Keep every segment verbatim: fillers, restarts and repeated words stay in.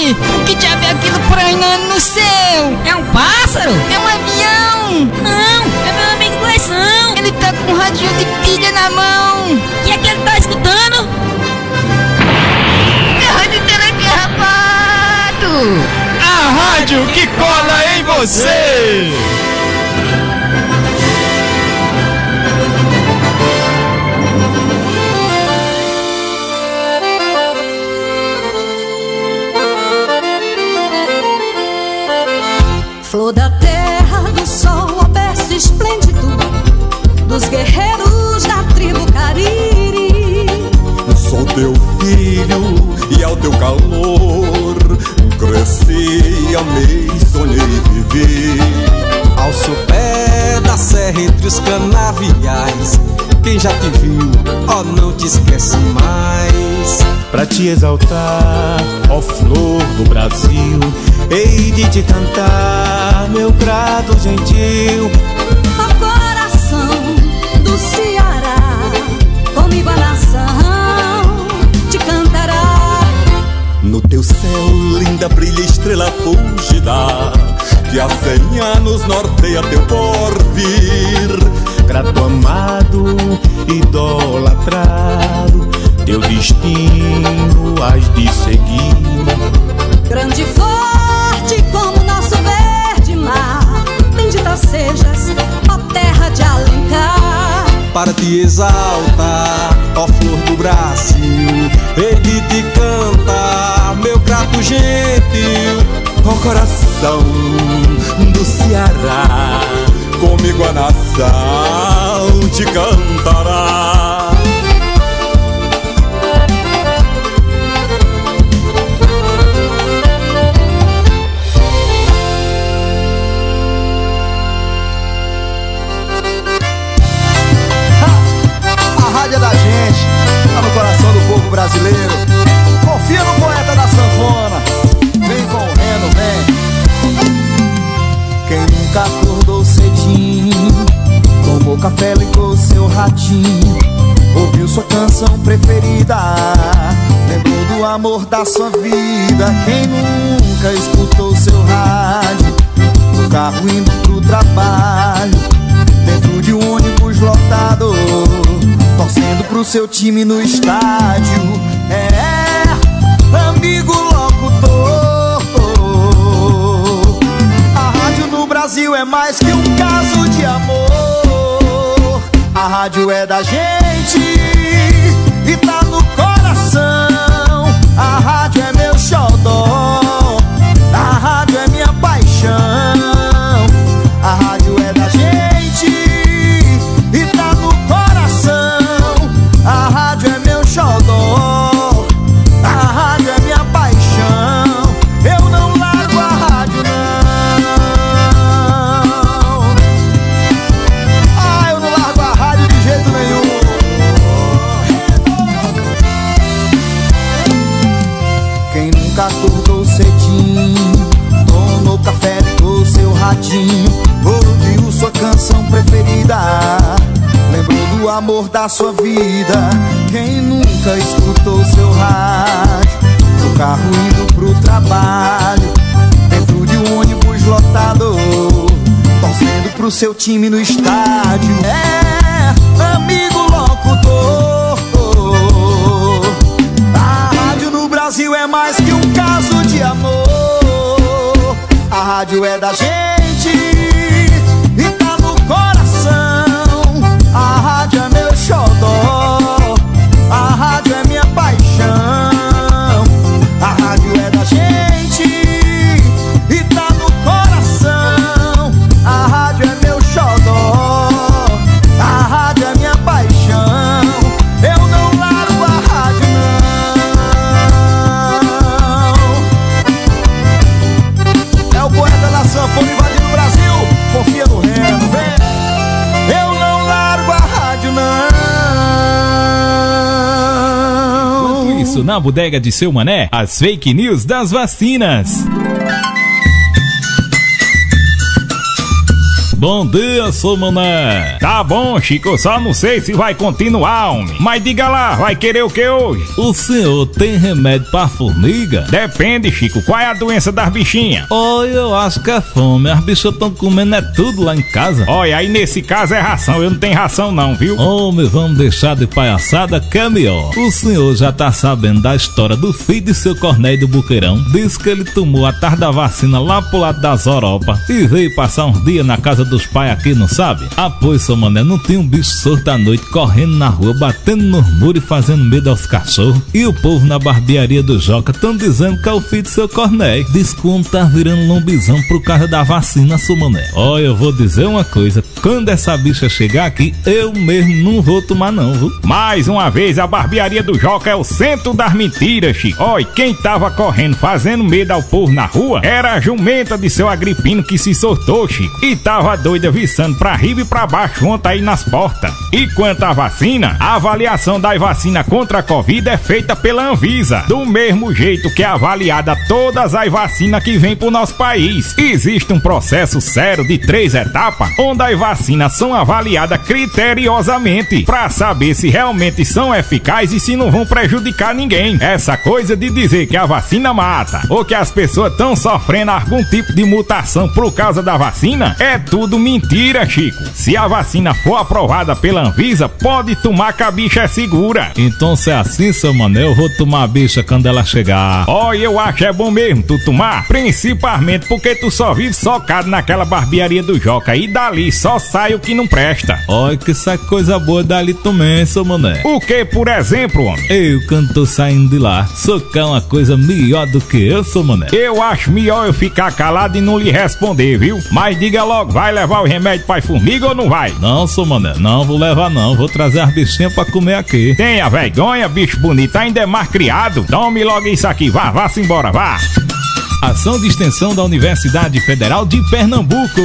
Gente, o que diabo é aquilo prainando no céu? É um pássaro? É um avião? Não, é meu amigo Gleison. Ele tá com um radinho de pilha na mão. O que é que ele tá escutando? É a rádio Telecarrapato. A rádio que cola em você. Flor da terra, do sol, ao berço esplêndido dos guerreiros da tribo Cariri. Sou teu filho e ao teu calor cresci, amei, sonhei e vivi. Ao seu pé da serra entre os canaviais, quem já te viu, ó, não te esquece mais. Pra te exaltar, ó flor do Brasil, hei de te cantar meu prato gentil. Ó coração do Ceará, comigo a nação te cantará. No teu céu linda brilha estrela fúlgida, que há cem anos norteia teu porvir. Grato amado, idolatrado, teu destino has de seguir. Grande e forte como nosso verde mar, bendita sejas, ó terra de Alencar. Para te exaltar, ó flor do Brasil, hei de te cantar meu grato gentil. Ó coração do Ceará, comigo a nação te cantará. A rádio é da gente, tá no coração do povo brasileiro. Confia no poeta da sanfona. Vem com o Reno, vem. Quem nunca acordou cedinho, tomou café, ligou seu ratinho, ouviu sua canção preferida, lembrou do amor da sua vida. Quem nunca escutou seu rádio no carro indo pro trabalho, dentro de um ônibus lotado, torcendo pro seu time no estádio. É, amigo locutor, a rádio no Brasil é mais que um caso de amor. A rádio é da gente e tá no coração. A rádio é meu xodó, a rádio é minha paixão. A rádio é da gente e tá no coração. A rádio é meu xodó, a rádio é minha paixão. Eu não largo a rádio não. Ah, eu não largo a rádio de jeito nenhum. Quem nunca acordou cedinho, tomou café, ligou seu ratinho, ouviu sua canção preferida, lembrou do amor da sua vida. Quem nunca escutou seu rádio no carro indo pro trabalho, dentro de um ônibus lotado, torcendo pro seu time no estádio. É, amigo locutor, a rádio no Brasil é mais que um caso de amor. A rádio é da gente e tá no coração. A rádio é meu xodó, a rádio é minha paixão. A rádio é da gente e tá no coração. A rádio é meu xodó, a rádio é minha paixão. Eu não largo a rádio não. É o poeta da sanfona invadindo o Brasil. Confia no Reno, vem. Eu não largo a rádio não. Enquanto isso, na bodega de Seu Mané, as fake news das vacinas. Bom dia, seu mané. Tá bom, Chico, eu só não sei se vai continuar, homem. Mas diga lá, vai querer o que hoje? O senhor tem remédio pra formiga? Depende, Chico, qual é a doença das bichinhas? Olha, eu acho que é fome. As bichas estão comendo é tudo lá em casa. Olha, aí nesse caso é ração, eu não tenho ração não, viu? Homem, vamos deixar de palhaçada que é melhor. O senhor já tá sabendo da história do filho de seu Cornéio do Buqueirão? Diz que ele tomou a tarde da vacina lá pro lado das Europa e veio passar uns dias na casa dos pais aqui, não sabe? Ah, pois, seu mané, não tem um bicho sorto à noite correndo na rua, batendo nos muros e fazendo medo aos cachorros. E o povo na barbearia do Joca tão dizendo que é o filho de seu Cornéio. Diz que o homem tá virando lombizão por causa da vacina, seu mané. Olha, eu vou dizer uma coisa, quando essa bicha chegar aqui, eu mesmo não vou tomar não, viu? Mais uma vez, a barbearia do Joca é o centro das mentiras, Chico. Olha, quem tava correndo, fazendo medo ao povo na rua, era a jumenta de seu Agripino que se soltou, Chico, e tava doida viçando pra riba e pra baixo ontem aí nas portas. E quanto à vacina, a avaliação da vacina contra a Covid é feita pela Anvisa, do mesmo jeito que é avaliada todas as vacinas que vêm pro nosso país. Existe um processo sério de três etapas, onde as vacinas são avaliadas criteriosamente pra saber se realmente são eficazes e se não vão prejudicar ninguém. Essa coisa de dizer que a vacina mata ou que as pessoas estão sofrendo algum tipo de mutação por causa da vacina é tudo mentira, Chico. Se a vacina for aprovada pela Anvisa, pode tomar que a bicha é segura. Então se é assim, seu mané, eu vou tomar a bicha quando ela chegar. Ó, oh, eu acho é bom mesmo tu tomar, principalmente porque tu só vive socado naquela barbearia do Joca e dali só sai o que não presta. Olha que sai coisa boa dali também, seu mané. O que, por exemplo, homem? Eu, quando tô saindo de lá, socar uma coisa melhor do que eu, seu mané. Eu acho melhor eu ficar calado e não lhe responder, viu? Mas diga logo, vai levar o remédio pra formiga ou não vai? Não, seu mané, não vou levar não, vou trazer as bichinhas pra comer aqui. Tenha vergonha, bicho bonito, ainda é mais criado. Tome logo isso aqui, vá, vá-se embora, vá. Ação de extensão da Universidade Federal de Pernambuco.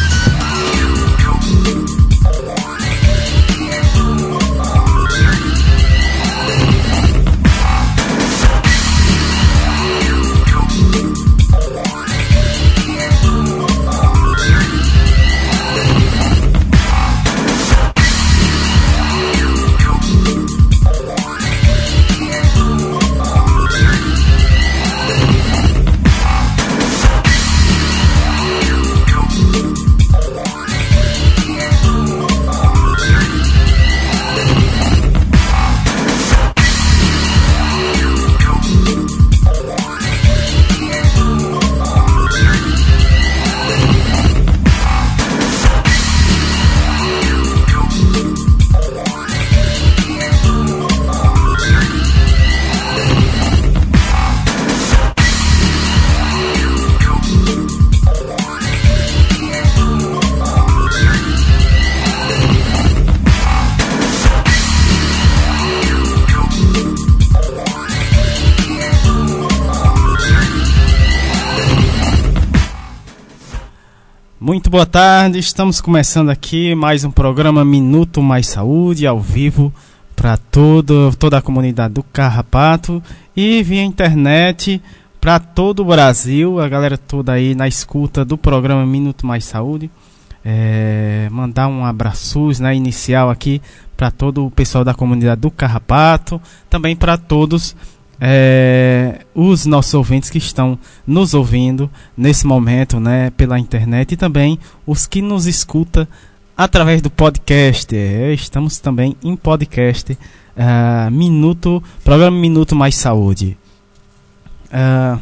Muito boa tarde, estamos começando aqui mais um programa Minuto Mais Saúde, ao vivo para toda a comunidade do Carrapato e via internet para todo o Brasil, a galera toda aí na escuta do programa Minuto Mais Saúde. É, mandar um abraço, né, inicial aqui para todo o pessoal da comunidade do Carrapato, também para todos É, os nossos ouvintes que estão nos ouvindo nesse momento, né, pela internet, e também os que nos escutam através do podcast. É, estamos também em podcast, uh, Minuto, programa Minuto Mais Saúde. Uh,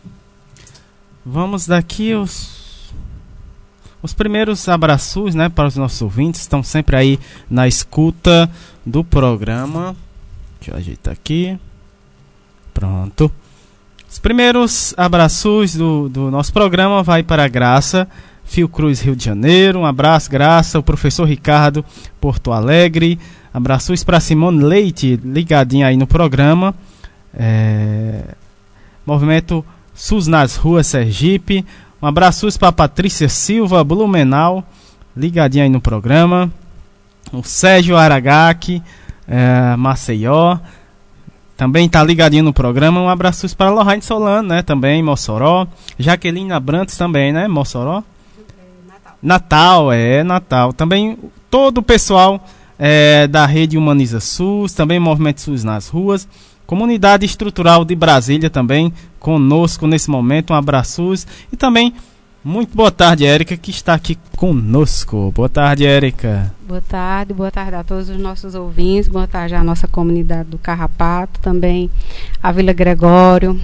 vamos daqui os, os primeiros abraços, né, para os nossos ouvintes, estão sempre aí na escuta do programa. Deixa eu ajeitar aqui. Pronto. Os primeiros abraços do, do nosso programa vai para a Graça, Fiocruz, Rio de Janeiro. Um abraço, Graça. O professor Ricardo, Porto Alegre. Abraços para Simone Leite, ligadinha aí no programa. É... Movimento SUS nas Ruas, Sergipe. Um abraço para Patrícia Silva, Blumenau, ligadinha aí no programa. O Sérgio Aragaki, é, Maceió. Também tá ligadinho no programa. Um abraço para Lohane Solano, né? Também, Mossoró. Jaqueline Abrantes também, né? Mossoró. Natal, é, Natal. Também todo o pessoal é, da rede Humaniza SUS, também Movimento SUS nas ruas, Comunidade Estrutural de Brasília também conosco nesse momento, um abraço e também muito boa tarde, Érica, que está aqui conosco. Boa tarde, Érica. Boa tarde, boa tarde a todos os nossos ouvintes, boa tarde à nossa comunidade do Carrapato, também a Vila Gregório,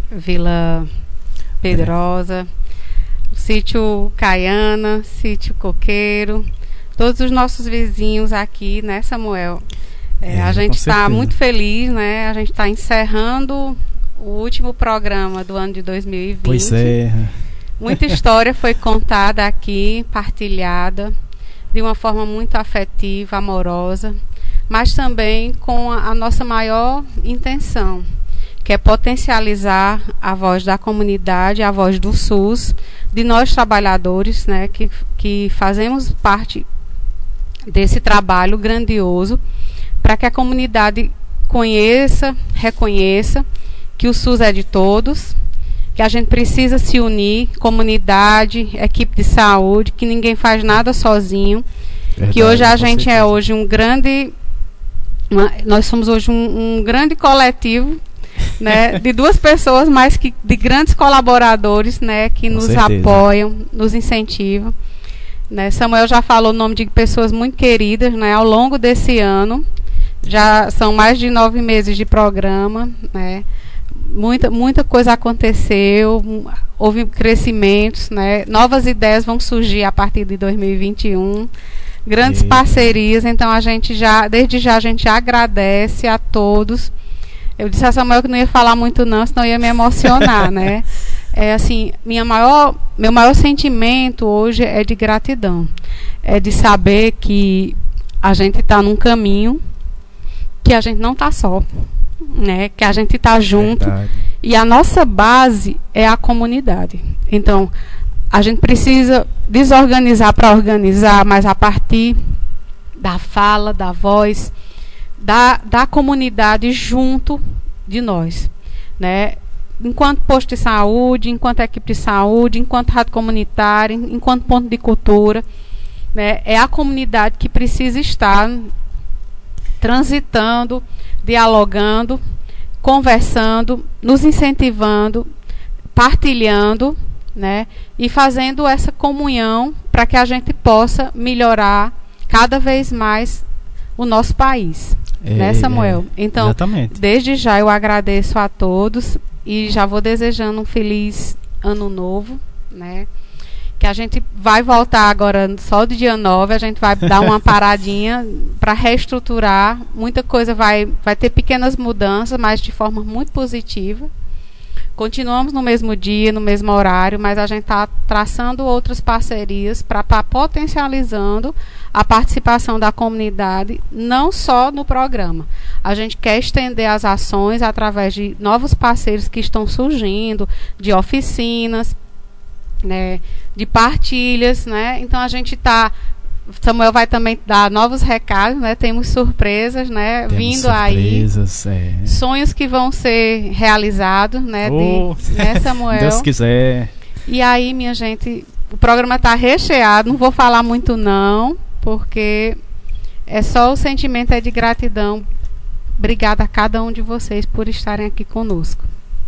Vila Pedrosa, o Sítio Caiana, Sítio Coqueiro, todos os nossos vizinhos aqui, né, Samuel? É, é, a gente está muito feliz, né? A gente está encerrando o último programa do ano de dois mil e vinte. Pois é. Muita história foi contada aqui, partilhada, de uma forma muito afetiva, amorosa, mas também com a, a nossa maior intenção, que é potencializar a voz da comunidade, a voz do SUS, de nós trabalhadores, né, que, que fazemos parte desse trabalho grandioso, para que a comunidade conheça, reconheça que o SUS é de todos, que a gente precisa se unir, comunidade, equipe de saúde, que ninguém faz nada sozinho, verdade, que hoje a gente certeza. é hoje um grande, uma, nós somos hoje um, um grande coletivo, né, de duas pessoas, mas que, de grandes colaboradores, né, que Com nos certeza. apoiam, nos incentivam. Né, Samuel já falou o nome de pessoas muito queridas, né, ao longo desse ano, já são mais de nove meses de programa, né, Muita, muita coisa aconteceu, houve crescimentos, né? Novas ideias vão surgir a partir de dois mil e vinte e um, grandes e... parcerias, então a gente já, desde já a gente agradece a todos. Eu disse a Samuel que não ia falar muito não, senão ia me emocionar, né? É assim, minha maior, meu maior sentimento hoje é de gratidão, é de saber que a gente está num caminho, que a gente não está só. Né, que a gente está junto. Verdade. E a nossa base é a comunidade. Então, a gente precisa desorganizar para organizar, mas a partir da fala, da voz, da, da comunidade junto de nós. Né? Enquanto posto de saúde, enquanto equipe de saúde, enquanto rádio comunitária, enquanto ponto de cultura. Né? É a comunidade que precisa estar transitando, dialogando, conversando, nos incentivando, partilhando, né, e fazendo essa comunhão para que a gente possa melhorar cada vez mais o nosso país, é, né, Samuel? É, então, exatamente. Desde já eu agradeço a todos e já vou desejando um feliz ano novo, né? Que a gente vai voltar agora só do dia nove, a gente vai dar uma paradinha para reestruturar, muita coisa vai, vai ter pequenas mudanças, mas de forma muito positiva. Continuamos no mesmo dia, no mesmo horário, mas a gente está traçando outras parcerias para estar potencializando a participação da comunidade, não só no programa. A gente quer estender as ações através de novos parceiros que estão surgindo, de oficinas, né, de partilhas, né? Então a gente está, Samuel vai também dar novos recados, né? Temos surpresas, né? Temos vindo surpresas, aí, é. Sonhos que vão ser realizados, né? Oh, de, né, Samuel? Deus quiser. E aí, minha gente, o programa está recheado. Não vou falar muito não, porque é só o sentimento é de gratidão. Obrigada a cada um de vocês por estarem aqui conosco.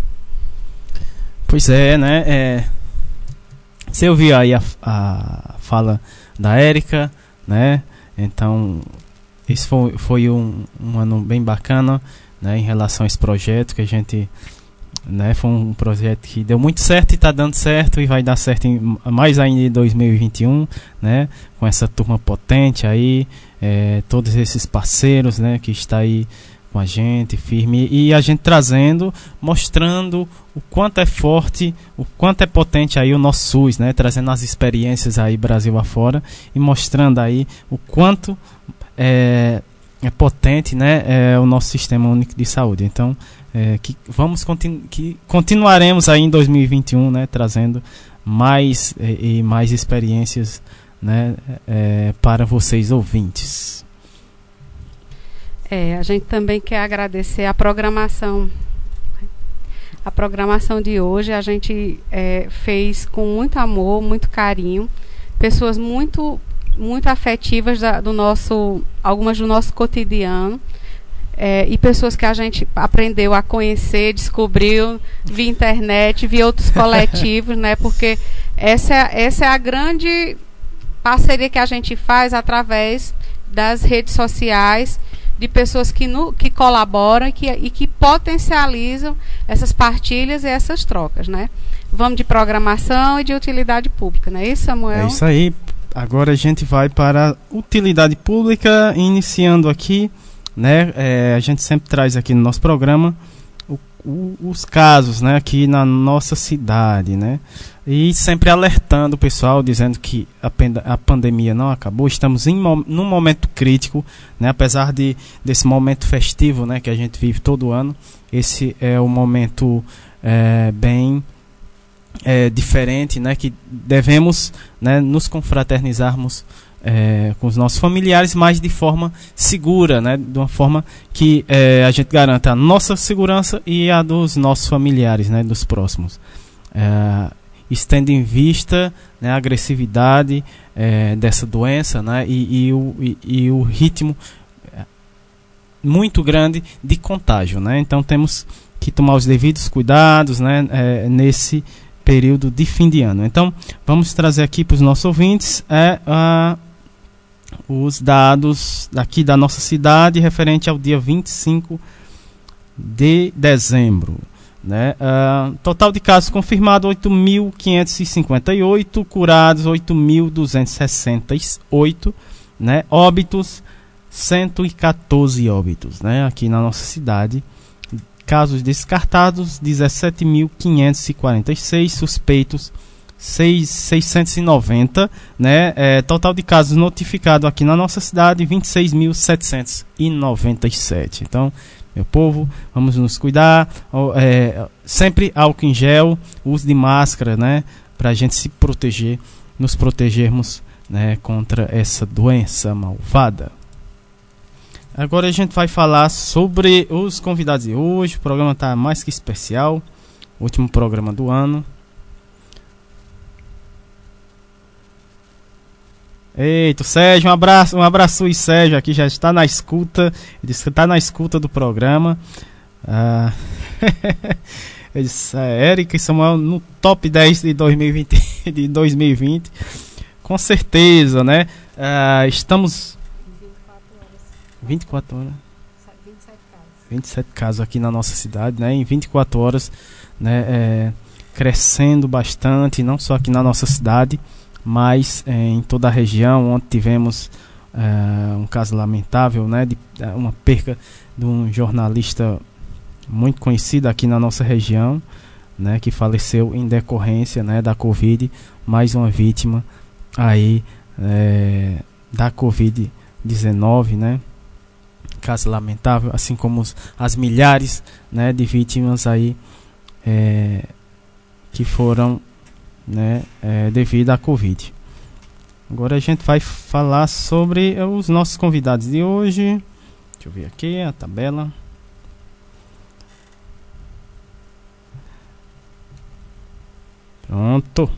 Pois é, né? É... Você ouviu aí a, a fala da Érica, né? Então, esse foi, foi um, um ano bem bacana, né? Em relação a esse projeto que a gente, né? Foi um projeto que deu muito certo e está dando certo e vai dar certo em, mais ainda em dois mil e vinte e um, né? Com essa turma potente aí, é, todos esses parceiros, né? Que está aí com a gente, firme, e a gente trazendo, mostrando o quanto é forte, o quanto é potente aí o nosso SUS, né? Trazendo as experiências aí Brasil afora e mostrando aí o quanto é, é potente, né? É o nosso Sistema Único de Saúde. Então, é, que vamos continu que continuaremos aí em dois mil e vinte e um, né? Trazendo mais e, e mais experiências, né? É, para vocês ouvintes. É, a gente também quer agradecer a programação. A programação de hoje a gente é, fez com muito amor, muito carinho. pessoas muito, muito afetivas da, do nosso, algumas do nosso cotidiano. É, e pessoas que a gente aprendeu a conhecer, descobriu via internet, via outros coletivos, né? Porque essa é, essa é a grande parceria que a gente faz através das redes sociais, de pessoas que, no, que colaboram e que, e que potencializam essas partilhas e essas trocas, né? Vamos de programação e de utilidade pública, não é isso, Samuel? É isso aí. Agora a gente vai para a utilidade pública, iniciando aqui, né? É, a gente sempre traz aqui no nosso programa o, o, os casos, né? Aqui na nossa cidade, né? E sempre alertando o pessoal, dizendo que a, a pandemia não acabou, estamos em num momento crítico, né? Apesar de, desse momento festivo, né? Que a gente vive todo ano, esse é um momento é, bem é, diferente, né? Que devemos, né, nos confraternizarmos É, com os nossos familiares, mas de forma segura, né? De uma forma que é, a gente garanta a nossa segurança e a dos nossos familiares, né? Dos próximos. É, estendo em vista, né, a agressividade é, dessa doença, né? E, e, o, e, e o ritmo muito grande de contágio, né? Então temos que tomar os devidos cuidados, né? É, nesse período de fim de ano. Então vamos trazer aqui para os nossos ouvintes é, a os dados daqui da nossa cidade referente ao dia vinte e cinco de dezembro, né? Uh, total de casos confirmados oito mil quinhentos e cinquenta e oito, curados oito mil duzentos e sessenta e oito, né? Óbitos cento e quatorze óbitos, né? Aqui na nossa cidade. Casos descartados dezessete mil quinhentos e quarenta e seis, suspeitos seiscentos e noventa, né? É, total de casos notificados aqui na nossa cidade vinte e seis mil setecentos e noventa e sete. Então, meu povo, vamos nos cuidar, é, sempre álcool em gel, uso de máscara, né? Para a gente se proteger, nos protegermos, né, contra essa doença malvada. Agora a gente vai falar sobre os convidados de hoje. O programa está mais que especial, último programa do ano. Eita, Sérgio, um abraço, um abraço, e Sérgio aqui já está na escuta. Ele disse que está na escuta do programa. Ah, ele disse, é, Érica e Samuel no top dez de dois mil e vinte, de dois mil e vinte. Com certeza, né? Ah, estamos vinte e quatro horas. vinte e sete casos aqui na nossa cidade, né? Em vinte e quatro horas, né? É, crescendo bastante, não só aqui na nossa cidade, mas é, em toda a região, onde tivemos é, um caso lamentável, né, de uma perca de um jornalista muito conhecido aqui na nossa região, né, que faleceu em decorrência, né, da Covid, mais uma vítima aí é, da Covid dezenove, né, caso lamentável, assim como os, as milhares, né, de vítimas aí é, que foram, né, é, devido à Covid. Agora a gente vai falar sobre os nossos convidados de hoje. Deixa eu ver aqui a tabela. Pronto.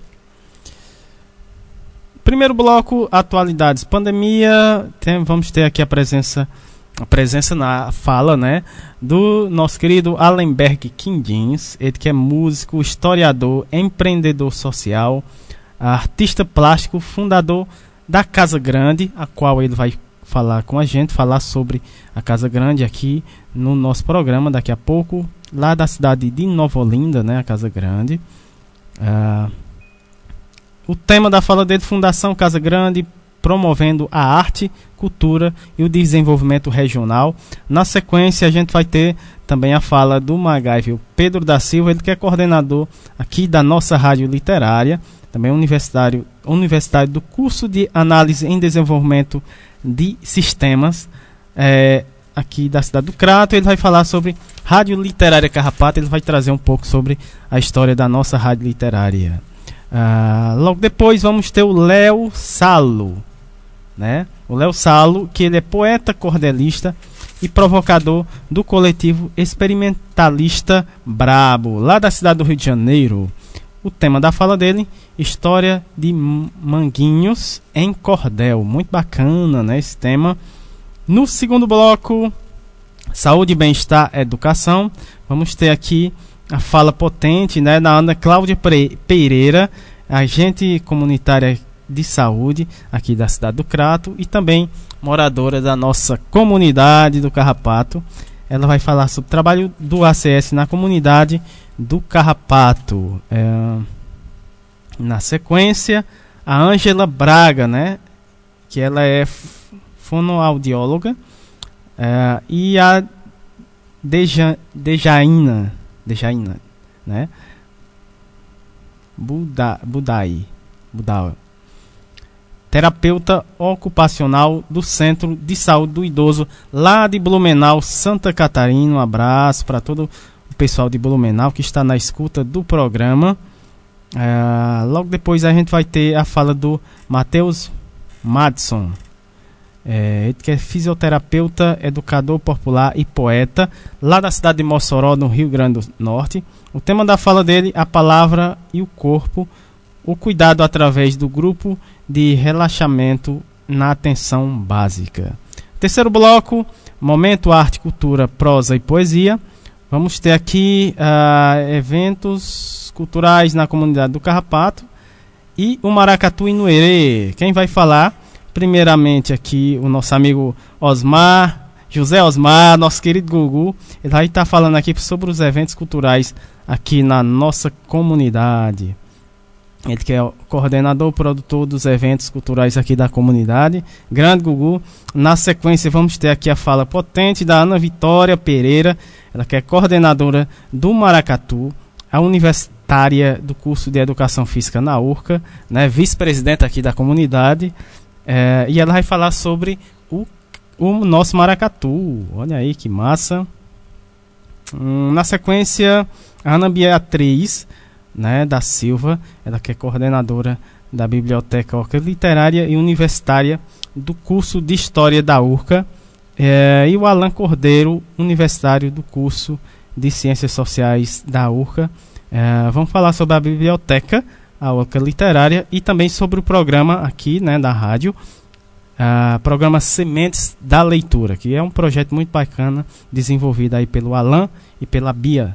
Primeiro bloco, atualidades, pandemia. Tem, vamos ter aqui a presença a presença na fala, né, do nosso querido Allenberg Quindins, ele que é músico, historiador, empreendedor social, artista plástico, fundador da Casa Grande, a qual ele vai falar com a gente, falar sobre a Casa Grande aqui no nosso programa daqui a pouco, lá da cidade de Nova Olinda, né, a Casa Grande. Uh, o tema da fala dele, Fundação Casa Grande, promovendo a arte, cultura e o desenvolvimento regional. Na sequência a gente vai ter também a fala do MacGyver Pedro da Silva, ele que é coordenador aqui da nossa rádio literária, também universitário, universitário do curso de análise em desenvolvimento de sistemas é, aqui da cidade do Crato. Ele vai falar sobre Rádio Literária Carrapato, ele vai trazer um pouco sobre a história da nossa rádio literária. Ah, logo depois vamos ter o Léo Salo, né? O Léo Salo, que ele é poeta cordelista e provocador do coletivo experimentalista Brabo, lá da cidade do Rio de Janeiro. o tema da fala dele, história de Manguinhos em Cordel. Muito bacana, né, esse tema. No segundo bloco, saúde, bem-estar, educação, vamos ter aqui a fala potente, né, da Ana Cláudia Pereira, agente comunitária de saúde aqui da cidade do Crato e também moradora da nossa comunidade do Carrapato. Ela vai falar sobre o trabalho do A C S na comunidade do Carrapato. É, na sequência, a Ângela Braga, né, que ela é fonoaudióloga, é, e a Deja, Dejaína, Dejaína, né, Buda, Budai, Budai, terapeuta ocupacional do Centro de Saúde do Idoso lá de Blumenau, Santa Catarina. Um abraço para todo o pessoal de Blumenau que está na escuta do programa. É, logo depois a gente vai ter a fala do Matheus Madson, é, ele que é fisioterapeuta, educador popular e poeta lá da cidade de Mossoró, no Rio Grande do Norte. O tema da fala dele, a palavra e o corpo, o cuidado através do grupo de relaxamento na atenção básica. Terceiro bloco, momento arte, cultura, prosa e poesia. Vamos ter aqui uh, eventos culturais na comunidade do Carrapato e o Maracatu Inuerê. Quem vai falar? Primeiramente aqui o nosso amigo Osmar, José Osmar, nosso querido Gugu. Ele vai estar falando aqui sobre os eventos culturais aqui na nossa comunidade. Ele que é o coordenador, produtor dos eventos culturais aqui da comunidade. Grande Gugu. Na sequência vamos ter aqui a fala potente da Ana Vitória Pereira. Ela que é coordenadora do Maracatu, a universitária do curso de Educação Física na U R C A, né, vice-presidenta aqui da comunidade. É, e ela vai falar sobre o, o nosso Maracatu. Olha aí que massa. Hum, na sequência, a Ana Beatriz, né, da Silva, ela que é coordenadora da Biblioteca Orca Literária e Universitária do curso de História da U R C A, é, e o Alan Cordeiro, universitário do curso de Ciências Sociais da U R C A. É, vamos falar sobre a biblioteca, a Orca Literária, e também sobre o programa aqui, né, da rádio, uh, programa Sementes da Leitura, que é um projeto muito bacana, desenvolvido aí pelo Alan e pela Bia.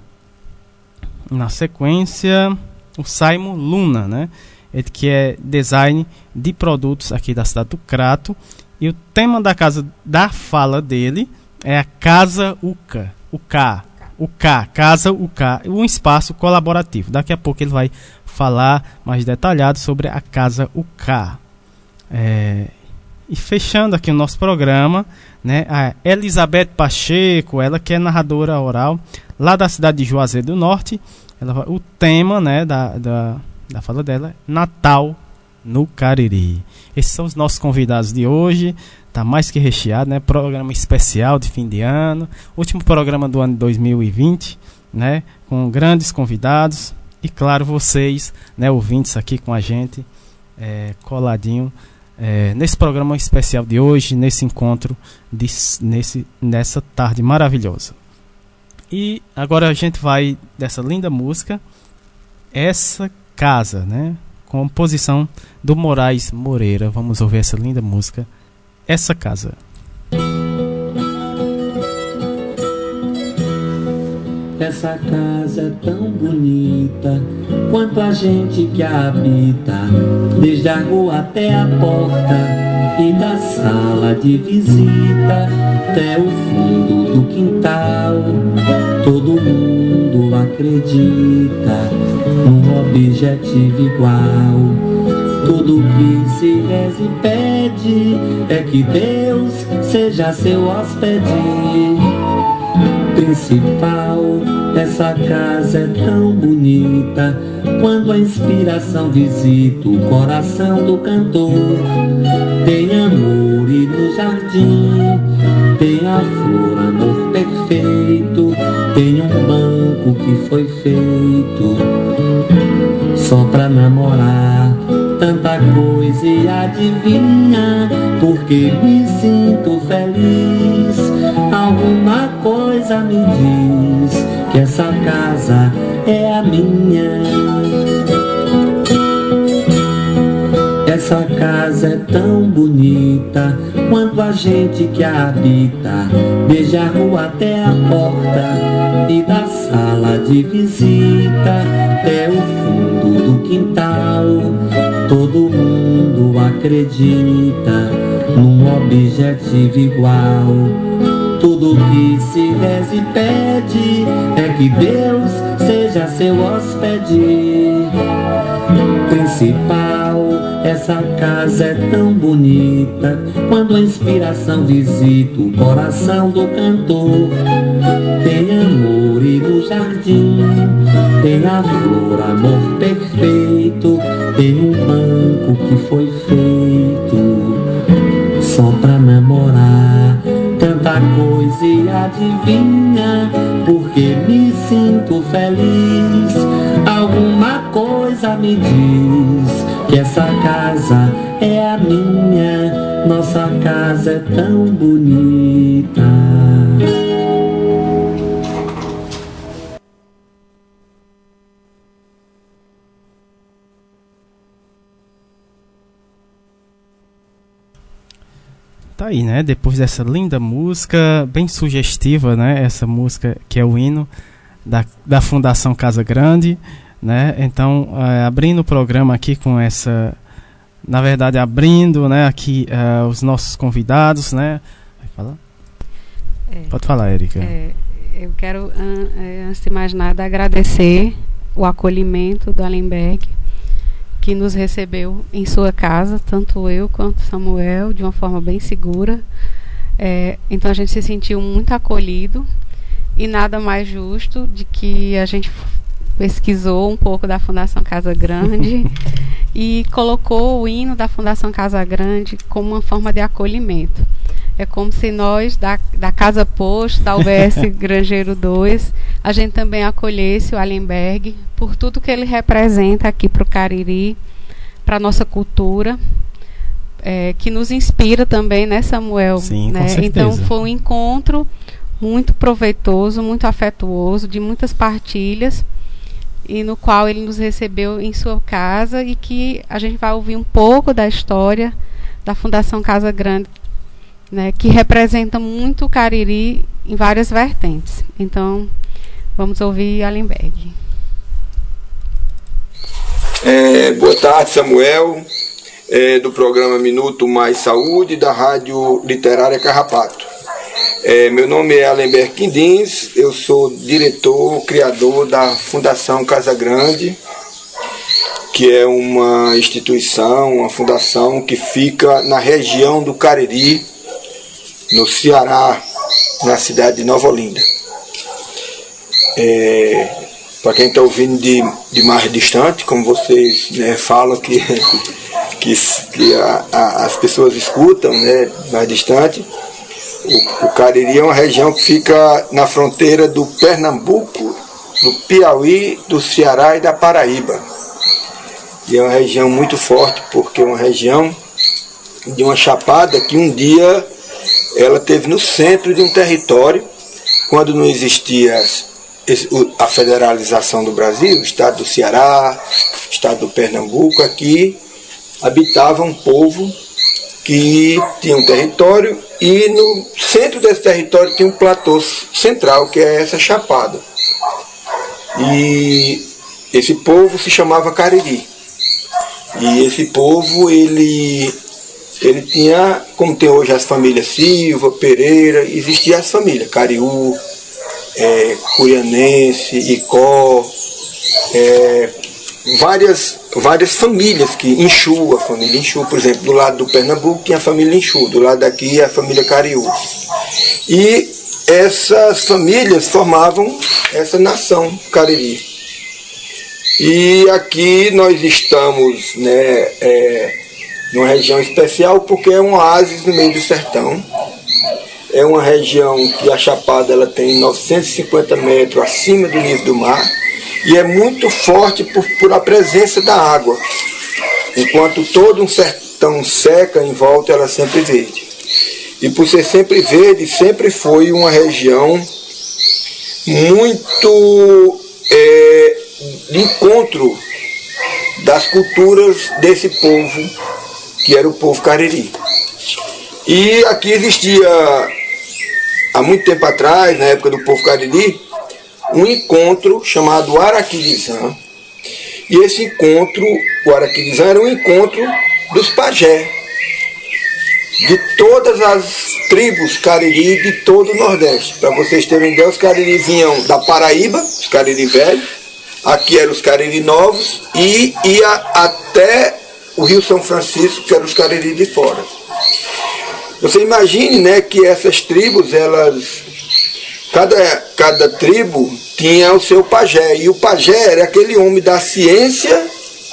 Na sequência, o Simon Luna, né? Ele que é design de produtos aqui da cidade do Crato. E o tema da casa da fala dele é a Casa U C A. O K. O K. Casa U C A. Um espaço colaborativo. Daqui a pouco ele vai falar mais detalhado sobre a Casa U C A. É, e fechando aqui o nosso programa, né, a Elizabeth Pacheco, ela que é narradora oral lá da cidade de Juazeiro do Norte. Ela, o tema, né, da, da, da fala dela é Natal no Cariri. Esses são os nossos convidados de hoje. Tá mais que recheado, né? Programa especial de fim de ano. Último programa do ano dois mil e vinte, né? Com grandes convidados. E claro, vocês, né, ouvintes aqui com a gente, é, coladinho, é, nesse programa especial de hoje, nesse encontro, de, nesse, nessa tarde maravilhosa. E agora a gente vai dessa linda música, Essa Casa, né? Composição do Moraes Moreira. Vamos ouvir essa linda música, Essa Casa. Essa casa é tão bonita quanto a gente que a habita, desde a rua até a porta e da sala de visita até o fundo do quintal. Todo mundo acredita num objetivo igual. Tudo que se reza e pede é que Deus seja seu hóspede principal. Essa casa é tão bonita quando a inspiração visita o coração do cantor. Tem amor e no jardim tem a flor, amor perfeito. Tem um banco que foi feito só pra namorar. Tanta coisa e adivinha, porque me sinto feliz. Alguma coisa me diz que essa casa é a minha. Essa casa é tão bonita quanto a gente que a habita, desde a rua até a porta e da sala de visita até o fundo do quintal. Todo mundo acredita num objetivo igual. Tudo que se reza e pede é que Deus seja seu hóspede principal. Essa casa é tão bonita quando a inspiração visita o coração do cantor. Tem amor e no jardim tem a flor, amor perfeito. Tem um banco que foi feito só pra namorar. Tanta coisa e adivinha, porque me sinto feliz. Alguma coisa me diz que essa casa é a minha. Nossa casa é tão bonita. Tá aí, né? Depois dessa linda música, bem sugestiva, né? Essa música que é o hino da, da Fundação Casa Grande, né? Então, uh, abrindo o programa aqui com essa... Na verdade, abrindo, né, aqui uh, os nossos convidados, né? Vai falar? É, Pode falar, Érica. É, eu quero, antes de mais nada, agradecer o acolhimento do Allenberg, que nos recebeu em sua casa, tanto eu quanto Samuel, de uma forma bem segura. É, então a gente se sentiu muito acolhido e nada mais justo de que a gente pesquisou um pouco da Fundação Casa Grande e colocou o hino da Fundação Casa Grande como uma forma de acolhimento. É como se nós, da, da Casa Posto, da U B S Grangeiro dois, a gente também acolhesse o Allenberg por tudo que ele representa aqui para o Cariri, para a nossa cultura, é, que nos inspira também, né, Samuel? Sim, né? com certeza. Então foi um encontro muito proveitoso, muito afetuoso, de muitas partilhas, e no qual ele nos recebeu em sua casa e que a gente vai ouvir um pouco da história da Fundação Casa Grande, né, que representa muito o Cariri em várias vertentes. Então, vamos ouvir Allenberg. É, boa tarde, Samuel, é, do programa Minuto Mais Saúde, da Rádio Literária Carrapato. É, meu nome é Allenberg Quindins, eu sou diretor, criador da Fundação Casa Grande, que é uma instituição, uma fundação que fica na região do Cariri, no Ceará, na cidade de Nova Olinda. É, para quem está ouvindo de, de mais distante, como vocês, né, falam que, que, que a, a, as pessoas escutam, né, mais distante, o, o Cariri é uma região que fica na fronteira do Pernambuco, do Piauí, do Ceará e da Paraíba. E é uma região muito forte, porque é uma região de uma chapada que um dia ela teve no centro de um território, quando não existia a federalização do Brasil, o estado do Ceará, o estado do Pernambuco. Aqui habitava um povo que tinha um território, e no centro desse território tinha um platô central, que é essa chapada. E esse povo se chamava Cariri. E esse povo, ele... Ele tinha, como tem hoje as famílias Silva, Pereira, existiam as famílias, Cariú, é, Cuianense, Icó, é, várias, várias famílias, que Inchu, a família Inchu, por exemplo, do lado do Pernambuco tinha a família Inchu, do lado daqui a família Cariú. E essas famílias formavam essa nação Cariri. E aqui nós estamos, né, é, numa região especial, porque é um oásis no meio do sertão. É uma região que a chapada ela tem novecentos e cinquenta metros acima do nível do mar, e é muito forte por, por a presença da água. Enquanto todo um sertão seca em volta, ela é sempre verde. E por ser sempre verde, sempre foi uma região muito é, de encontro das culturas desse povo que era o povo Cariri. E aqui existia, há muito tempo atrás, na época do povo Cariri, um encontro chamado Araquirizã. E esse encontro, o Araquirizã, era um encontro dos pajé, de todas as tribos Cariri de todo o Nordeste. Para vocês terem ideia, os Cariri vinham da Paraíba, os Cariri velhos, aqui eram os Cariri novos, e ia até o Rio São Francisco, que eram os Cariri de fora. Você imagine, né, que essas tribos, elas, cada, cada tribo tinha o seu pajé, e o pajé era aquele homem da ciência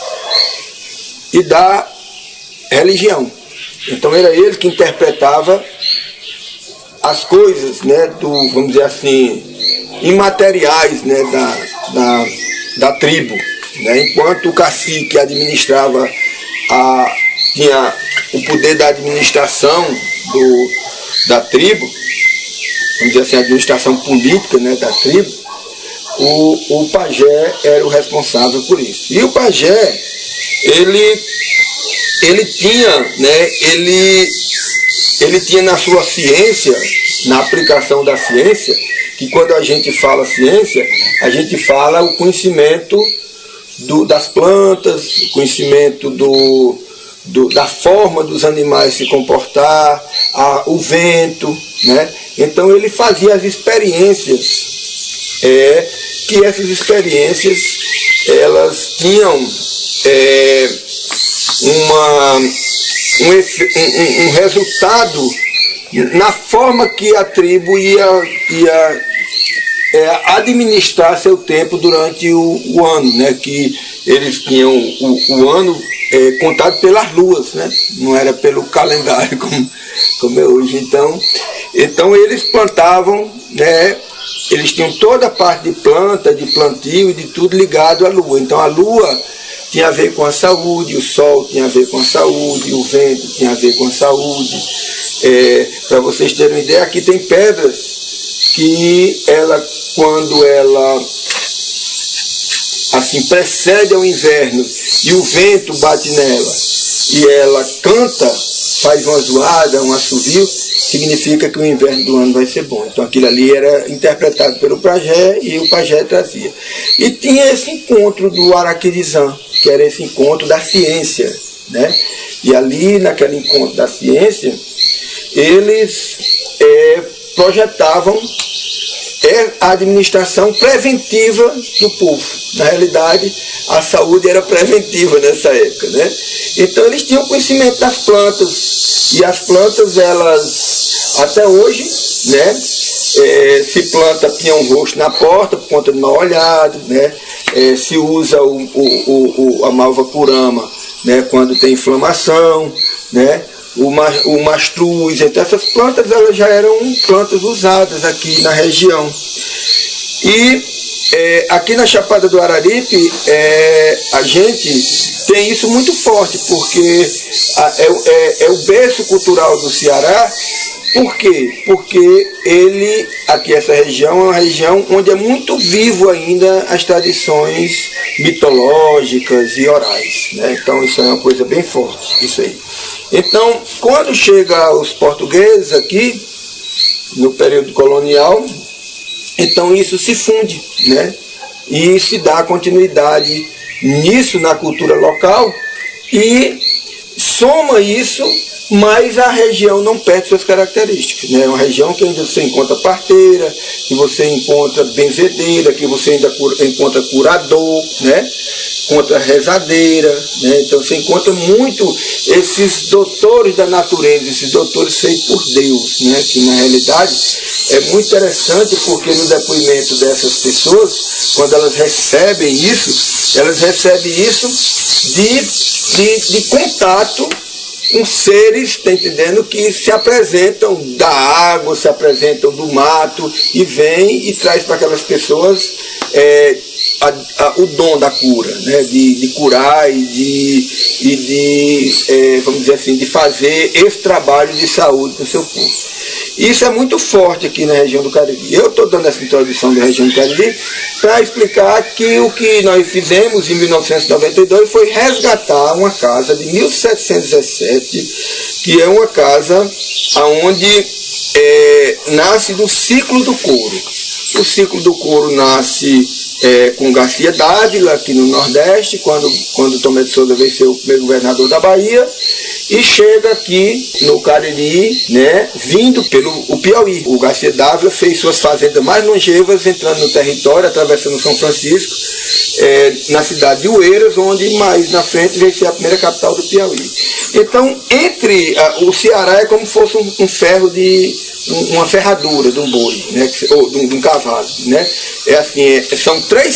e da religião. Então era ele que interpretava as coisas, né, do, vamos dizer assim, imateriais, né, da, da, da tribo. Né? Enquanto o cacique administrava, a, tinha o poder da administração do, da tribo, vamos dizer assim, a administração política, né, da tribo, o, o pajé era o responsável por isso. E o pajé, ele, ele tinha, né, ele, ele tinha na sua ciência, na aplicação da ciência, que quando a gente fala ciência, a gente fala o conhecimento do, das plantas, o conhecimento do, do, da forma dos animais se comportar, a, o vento, né? Então ele fazia as experiências, é, que essas experiências, elas tinham é, uma, um, um, um resultado na forma que a tribo ia, ia é, administrar seu tempo durante o, o ano, né? Que eles tinham o, o ano é, contado pelas luas, né? Não era pelo calendário como, como é hoje. Então, então eles plantavam, né? Eles tinham toda a parte de planta, de plantio e de tudo ligado à lua. Então a lua tinha a ver com a saúde, o sol tinha a ver com a saúde, o vento tinha a ver com a saúde. É, para vocês terem uma ideia, aqui tem pedras que ela, quando ela assim precede ao inverno e o vento bate nela e ela canta, faz uma zoada, um assovio, significa que o inverno do ano vai ser bom. Então aquilo ali era interpretado pelo pajé e o pajé trazia. E tinha esse encontro do Araquirizã, que era esse encontro da ciência, né? E ali naquele encontro da ciência, eles é, projetavam é, a administração preventiva do povo. Na realidade, a saúde era preventiva nessa época, né? Então eles tinham conhecimento das plantas, e as plantas, elas, até hoje, né, é, se planta pinhão roxo na porta por conta do mal olhado, né? É, se usa o, o, o, a malvacurama, né, quando tem inflamação, né? O, o mastruz. Então essas plantas, elas já eram plantas usadas aqui na região. E é, aqui na Chapada do Araripe, é, a gente tem isso muito forte, porque a, é, é, é o berço cultural do Ceará. Por quê? Porque ele, aqui essa região, é uma região onde é muito vivo ainda as tradições mitológicas e orais, né? Então isso é uma coisa bem forte, isso aí. Então, quando chega os portugueses aqui, no período colonial, então isso se funde, né? E se dá continuidade nisso na cultura local e soma isso, mas a região não perde suas características, né? É uma região que ainda você encontra parteira, que você encontra benzedeira, que você ainda encontra curador, né? Encontra rezadeira, né? Então você encontra muito esses doutores da natureza, esses doutores feitos por Deus, né? Que na realidade é muito interessante, porque no depoimento dessas pessoas, quando elas recebem isso, elas recebem isso de, de, de contato com seres, tá entendendo, que se apresentam da água, se apresentam do mato, e vem e traz para aquelas pessoas é, a, a, o dom da cura, né, de, de curar e de, e de é, vamos dizer assim, de fazer esse trabalho de saúde no seu povo. Isso é muito forte aqui na região do Cariri. Eu estou dando essa introdução da região do Cariri para explicar que o que nós fizemos em mil novecentos e noventa e dois foi resgatar uma casa de mil setecentos e dezessete, que é uma casa onde é, nasce do ciclo do couro. O ciclo do couro nasce é, com Garcia Dávila, aqui no Nordeste, quando, quando Tomé de Souza veio ser o primeiro governador da Bahia, e chega aqui no Cariri, né, vindo pelo o Piauí. O Garcia Dávila fez suas fazendas mais longevas, entrando no território, atravessando São Francisco, é, na cidade de Oeiras, onde mais na frente veio ser a primeira capital do Piauí. Então, entre a, o Ceará é como se fosse um, um ferro de... uma ferradura de um boi, né, ou de um, de um cavalo, né? É assim, é, são três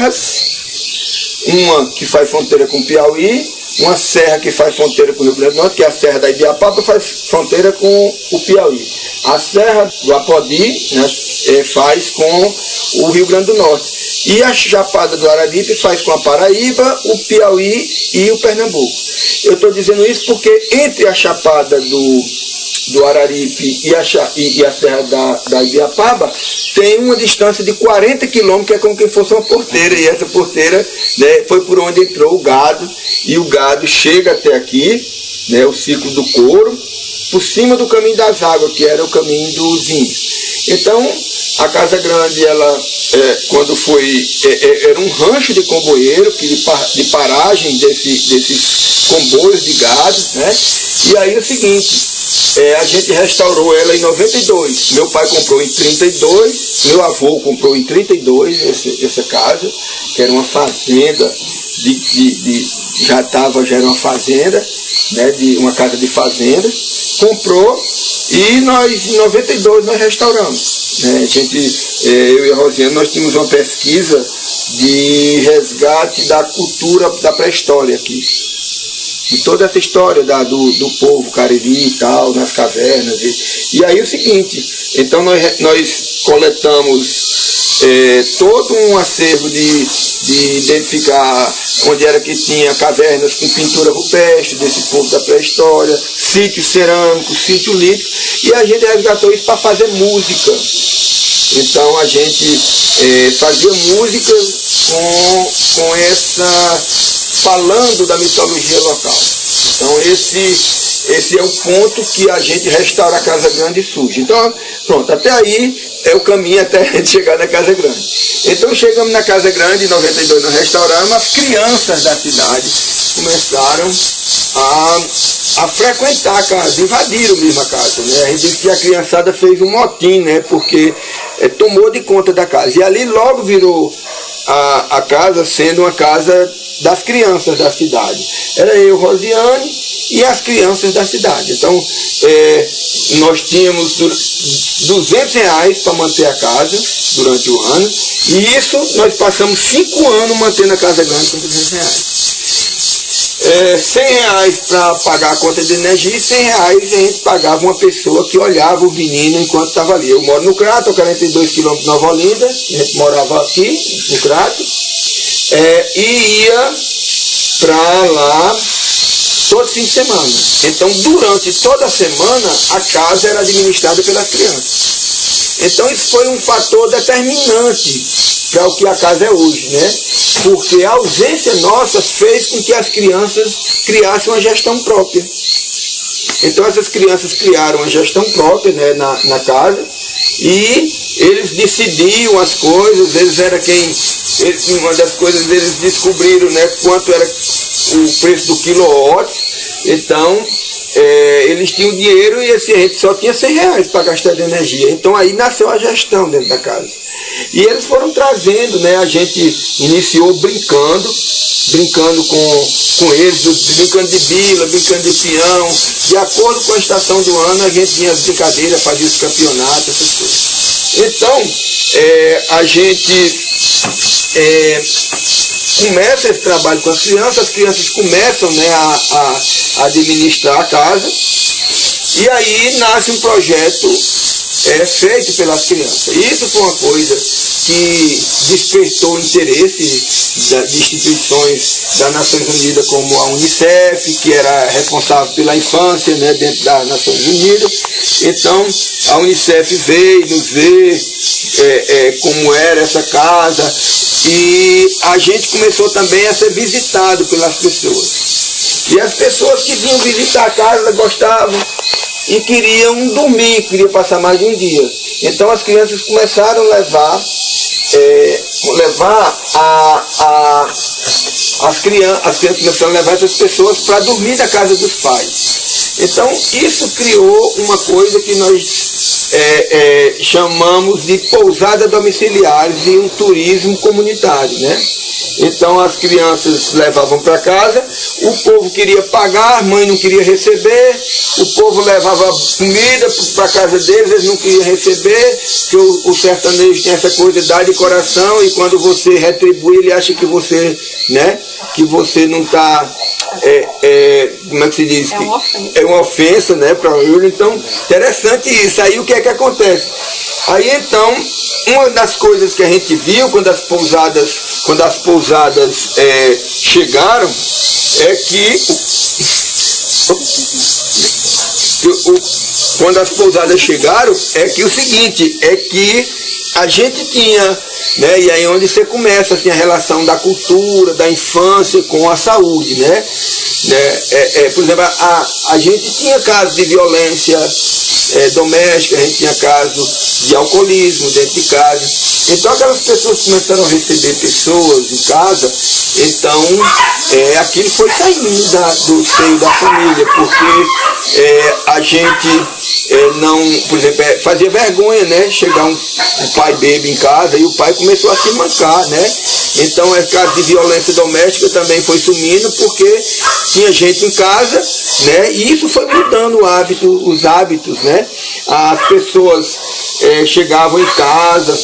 serras, uma que faz fronteira com o Piauí, uma serra que faz fronteira com o Rio Grande do Norte, que é a Serra da Ibiapaba, faz fronteira com o Piauí. A Serra do Apodi, né, é, faz com o Rio Grande do Norte. E a Chapada do Araripe faz com a Paraíba, o Piauí e o Pernambuco. Eu estou dizendo isso porque entre a Chapada do do Araripe e a, e, e a Serra da, da Ibiapaba, tem uma distância de quarenta quilômetros, que é como quem fosse uma porteira, e essa porteira, né, foi por onde entrou o gado, e o gado chega até aqui, né, o ciclo do couro, por cima do caminho das águas, que era o caminho dos índios. Então, a Casa Grande, ela, é, quando foi, é, é, era um rancho de comboeiro, que de, par, de paragem desse, desses comboios de gado, né? E aí é o seguinte, é, a gente restaurou ela em noventa e dois, meu pai comprou em trinta e dois, meu avô comprou em trinta e dois esse, essa casa, que era uma fazenda, de, de, de, já estava, já era uma fazenda, né, de uma casa de fazenda, comprou, e nós, em noventa e dois, nós restauramos. Né? A gente, eu e a Rosiane, nós tínhamos uma pesquisa de resgate da cultura da pré-história aqui. De toda essa história da, do, do povo cariri e tal, nas cavernas. E, e aí o seguinte, então nós, nós coletamos é, todo um acervo de, de identificar onde era que tinha cavernas com pintura rupestre desse povo da pré-história, sítio cerâmico, sítio lítico, e a gente resgatou isso para fazer música. Então a gente é, fazia música com, com essa... falando da mitologia local. Então esse, esse é o ponto que a gente restaura a Casa Grande e surge. Então, pronto, até aí é o caminho até a gente chegar na Casa Grande. Então chegamos na Casa Grande, em noventa e dois nós restauramos, as crianças da cidade começaram a, a frequentar a casa, invadiram mesmo a casa. Né? A gente disse que a criançada fez um motim, né? Porque é, tomou de conta da casa. E ali logo virou a, a casa sendo uma casa das crianças da cidade. Era eu, Rosiane, e as crianças da cidade. Então, é, nós tínhamos duzentos reais para manter a casa durante o ano, e isso nós passamos cinco anos mantendo a Casa Grande com duzentos reais. É, cem reais para pagar a conta de energia e cem reais a gente pagava uma pessoa que olhava o menino enquanto estava ali. Eu moro no Crato, quarenta e dois quilômetros de Nova Olinda, a gente morava aqui no Crato, é, e ia para lá todo fim de semana. Então, durante toda a semana, a casa era administrada pelas crianças. Então, isso foi um fator determinante para o que a casa é hoje, né? Porque a ausência nossa fez com que as crianças criassem uma gestão própria. Então, essas crianças criaram uma gestão própria, né, na, na casa, e eles decidiam as coisas, eles eram quem... Eles, uma das coisas, eles descobriram, né, quanto era o preço do quilowatt. Então, é, eles tinham dinheiro e assim, a gente só tinha cem reais para gastar de energia. Então aí nasceu a gestão dentro da casa. E eles foram trazendo, né, a gente iniciou brincando, brincando com, com eles, brincando de bila, brincando de peão. De acordo com a estação do ano, a gente tinha as brincadeiras, fazia os campeonatos, essas coisas. Então, é, a gente é, começa esse trabalho com as crianças, as crianças começam, né, a, a, a administrar a casa, e aí nasce um projeto é, feito pelas crianças. E isso foi uma coisa que despertou o interesse de instituições das Nações Unidas, como a Unicef, que era responsável pela infância, né, dentro das Nações Unidas. Então, a Unicef veio nos ver é, é, como era essa casa, e a gente começou também a ser visitado pelas pessoas. E as pessoas que vinham visitar a casa gostavam e queriam dormir, queriam passar mais de um dia. Então as crianças começaram a levar, é, levar a, a, as, crianças, as crianças começaram a levar essas pessoas para dormir na casa dos pais. Então isso criou uma coisa que nós é, é, chamamos de pousada domiciliares e um turismo comunitário, né? Então as crianças levavam para casa, o povo queria pagar, a mãe não queria receber, o povo levava comida para a casa deles, eles não queriam receber, porque o, o sertanejo tem essa coisa de dar de coração, e quando você retribui, ele acha que você, né, que você não está, é, é, como é que se diz? É uma ofensa, é uma ofensa, né, para ele. Então, interessante isso. Aí o que é que acontece? Aí então, uma das coisas que a gente viu quando as pousadas, quando as pousadas é, chegaram, é que o, o, quando as pousadas chegaram, é que o seguinte, é que a gente tinha, né, e aí é onde você começa assim, a relação da cultura, da infância com a saúde, né? né é, é, por exemplo, a, a gente tinha casos de violência é, doméstica, a gente tinha casos de alcoolismo dentro de casa. Então aquelas pessoas começaram a receber pessoas em casa, então é, aquilo foi saindo da, do seio da família, porque é, a gente é, não, por exemplo, é, fazia vergonha, né? Chegar um, um pai bebe em casa e o pai começou a se mancar, né? Então esse caso de violência doméstica também foi sumindo, porque tinha gente em casa, né? E isso foi mudando o hábito, os hábitos, né? As pessoas é, chegavam em casa,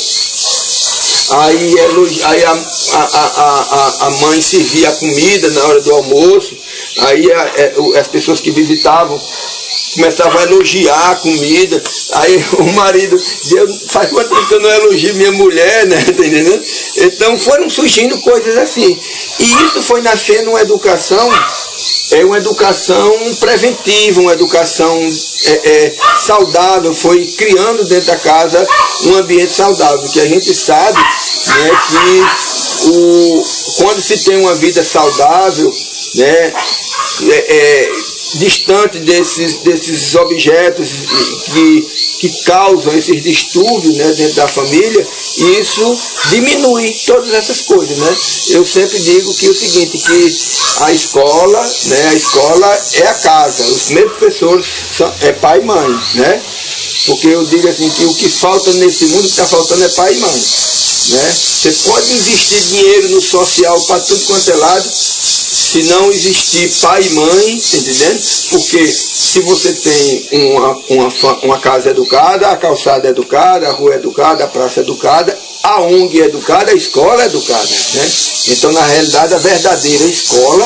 aí, aí a, a, a, a mãe servia a comida na hora do almoço, aí a, a, as pessoas que visitavam começavam a elogiar a comida, aí o marido, Deus, faz quanto tempo que eu não elogio minha mulher, né, tá entendendo? Então foram surgindo coisas assim, e isso foi nascendo uma educação, é uma educação preventiva, uma educação é, é, saudável, foi criando dentro da casa um ambiente saudável, que a gente sabe, né, que o, quando se tem uma vida saudável, né, é, é, distante desses, desses objetos que, que causam esses distúrbios, né, dentro da família, isso diminui todas essas coisas, né? Eu sempre digo que é o seguinte, que a escola, né, a escola é a casa, os primeiros professores são, é pai e mãe, né? Porque eu digo assim, que o que falta nesse mundo, que está faltando é pai e mãe, né? Você pode investir dinheiro no social para tudo quanto é lado, se não existir pai e mãe, tá entendendo? Porque se você tem uma, uma, uma casa educada, a calçada é educada, a rua é educada, a praça é educada, a O N G é educada, a escola é educada, né? Então, na realidade, a verdadeira escola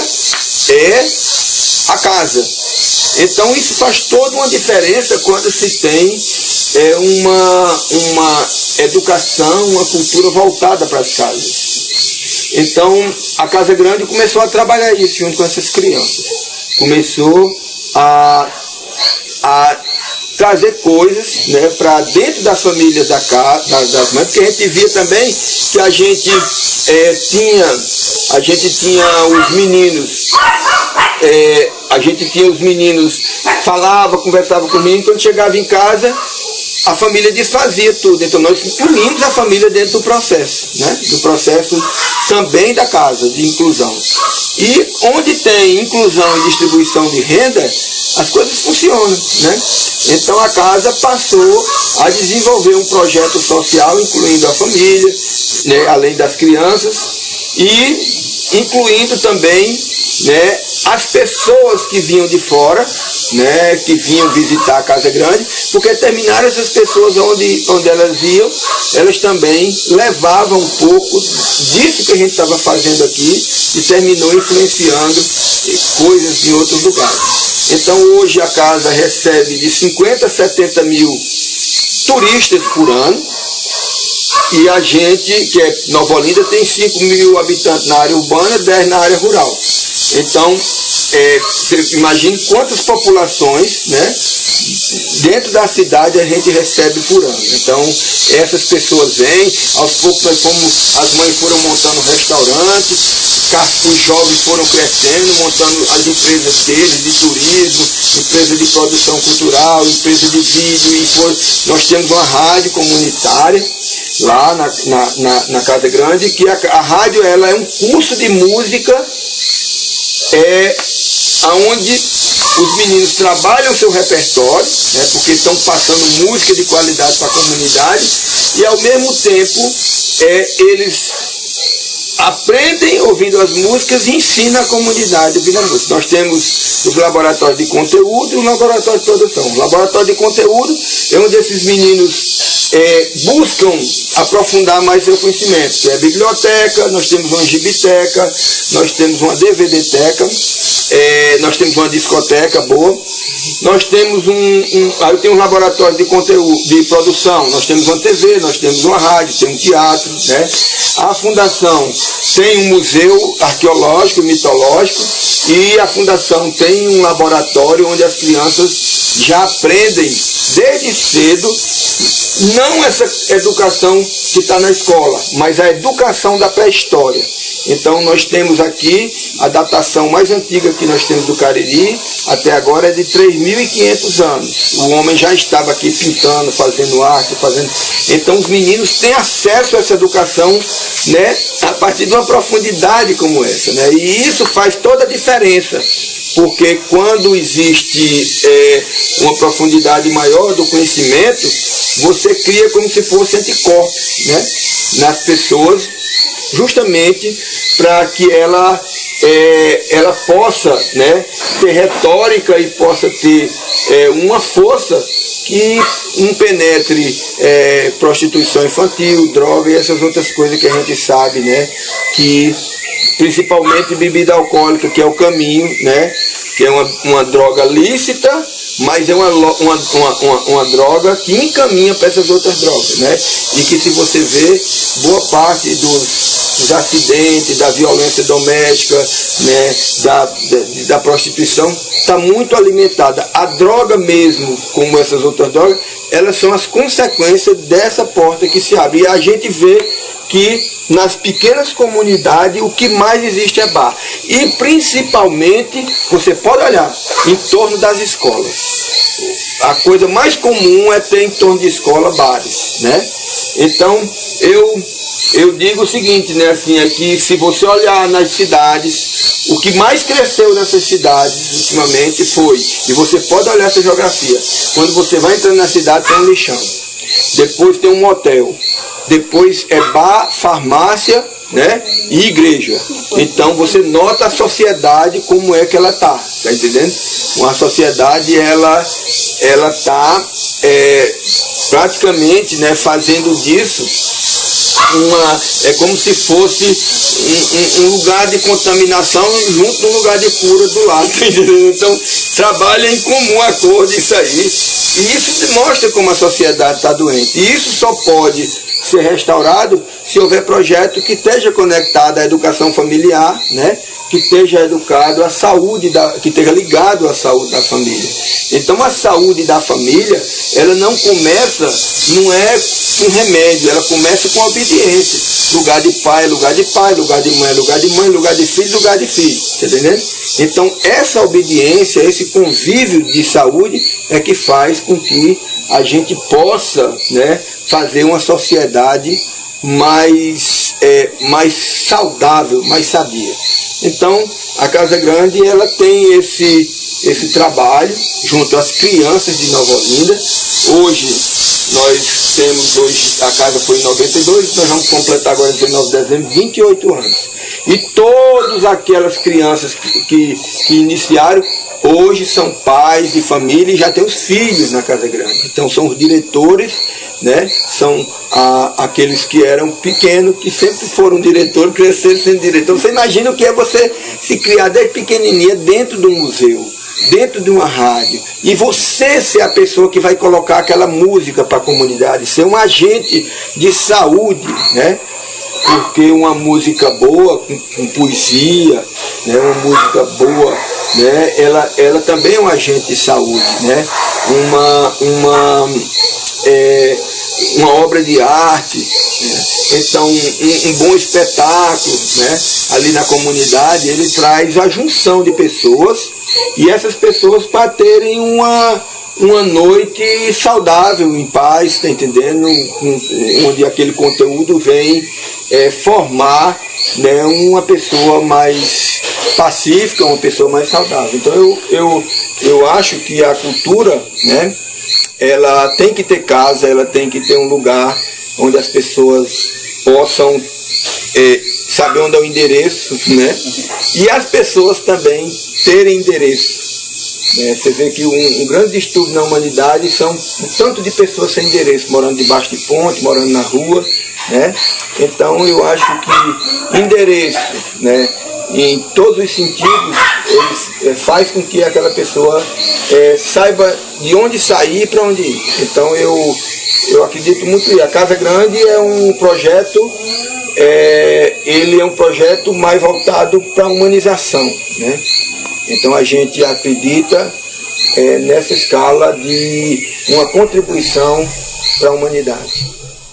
é a casa. Então, isso faz toda uma diferença quando se tem é, uma, uma educação, uma cultura voltada para as casas. Então, a Casa Grande começou a trabalhar isso junto com essas crianças. Começou a, a trazer coisas, né, para dentro das famílias da casa, das, das mães, porque a gente via também que a gente é, tinha, a gente tinha os meninos, é, a gente tinha os meninos, falava, conversava com os meninos, quando chegava em casa, a família desfazia tudo. Então nós incluímos a família dentro do processo, né? Do processo também da casa, de inclusão. E onde tem inclusão e distribuição de renda, as coisas funcionam, né? Então a casa passou a desenvolver um projeto social, incluindo a família, né? Além das crianças, e incluindo também, né, as pessoas que vinham de fora, né, que vinham visitar a Casa Grande, porque terminaram essas pessoas onde, onde elas iam, elas também levavam um pouco disso que a gente estava fazendo aqui e terminou influenciando coisas em outros lugares. Então hoje a casa recebe de cinquenta a setenta mil turistas por ano, e a gente, que é Nova Olinda, tem cinco mil habitantes na área urbana, dez na área rural. Então, é, você imagine quantas populações, né, dentro da cidade a gente recebe por ano. Então, essas pessoas vêm, aos poucos nós fomos, as mães foram montando restaurantes, os jovens foram crescendo, montando as empresas deles, de turismo, empresa de produção cultural, empresa de vídeo, e foi, nós temos uma rádio comunitária lá na, na, na, na Casa Grande, que a, a rádio ela é um curso de música, é, onde os meninos trabalham seu repertório, né, porque estão passando música de qualidade para a comunidade, e ao mesmo tempo é, eles aprendem ouvindo as músicas e ensinam a comunidade ouvindo a música. Nós temos os laboratórios de conteúdo e o laboratório de produção. O laboratório de conteúdo é onde esses meninos é, buscam aprofundar mais seu conhecimento, que é a biblioteca, nós temos uma gibiteca, nós temos uma DVDteca, é, nós temos uma discoteca boa, nós temos um, um aí tem um laboratório de conteúdo, de produção, nós temos uma T V, nós temos uma rádio, temos um teatro, né? A fundação tem um museu arqueológico e mitológico, e a fundação tem um laboratório onde as crianças já aprendem desde cedo, não essa educação que está na escola, mas a educação da pré-história. Então nós temos aqui a datação mais antiga que nós temos do Cariri, até agora é de três mil e quinhentos anos. O homem já estava aqui pintando, fazendo arte, fazendo... Então os meninos têm acesso a essa educação, né, a partir de uma profundidade como essa, né? E isso faz toda a diferença, porque quando existe é, uma profundidade maior do conhecimento, você cria como se fosse anticorpos, né, nas pessoas, justamente para que ela, é, ela possa, né, ter retórica e possa ter é, uma força que não penetre é, prostituição infantil, droga e essas outras coisas que a gente sabe, né, que principalmente bebida alcoólica, que é o caminho, né, que é uma, uma droga lícita, mas é uma, uma, uma, uma, uma droga que encaminha para essas outras drogas, né, e que se você vê, boa parte dos, dos acidentes, da violência doméstica, né, da, da, da prostituição, está muito alimentada. A droga mesmo, como essas outras drogas, elas são as consequências dessa porta que se abre. E a gente vê que nas pequenas comunidades o que mais existe é bar. E principalmente, você pode olhar, em torno das escolas. A coisa mais comum é ter em torno de escola bares, né? Então, eu, eu digo o seguinte, né, assim, é que se você olhar nas cidades, o que mais cresceu nessas cidades ultimamente foi, e você pode olhar essa geografia, quando você vai entrando na cidade tem um lixão, depois tem um motel, depois é bar, farmácia, né, e igreja. Então você nota a sociedade como é que ela tá, tá entendendo? Uma sociedade, ela ela tá é, praticamente, né, fazendo disso uma, é como se fosse um, um, um lugar de contaminação junto de um lugar de cura do lado, tá entendendo? Então trabalha em comum acordo isso aí, e isso mostra como a sociedade está doente, e isso só pode ser restaurado se houver projeto que esteja conectado à educação familiar, né? Que esteja educado à saúde, da, que esteja ligado à saúde da família. Então a saúde da família, ela não começa, não é com remédio, ela começa com obediência. Lugar de pai, lugar de pai, lugar de mãe, lugar de mãe, lugar de filho, lugar de filho. Tá entendendo? Então essa obediência, esse convívio de saúde é que faz com que a gente possa, né, fazer uma sociedade mais, é, mais saudável, mais sadia. Então, a Casa Grande, ela tem esse, esse trabalho junto às crianças de Nova Olinda. Hoje, nós temos, hoje a casa foi em noventa e dois, nós vamos completar agora em dezenove de dezembro, vinte e oito anos. E todas aquelas crianças que, que, que iniciaram, hoje são pais de família e já têm os filhos na Casa Grande. Então são os diretores, né? São a, aqueles que eram pequenos, que sempre foram diretores, cresceram sendo diretor. Você imagina o que é você se criar desde pequenininha dentro do museu, dentro de uma rádio, e você ser a pessoa que vai colocar aquela música para a comunidade, ser um agente de saúde, né? Porque uma música boa, com, com poesia, né? Uma música boa, né? ela, ela também é um agente de saúde, né? Uma, uma, é, uma obra de arte, né? Então um, um bom espetáculo, né? Ali na comunidade, ele traz a junção de pessoas, e essas pessoas para terem uma, uma noite saudável, em paz, tá entendendo? Onde aquele conteúdo vem é, formar, né, uma pessoa mais pacífica, uma pessoa mais saudável. Então eu, eu, eu acho que a cultura, né, ela tem que ter casa, ela tem que ter um lugar onde as pessoas possam é, saber onde é o endereço, né, e as pessoas também terem endereço. É, você vê que um, um grande distúrbio na humanidade são um tanto de pessoas sem endereço, morando debaixo de ponte, morando na rua, né? Então eu acho que endereço, né, em todos os sentidos, ele é, faz com que aquela pessoa é, saiba de onde sair e para onde ir. Então eu, eu acredito muito que a Casa Grande é um projeto, é, ele é um projeto mais voltado para a humanização, né? Então a gente acredita é, nessa escala de uma contribuição para a humanidade.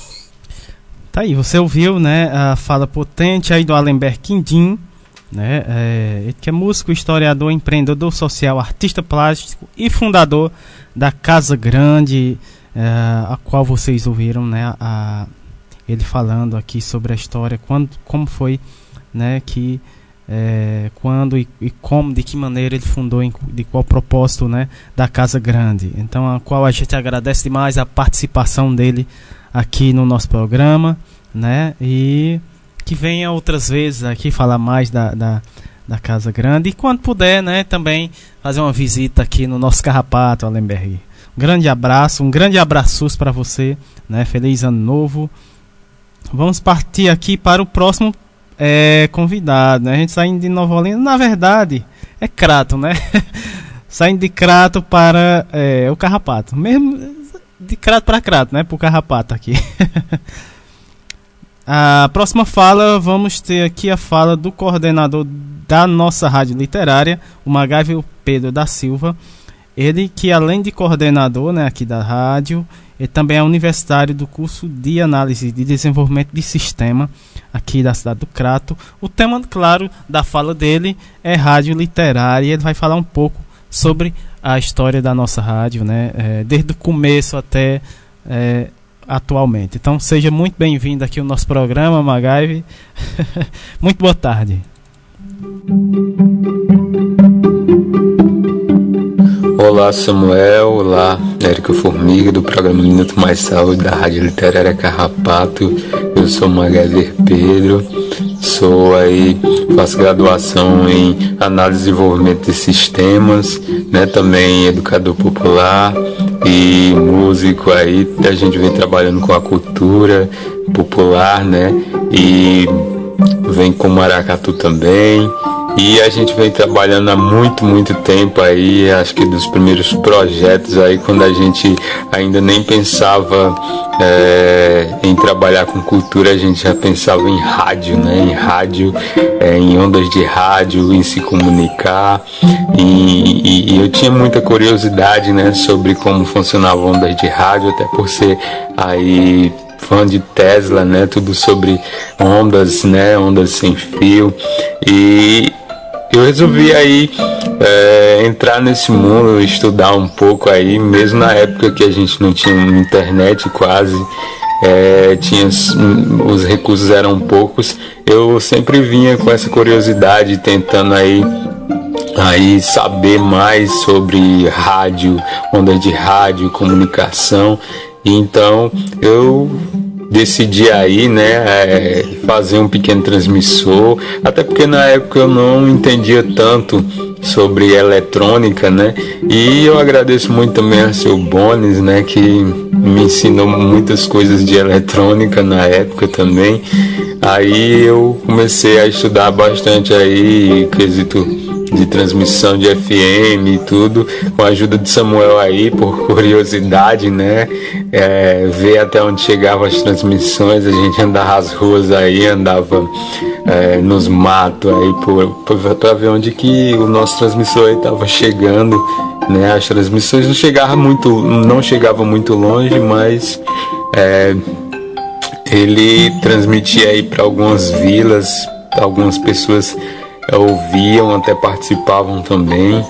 Tá aí, você ouviu, né, a fala potente aí do Alenber Quindim, né, é, ele que é músico, historiador, empreendedor social, artista plástico e fundador da Casa Grande, é, a qual vocês ouviram, né, a, ele falando aqui sobre a história, quando, como foi, né, que É, quando e, e como, de que maneira ele fundou, em, de qual propósito, né, da Casa Grande. Então, a qual a gente agradece demais a participação dele aqui no nosso programa, né, e que venha outras vezes aqui falar mais da, da, da Casa Grande, e quando puder, né, também fazer uma visita aqui no nosso Carrapato, Alenberg. Um grande abraço, um grande abraços para você, né, feliz ano novo. Vamos partir aqui para o próximo É, convidado, né? A gente saindo de Nova Olinda, na verdade é Crato, né? Saindo de Crato para é, o Carrapato, mesmo de Crato para Crato, né? Para o Carrapato aqui. A próxima fala, vamos ter aqui a fala do coordenador da nossa rádio literária, o Magávio Pedro da Silva. Ele que, além de coordenador, né, aqui da rádio, ele também é universitário do curso de análise de desenvolvimento de sistema aqui da cidade do Crato. O tema, claro, da fala dele é rádio literária, e ele vai falar um pouco sobre a história da nossa rádio, né, é, desde o começo até é, atualmente. Então seja muito bem-vindo aqui ao nosso programa, Magaive. Muito boa tarde. Olá, Samuel. Olá, Érico Formiga, do programa Minuto Mais Saúde, da Rádio Literária Carrapato. Eu sou Magaver Pedro, sou aí, faço graduação em Análise e Desenvolvimento de Sistemas, né, também educador popular e músico aí. A gente vem trabalhando com a cultura popular, né, e vem com maracatu também. E a gente vem trabalhando há muito, muito tempo aí, acho que dos primeiros projetos aí, quando a gente ainda nem pensava é, em trabalhar com cultura, a gente já pensava em rádio, né? Em rádio, é, em ondas de rádio, em se comunicar. E, e, e eu tinha muita curiosidade, né, sobre como funcionavam ondas de rádio, até por ser aí fã de Tesla, né? Tudo sobre ondas, né? Ondas sem fio. E eu resolvi aí é, entrar nesse mundo, estudar um pouco aí, mesmo na época que a gente não tinha internet quase, é, tinha, os recursos eram poucos. Eu sempre vinha com essa curiosidade, tentando aí, aí saber mais sobre rádio, ondas de rádio, comunicação. E então eu decidi aí, né, é, fazer um pequeno transmissor, até porque na época eu não entendia tanto sobre eletrônica, né, e eu agradeço muito também a seu Bones, né, que me ensinou muitas coisas de eletrônica na época também. Aí eu comecei a estudar bastante aí, quesito de transmissão de F M e tudo, com a ajuda de Samuel aí, por curiosidade, né? É, ver até onde chegavam as transmissões. A gente andava as ruas aí, andava é, nos matos aí para ver onde que o nosso transmissor aí estava chegando, né? As transmissões não chegavam muito, não chegavam muito longe, mas é, ele transmitia aí para algumas vilas, algumas pessoas ouviam, até participavam também.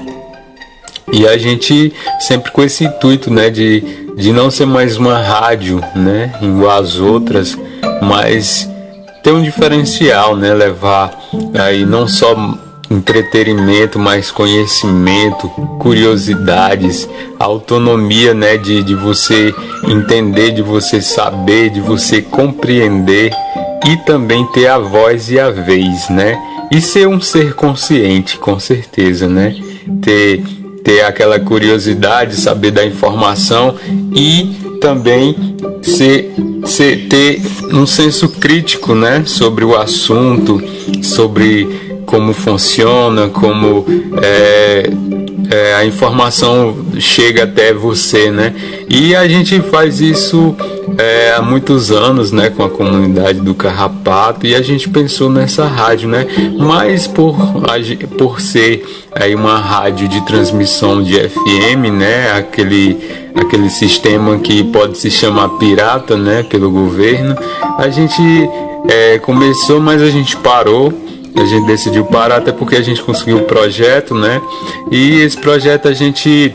E a gente sempre com esse intuito, né, de, de não ser mais uma rádio, né, igual as outras, mas ter um diferencial, né, levar aí não só entretenimento, mas conhecimento, curiosidades, autonomia, né, de, de você entender, de você saber, de você compreender e também ter a voz e a vez, né? E ser um ser consciente, com certeza, né? Ter, ter aquela curiosidade, saber da informação e também ser, ser, ter um senso crítico, né? Sobre o assunto, sobre como funciona, como é, é, a informação chega até você, né? E a gente faz isso é, há muitos anos, né, com a comunidade do Carrapato, e a gente pensou nessa rádio, né? Mas por, por ser aí uma rádio de transmissão de F M, né, aquele, aquele sistema que pode se chamar pirata, né, pelo governo, a gente é, começou, mas a gente parou. A gente decidiu parar até porque a gente conseguiu o projeto, né? E esse projeto a gente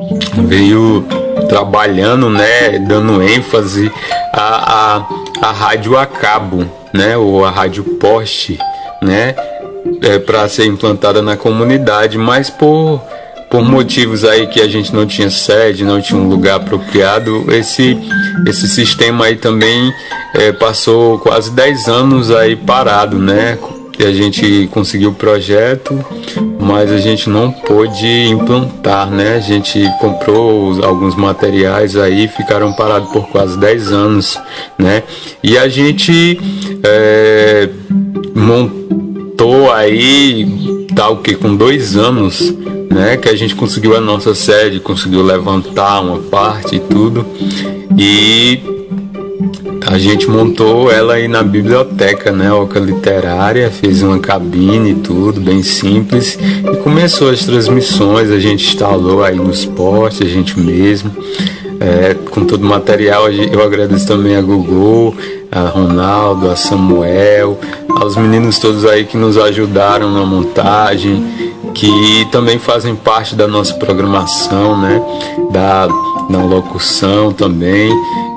veio trabalhando, né? Dando ênfase à, à, à rádio a cabo, né? Ou a rádio poste, né? É, para ser implantada na comunidade, mas por, por motivos aí que a gente não tinha sede, não tinha um lugar apropriado, esse, esse sistema aí também é, passou quase dez anos aí parado, né? E a gente conseguiu o projeto, mas a gente não pôde implantar, né? A gente comprou alguns materiais aí, ficaram parados por quase dez anos, né? E a gente é, montou aí, tá o que, com dois anos, né? Que a gente conseguiu a nossa sede, conseguiu levantar uma parte e tudo, e a gente montou ela aí na biblioteca, né, Oca Literária, fez uma cabine e tudo, bem simples, e começou as transmissões. A gente instalou aí nos postes, a gente mesmo, é, com todo o material. Eu agradeço também a Gugu, a Ronaldo, a Samuel, aos meninos todos aí que nos ajudaram na montagem, que também fazem parte da nossa programação, né, da, da locução também.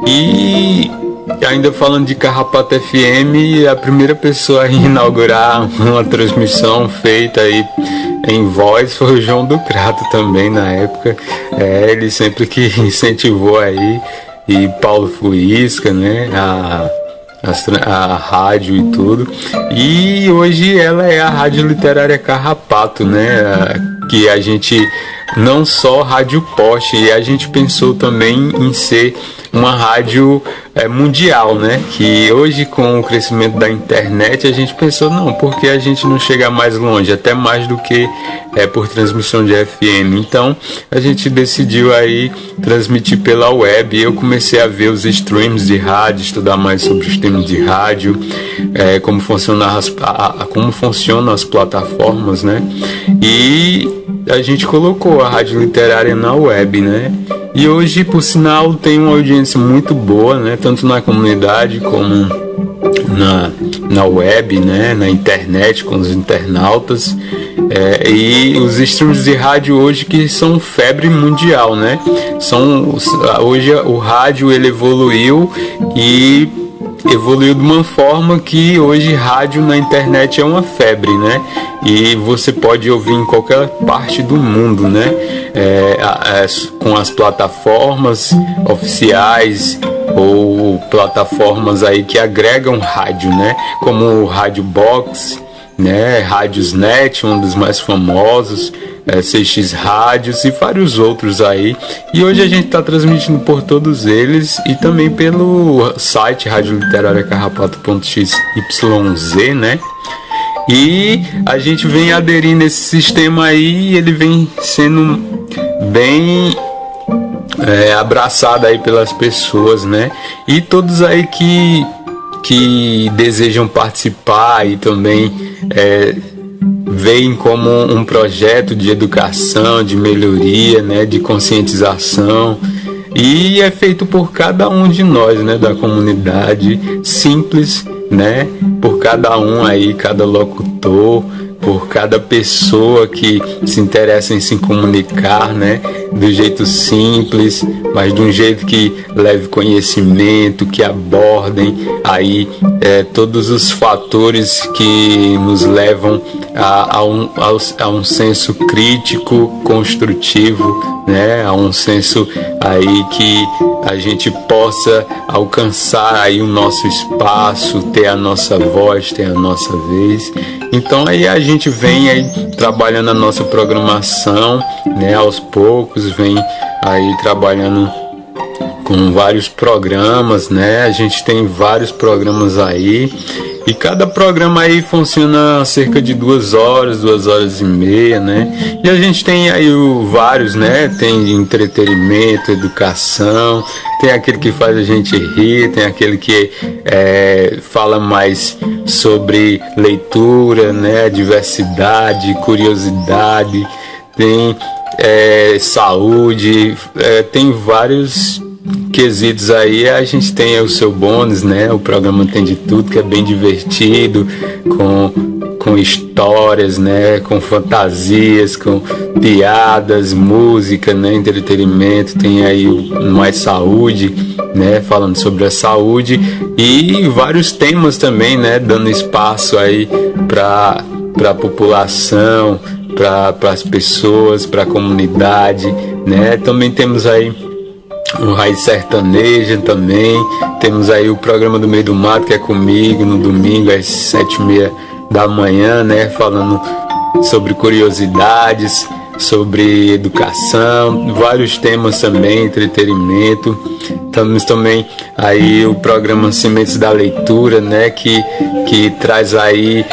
E ainda falando de Carrapato F M, a primeira pessoa a inaugurar uma transmissão feita aí em voz foi o João do Crato também na época. É, ele sempre que incentivou aí, e Paulo Fuisca, né, a, a, a rádio e tudo. E hoje ela é a Rádio Literária Carrapato, né, a, que a gente não só rádio poste, e a gente pensou também em ser uma rádio é, mundial, né? Que hoje, com o crescimento da internet, a gente pensou, não, porque a gente não chega mais longe, até mais do que é, por transmissão de F M. Então a gente decidiu aí transmitir pela web. Eu comecei a ver os streams de rádio, estudar mais sobre os streams de rádio, é, como funcionam as, a, a, como funcionam as plataformas, né? E a gente colocou a Rádio Literária na web, né? E hoje, por sinal, tem uma audiência muito boa, né? Tanto na comunidade como na, na web, né? Na internet, com os internautas. É, e os streams de rádio hoje que são febre mundial, né? São, hoje o rádio ele evoluiu e evoluiu de uma forma que hoje rádio na internet é uma febre, né? E você pode ouvir em qualquer parte do mundo, né? É, é, com as plataformas oficiais ou plataformas aí que agregam rádio, né? Como o Rádio Box, né? Rádios Net, um dos mais famosos, é, C X Rádios e vários outros aí. E hoje a gente está transmitindo por todos eles e também pelo site rádio literária carrapato ponto x y z, né? E a gente vem aderindo esse sistema aí e ele vem sendo bem é, abraçado aí pelas pessoas, né? E todos aí que, que desejam participar e também é, veem como um projeto de educação, de melhoria, né? De conscientização. E é feito por cada um de nós, né? Da comunidade, simples, né? Por cada um aí, cada locutor, por cada pessoa que se interessa em se comunicar, né? Do jeito simples, mas de um jeito que leve conhecimento, que abordem aí é, todos os fatores que nos levam a, a, um, a, a um senso crítico, construtivo, né? A um senso aí que a gente possa alcançar aí o nosso espaço, ter a nossa voz, ter a nossa vez. Então aí a gente vem aí trabalhando a nossa programação, né? Aos poucos vem aí trabalhando com vários programas, né? A gente tem vários programas aí. E cada programa aí funciona cerca de duas horas, duas horas e meia, né? E a gente tem aí o, vários, né? Tem entretenimento, educação, tem aquele que faz a gente rir, tem aquele que é, fala mais sobre leitura, né? Diversidade, curiosidade, tem é, saúde, é, tem vários quesitos aí. A gente tem o seu bônus, né? O programa tem de tudo, que é bem divertido, com, com histórias, né? Com fantasias, com piadas, música, né? Entretenimento. Tem aí o Mais Saúde, né? Falando sobre a saúde e vários temas também, né? Dando espaço aí para para a população, para as pessoas, para a comunidade, né? Também temos aí o Raiz Sertaneja também. Temos aí o programa do Meio do Mato, que é comigo, no domingo às sete e meia da manhã, né? Falando sobre curiosidades, sobre educação, vários temas também, entretenimento. Temos também aí o programa Sementes da Leitura, né? Que, que traz aí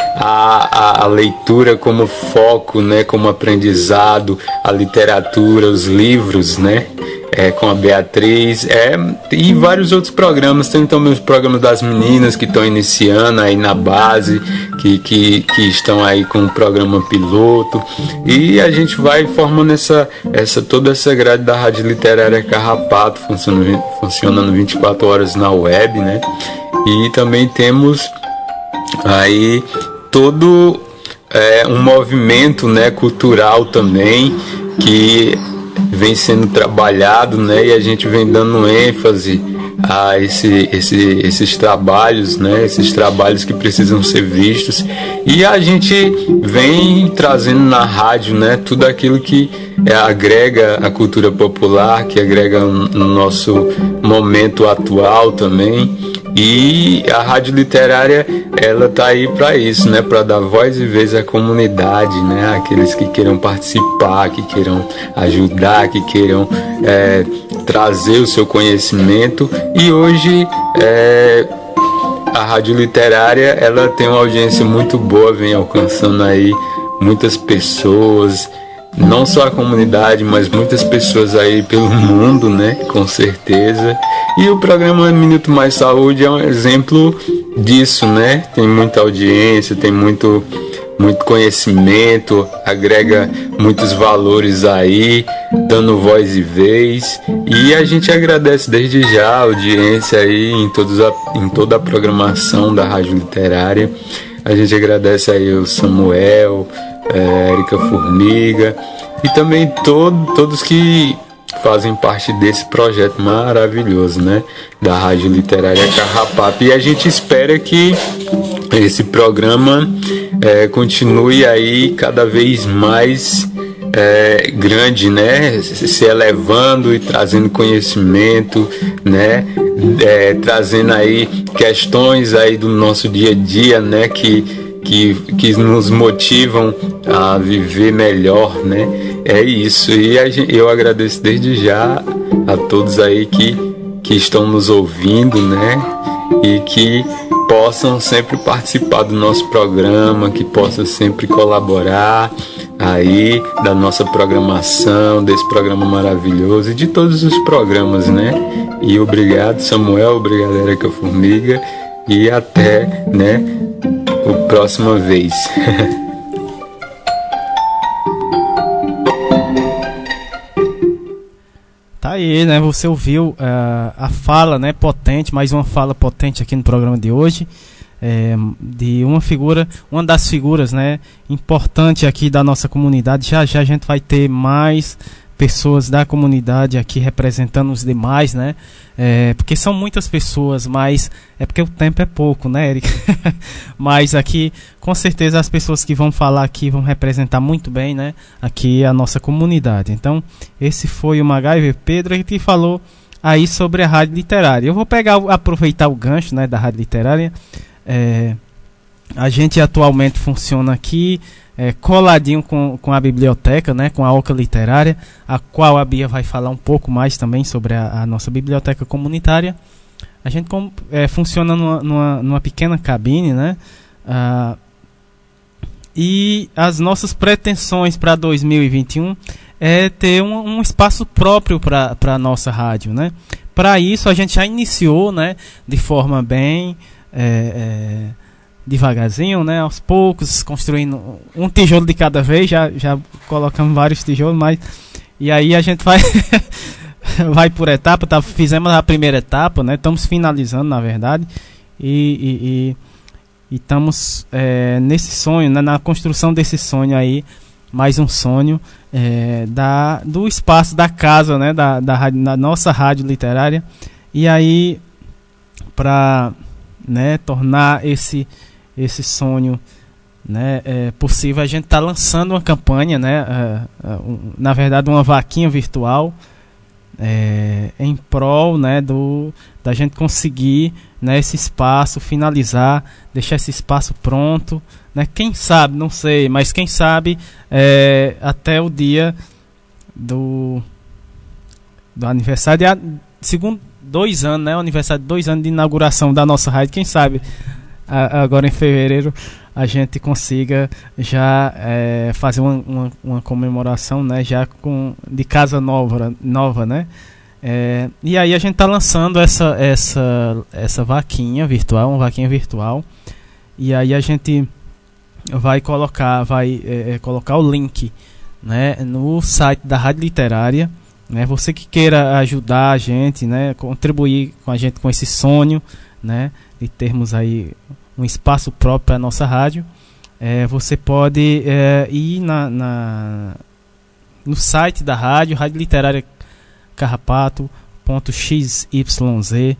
a, a, a leitura como foco, né? Como aprendizado, a literatura, os livros, né? É, com a Beatriz, é, e vários outros programas. Tem também os programas das meninas que estão iniciando aí na base, que, que, que estão aí com o programa piloto, e a gente vai formando essa, essa, toda essa grade da Rádio Literária Carrapato, funcionando, funcionando vinte e quatro horas na web, né? E também temos aí todo é, um movimento, né, cultural também, que vem sendo trabalhado, né? E a gente vem dando ênfase a esse, esse, esses trabalhos, né? Esses trabalhos que precisam ser vistos. E a gente vem trazendo na rádio, né? Tudo aquilo que é, agrega a cultura popular, que agrega no nosso momento atual também. E a Rádio Literária, ela tá aí para isso, né? Para dar voz e vez à comunidade, né? Aqueles que queiram participar, que queiram ajudar, que queiram é, trazer o seu conhecimento. E hoje é, a Rádio Literária, ela tem uma audiência muito boa, vem alcançando aí muitas pessoas, não só a comunidade, mas muitas pessoas aí pelo mundo, né? Com certeza. E o programa Minuto Mais Saúde é um exemplo disso, né? Tem muita audiência, tem muito, muito conhecimento, agrega muitos valores aí, dando voz e vez. E a gente agradece desde já a audiência aí em, todos a, em toda a programação da Rádio Literária. A gente agradece aí o Samuel, é, Érica Formiga e também todo, todos que fazem parte desse projeto maravilhoso, né, da Rádio Literária Carrapato. E a gente espera que esse programa é, continue aí cada vez mais é, grande, né, se elevando e trazendo conhecimento, né, é, trazendo aí questões aí do nosso dia a dia, né, que Que, que nos motivam a viver melhor, né? É isso. E a gente, eu agradeço desde já a todos aí que, que estão nos ouvindo, né? E que possam sempre participar do nosso programa, que possam sempre colaborar aí da nossa programação, desse programa maravilhoso e de todos os programas, né? E obrigado, Samuel, obrigado, Érica Formiga, e até, né, a próxima vez. Tá aí, né? Você ouviu uh, a fala, né, potente, mais uma fala potente aqui no programa de hoje, é, de uma figura, uma das figuras, né, importante aqui da nossa comunidade. Já já a gente vai ter mais pessoas da comunidade aqui representando os demais, né? É, porque são muitas pessoas, mas é porque o tempo é pouco, né, Eric? Mas aqui, com certeza, as pessoas que vão falar aqui vão representar muito bem, né, aqui a nossa comunidade. Então, esse foi o MacGyver Pedro, que falou aí sobre a Rádio Literária. Eu vou pegar, aproveitar o gancho, né, da Rádio Literária. É, a gente atualmente funciona aqui É, coladinho com, com a biblioteca, né, com a Oca Literária, a qual a Bia vai falar um pouco mais também sobre a, a nossa biblioteca comunitária. A gente com, é, funciona numa, numa, numa pequena cabine, né, ah, e as nossas pretensões para dois mil e vinte e um é ter um, um espaço próprio para a nossa rádio, né. Para isso a gente já iniciou, né, de forma bem é, é, devagarzinho, né, aos poucos, construindo um tijolo de cada vez. Já, já colocamos vários tijolos, mas e aí a gente vai vai por etapa. Tá, fizemos a primeira etapa, né, estamos finalizando, na verdade, e estamos é, nesse sonho, né, na construção desse sonho aí, mais um sonho é, da, do espaço da casa, né, da, da, rádio, da nossa rádio literária. E aí, para, né, tornar esse esse sonho, né, é, possível, a gente está lançando uma campanha, né, uh, uh, um, na verdade uma vaquinha virtual, é, em prol, né, do, da gente conseguir, né, esse espaço, finalizar, deixar esse espaço pronto, né, quem sabe, não sei, mas quem sabe é, até o dia do, do aniversário, de, segundo dois anos, né, o aniversário de dois anos de inauguração da nossa rádio, quem sabe agora em fevereiro a gente consiga já é, fazer uma, uma, uma comemoração, né, já com, de casa nova, nova, né, é, e aí a gente está lançando essa, essa, essa vaquinha virtual, uma vaquinha virtual, e aí a gente vai colocar, vai é, colocar o link, né, no site da Rádio Literária, né, você que queira ajudar a gente, né, contribuir com a gente com esse sonho, né, de termos aí um espaço próprio para a nossa rádio, é, você pode é, ir na, na, no site da rádio, Rádio Literária Carrapato ponto x y z,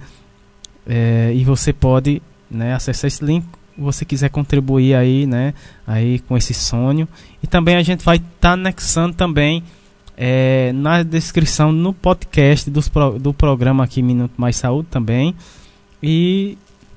é, e você pode, né, acessar esse link se você quiser contribuir aí, né, aí com esse sonho. E também a gente vai estar tá anexando também é, na descrição no podcast dos pro, do programa aqui Minuto Mais Saúde também, e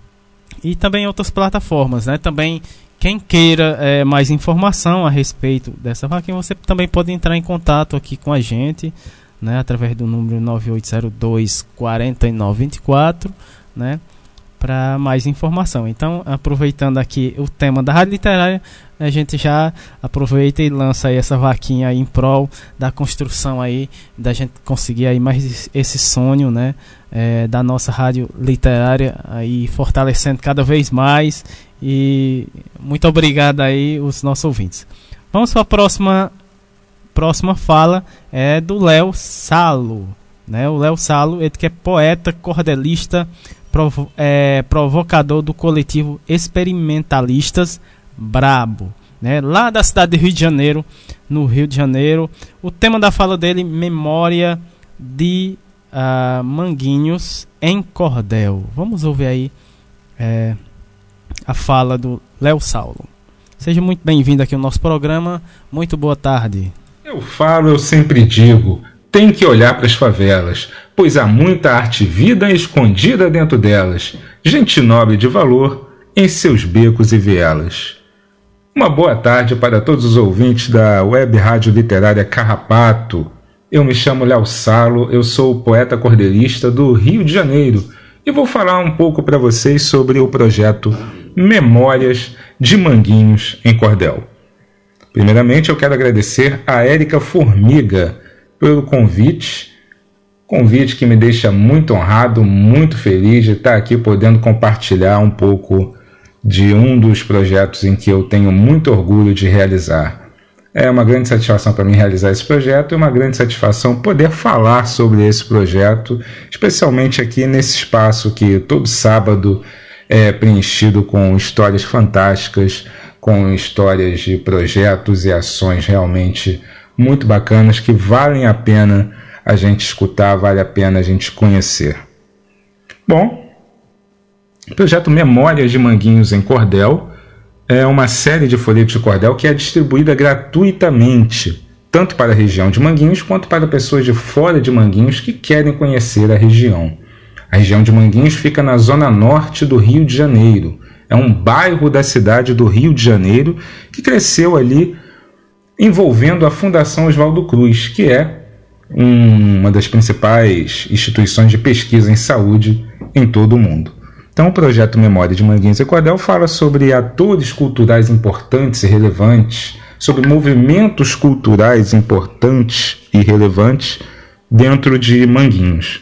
E também em outras plataformas, né? Também quem queira é, mais informação a respeito dessa vaquinha, você também pode entrar em contato aqui com a gente, né? Através do número nove oito zero dois, quatro nove dois quatro, né? Para mais informação. Então, aproveitando aqui o tema da Rádio Literária, a gente já aproveita e lança aí essa vaquinha aí em prol da construção aí, da gente conseguir aí mais esse sonho, né, é, da nossa Rádio Literária aí, fortalecendo cada vez mais. E muito obrigado aí os nossos ouvintes. Vamos para a próxima próxima fala, é do Léo Salo, né? O Léo Salo, ele que é poeta, cordelista, provo- é, provocador do coletivo Experimentalistas Brabo, né? Lá da cidade de Rio de Janeiro, no Rio de Janeiro. O tema da fala dele, Memória de uh, Manguinhos em Cordel. Vamos ouvir aí é, a fala do Léo Saulo. Seja muito bem-vindo aqui ao nosso programa. Muito boa tarde. Eu falo, eu sempre digo, tem que olhar para as favelas, pois há muita arte vida escondida dentro delas, gente nobre de valor em seus becos e vielas. Uma boa tarde para todos os ouvintes da Web Rádio Literária Carrapato. Eu me chamo Léo Salo, eu sou o poeta cordelista do Rio de Janeiro e vou falar um pouco para vocês sobre o projeto Memórias de Manguinhos em Cordel. Primeiramente, eu quero agradecer a Érica Formiga pelo convite, convite que me deixa muito honrado, muito feliz de estar aqui podendo compartilhar um pouco de um dos projetos em que eu tenho muito orgulho de realizar. É uma grande satisfação para mim realizar esse projeto e uma grande satisfação poder falar sobre esse projeto, especialmente aqui nesse espaço que todo sábado é preenchido com histórias fantásticas, com histórias de projetos e ações realmente muito bacanas que valem a pena a gente escutar, vale a pena a gente conhecer. Bom, o projeto Memórias de Manguinhos em Cordel é uma série de folhetos de cordel que é distribuída gratuitamente, tanto para a região de Manguinhos quanto para pessoas de fora de Manguinhos que querem conhecer a região. A região de Manguinhos fica na zona norte do Rio de Janeiro. É um bairro da cidade do Rio de Janeiro que cresceu ali envolvendo a Fundação Oswaldo Cruz, que é uma das principais instituições de pesquisa em saúde em todo o mundo. Então, o projeto Memória de Manguinhos e Cordel fala sobre atores culturais importantes e relevantes, sobre movimentos culturais importantes e relevantes dentro de Manguinhos.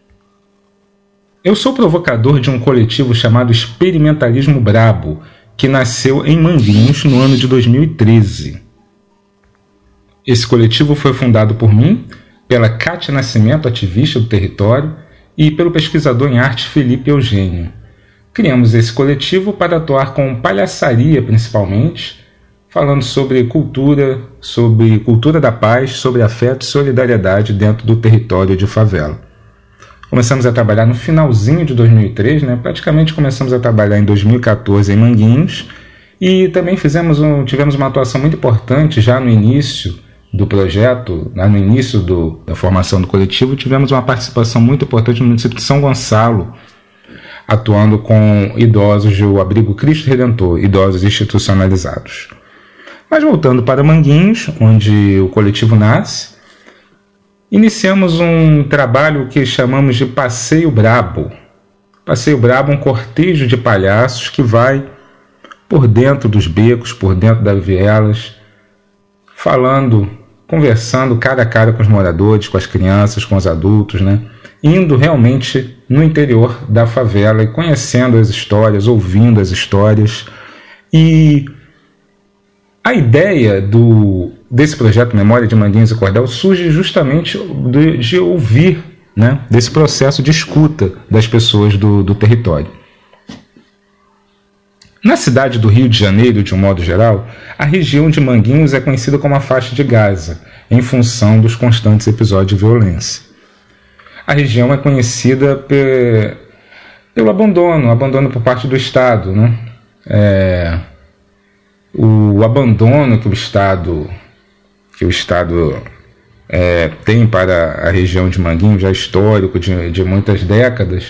Eu sou provocador de um coletivo chamado Experimentalismo Brabo, que nasceu em Manguinhos no ano de dois mil e treze. Esse coletivo foi fundado por mim, pela Cátia Nascimento, ativista do território, e pelo pesquisador em arte Felipe Eugênio. Criamos esse coletivo para atuar com palhaçaria, principalmente, falando sobre cultura, sobre cultura da paz, sobre afeto e solidariedade dentro do território de favela. Começamos a trabalhar no finalzinho de dois mil e três, né? Praticamente começamos a trabalhar em dois mil e quatorze em Manguinhos, e também fizemos um, tivemos uma atuação muito importante já no início do projeto, lá no início do, da formação do coletivo, tivemos uma participação muito importante no município de São Gonçalo, atuando com idosos do abrigo Cristo Redentor, idosos institucionalizados. Mas voltando para Manguinhos, onde o coletivo nasce, iniciamos um trabalho que chamamos de Passeio Brabo. Passeio Brabo é um cortejo de palhaços que vai por dentro dos becos, por dentro das vielas, falando, conversando cara a cara com os moradores, com as crianças, com os adultos, né? Indo realmente no interior da favela e conhecendo as histórias, ouvindo as histórias. E a ideia do, desse projeto Memória de Manguinhos e Cordel surge justamente de, de ouvir, né, desse processo de escuta das pessoas do, do território. Na cidade do Rio de Janeiro, de um modo geral, a região de Manguinhos é conhecida como a faixa de Gaza, em função dos constantes episódios de violência. A região é conhecida pe... pelo abandono, abandono por parte do Estado, né? É... O abandono que o Estado, que o Estado é, tem para a região de Manguinhos, já histórico, de, de muitas décadas,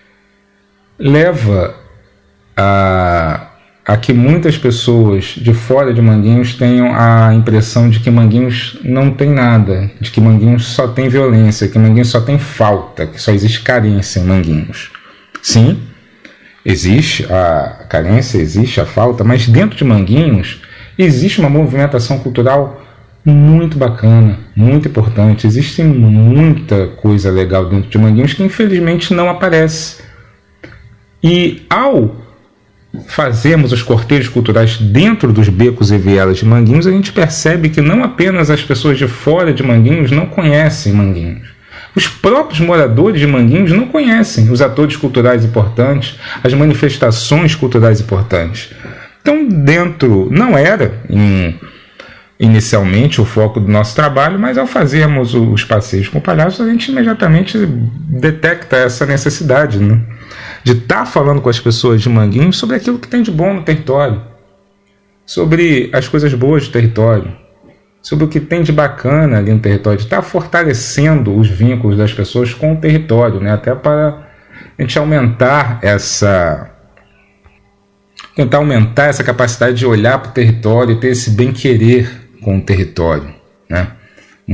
leva a, a que muitas pessoas de fora de Manguinhos tenham a impressão de que Manguinhos não tem nada, de que Manguinhos só tem violência, que Manguinhos só tem falta, que só existe carência em Manguinhos. Sim, existe a carência, existe a falta, mas dentro de Manguinhos existe uma movimentação cultural muito bacana, muito importante. Existe muita coisa legal dentro de Manguinhos que infelizmente não aparece. E ao fazermos os cortejos culturais dentro dos becos e vielas de Manguinhos, a gente percebe que não apenas as pessoas de fora de Manguinhos não conhecem Manguinhos. Os próprios moradores de Manguinhos não conhecem os atores culturais importantes, as manifestações culturais importantes. Então, dentro, não era em, inicialmente o foco do nosso trabalho, mas ao fazermos os passeios com palhaços, a gente imediatamente detecta essa necessidade, né, de estar falando com as pessoas de Manguinhos sobre aquilo que tem de bom no território, sobre as coisas boas do território, sobre o que tem de bacana ali no território, de estar fortalecendo os vínculos das pessoas com o território, né? Até para a gente aumentar essa... tentar aumentar essa capacidade de olhar para o território e ter esse bem-querer com o território, né?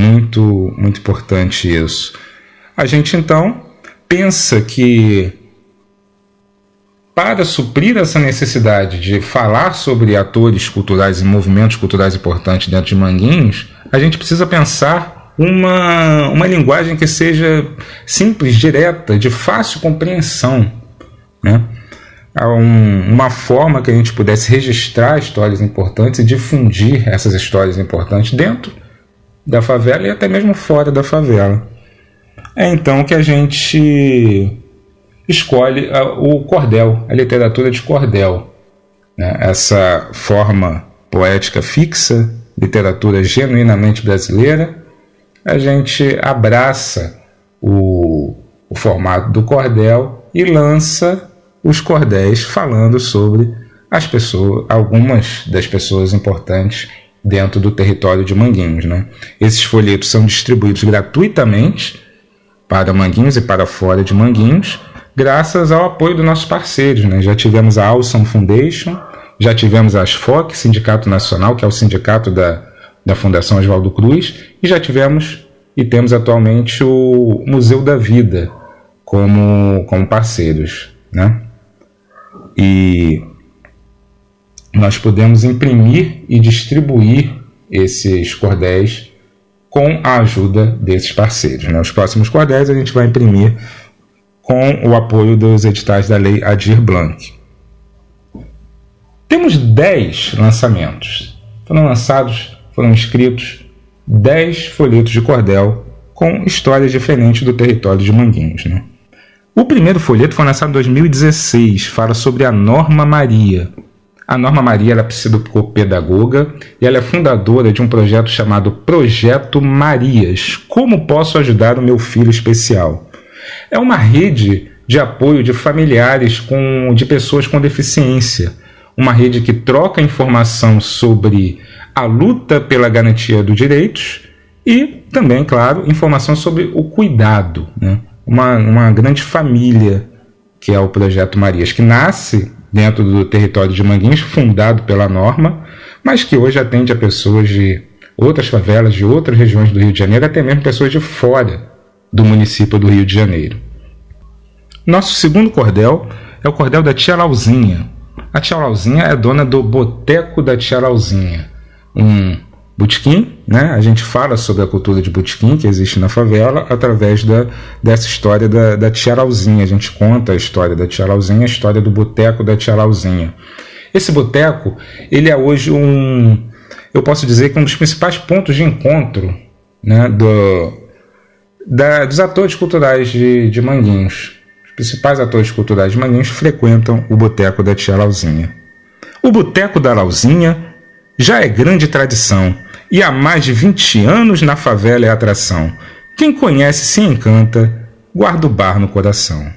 Muito, muito importante isso. A gente, então, pensa que para suprir essa necessidade de falar sobre atores culturais e movimentos culturais importantes dentro de Manguinhos, a gente precisa pensar uma, uma linguagem que seja simples, direta, de fácil compreensão, né? Um, uma forma que a gente pudesse registrar histórias importantes e difundir essas histórias importantes dentro da favela e até mesmo fora da favela. É então que a gente escolhe o cordel, a literatura de cordel, né? Essa forma poética fixa, literatura genuinamente brasileira. A gente abraça o, o formato do cordel e lança os cordéis falando sobre as pessoas, algumas das pessoas importantes dentro do território de Manguinhos, né? Esses folhetos são distribuídos gratuitamente para Manguinhos e para fora de Manguinhos, graças ao apoio dos nossos parceiros, né? Já tivemos a Alson Foundation, já tivemos a ASFOC, Sindicato Nacional, que é o sindicato da, da Fundação Oswaldo Cruz, e já tivemos e temos atualmente o Museu da Vida como, como parceiros, né? E nós podemos imprimir e distribuir esses cordéis com a ajuda desses parceiros, né? Os próximos cordéis a gente vai imprimir com o apoio dos editais da Lei Aldir Blanc. Temos dez lançamentos. Foram lançados, foram escritos dez folhetos de cordel com histórias diferentes do território de Manguinhos, né? O primeiro folheto foi lançado em dois mil e dezesseis, fala sobre a Norma Maria. A Norma Maria ela é psicopedagoga e ela é fundadora de um projeto chamado Projeto Marias. Como posso ajudar o meu filho especial? É uma rede de apoio de familiares com, de pessoas com deficiência. Uma rede que troca informação sobre a luta pela garantia dos direitos e também, claro, informação sobre o cuidado, né? Uma, uma grande família que é o Projeto Marias, que nasce dentro do território de Manguinhos, fundado pela Norma, mas que hoje atende a pessoas de outras favelas, de outras regiões do Rio de Janeiro, até mesmo pessoas de fora do município do Rio de Janeiro. Nosso segundo cordel é o cordel da Tia Lauzinha. A Tia Lauzinha é dona do Boteco da Tia Lauzinha, um botequim, né? A gente fala sobre a cultura de botequim que existe na favela através da, dessa história da, da Tia Lauzinha. A gente conta a história da Tia Lauzinha, a história do Boteco da Tia Lauzinha. Esse boteco, ele é hoje um, eu posso dizer que um dos principais pontos de encontro, né, do, da, dos atores culturais de, de Manguinhos. Os principais atores culturais de Manguinhos frequentam o Boteco da Tia Lauzinha. O Boteco da Lauzinha já é grande tradição e há mais de vinte anos na favela é atração. Quem conhece se encanta, guarda o bar no coração.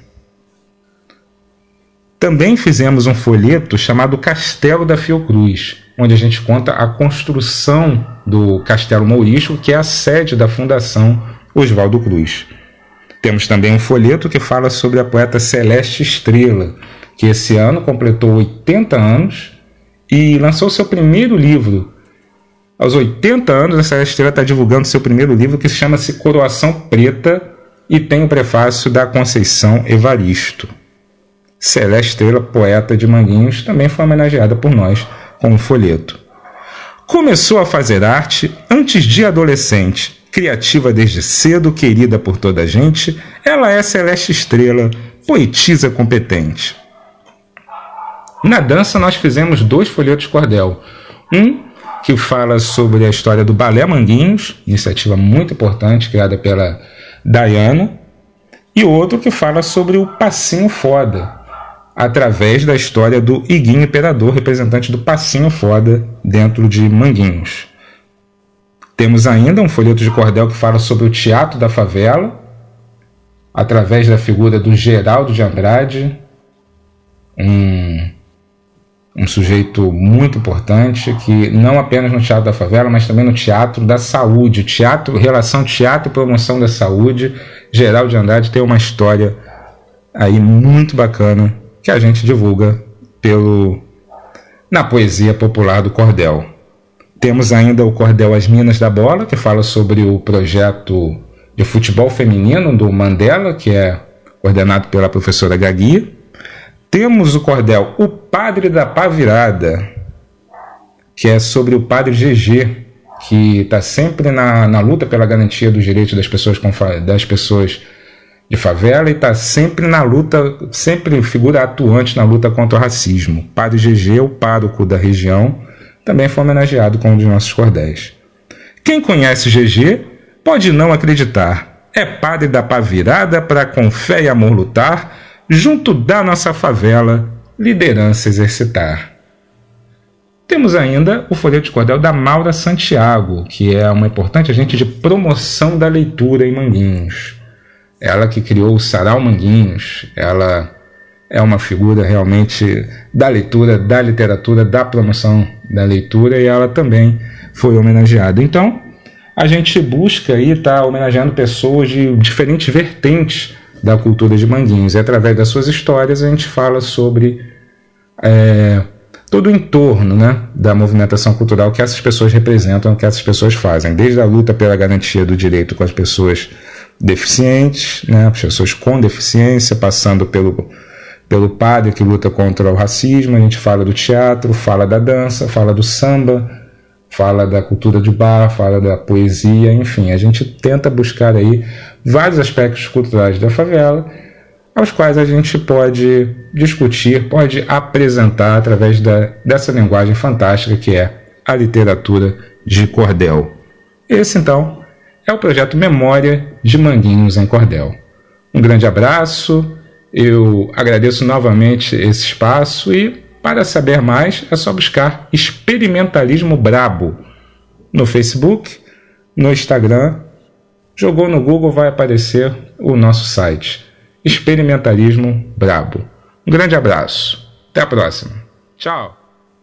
Também fizemos um folheto chamado Castelo da Fiocruz, onde a gente conta a construção do Castelo Mourístico, que é a sede da Fundação Oswaldo Cruz. Temos também um folheto que fala sobre a poeta Celeste Estrela, que esse ano completou oitenta anos e lançou seu primeiro livro. Aos oitenta anos, a Celeste Estrela está divulgando seu primeiro livro, que chama-se Coroação Preta, e tem o prefácio da Conceição Evaristo. Celeste Estrela, poeta de Manguinhos, também foi homenageada por nós com um folheto. Começou a fazer arte antes de adolescente, criativa desde cedo, querida por toda a gente, ela é Celeste Estrela, poetisa competente. Na dança nós fizemos dois folhetos cordel. Um que fala sobre a história do Balé Manguinhos, iniciativa muito importante criada pela Dayana, e outro que fala sobre o Passinho Foda, através da história do Iguinho Imperador, representante do Passinho Foda dentro de Manguinhos. Temos ainda um folheto de cordel que fala sobre o teatro da favela, através da figura do Geraldo de Andrade, um, um sujeito muito importante, que não apenas no teatro da favela, mas também no teatro da saúde, teatro, relação teatro e promoção da saúde. Geraldo de Andrade tem uma história aí muito bacana que a gente divulga pelo, na poesia popular do cordel. Temos ainda o cordel As Minas da Bola, que fala sobre o projeto de futebol feminino do Mandela, que é coordenado pela professora Gagui. temos o cordel O Padre da Pá Virada, que é sobre o Padre G G, que está sempre na, na luta pela garantia dos direitos das pessoas, com, das pessoas de favela e está sempre na luta, sempre figura atuante na luta contra o racismo. Padre G G, o pároco da região, também foi homenageado com um dos nossos cordéis. Quem conhece G G pode não acreditar. É padre da pá virada para com fé e amor lutar, junto da nossa favela, liderança exercitar. Temos ainda o folheto de cordel da Maura Santiago, que é uma importante agente de promoção da leitura em Manguinhos. Ela que criou o Sarau Manguinhos, ela é uma figura realmente da leitura, da literatura, da promoção da leitura, e ela também foi homenageada. Então, a gente busca aí estar tá homenageando pessoas de diferentes vertentes da cultura de Manguinhos. E através das suas histórias a gente fala sobre é, todo o entorno, né, da movimentação cultural que essas pessoas representam, que essas pessoas fazem. Desde a luta pela garantia do direito com as pessoas deficientes, né, as pessoas com deficiência, passando pelo, pelo padre que luta contra o racismo. A gente fala do teatro, fala da dança, fala do samba, fala da cultura de bar, fala da poesia, enfim, a gente tenta buscar aí vários aspectos culturais da favela, aos quais a gente pode discutir, pode apresentar através da, dessa linguagem fantástica que é a literatura de cordel. Esse, então, é o projeto Memória de Manguinhos em Cordel. Um grande abraço, eu agradeço novamente esse espaço e, para saber mais, é só buscar Experimentalismo Brabo no Facebook, no Instagram. Jogou no Google, vai aparecer o nosso site. Experimentalismo Brabo. Um grande abraço. Até a próxima. Tchau.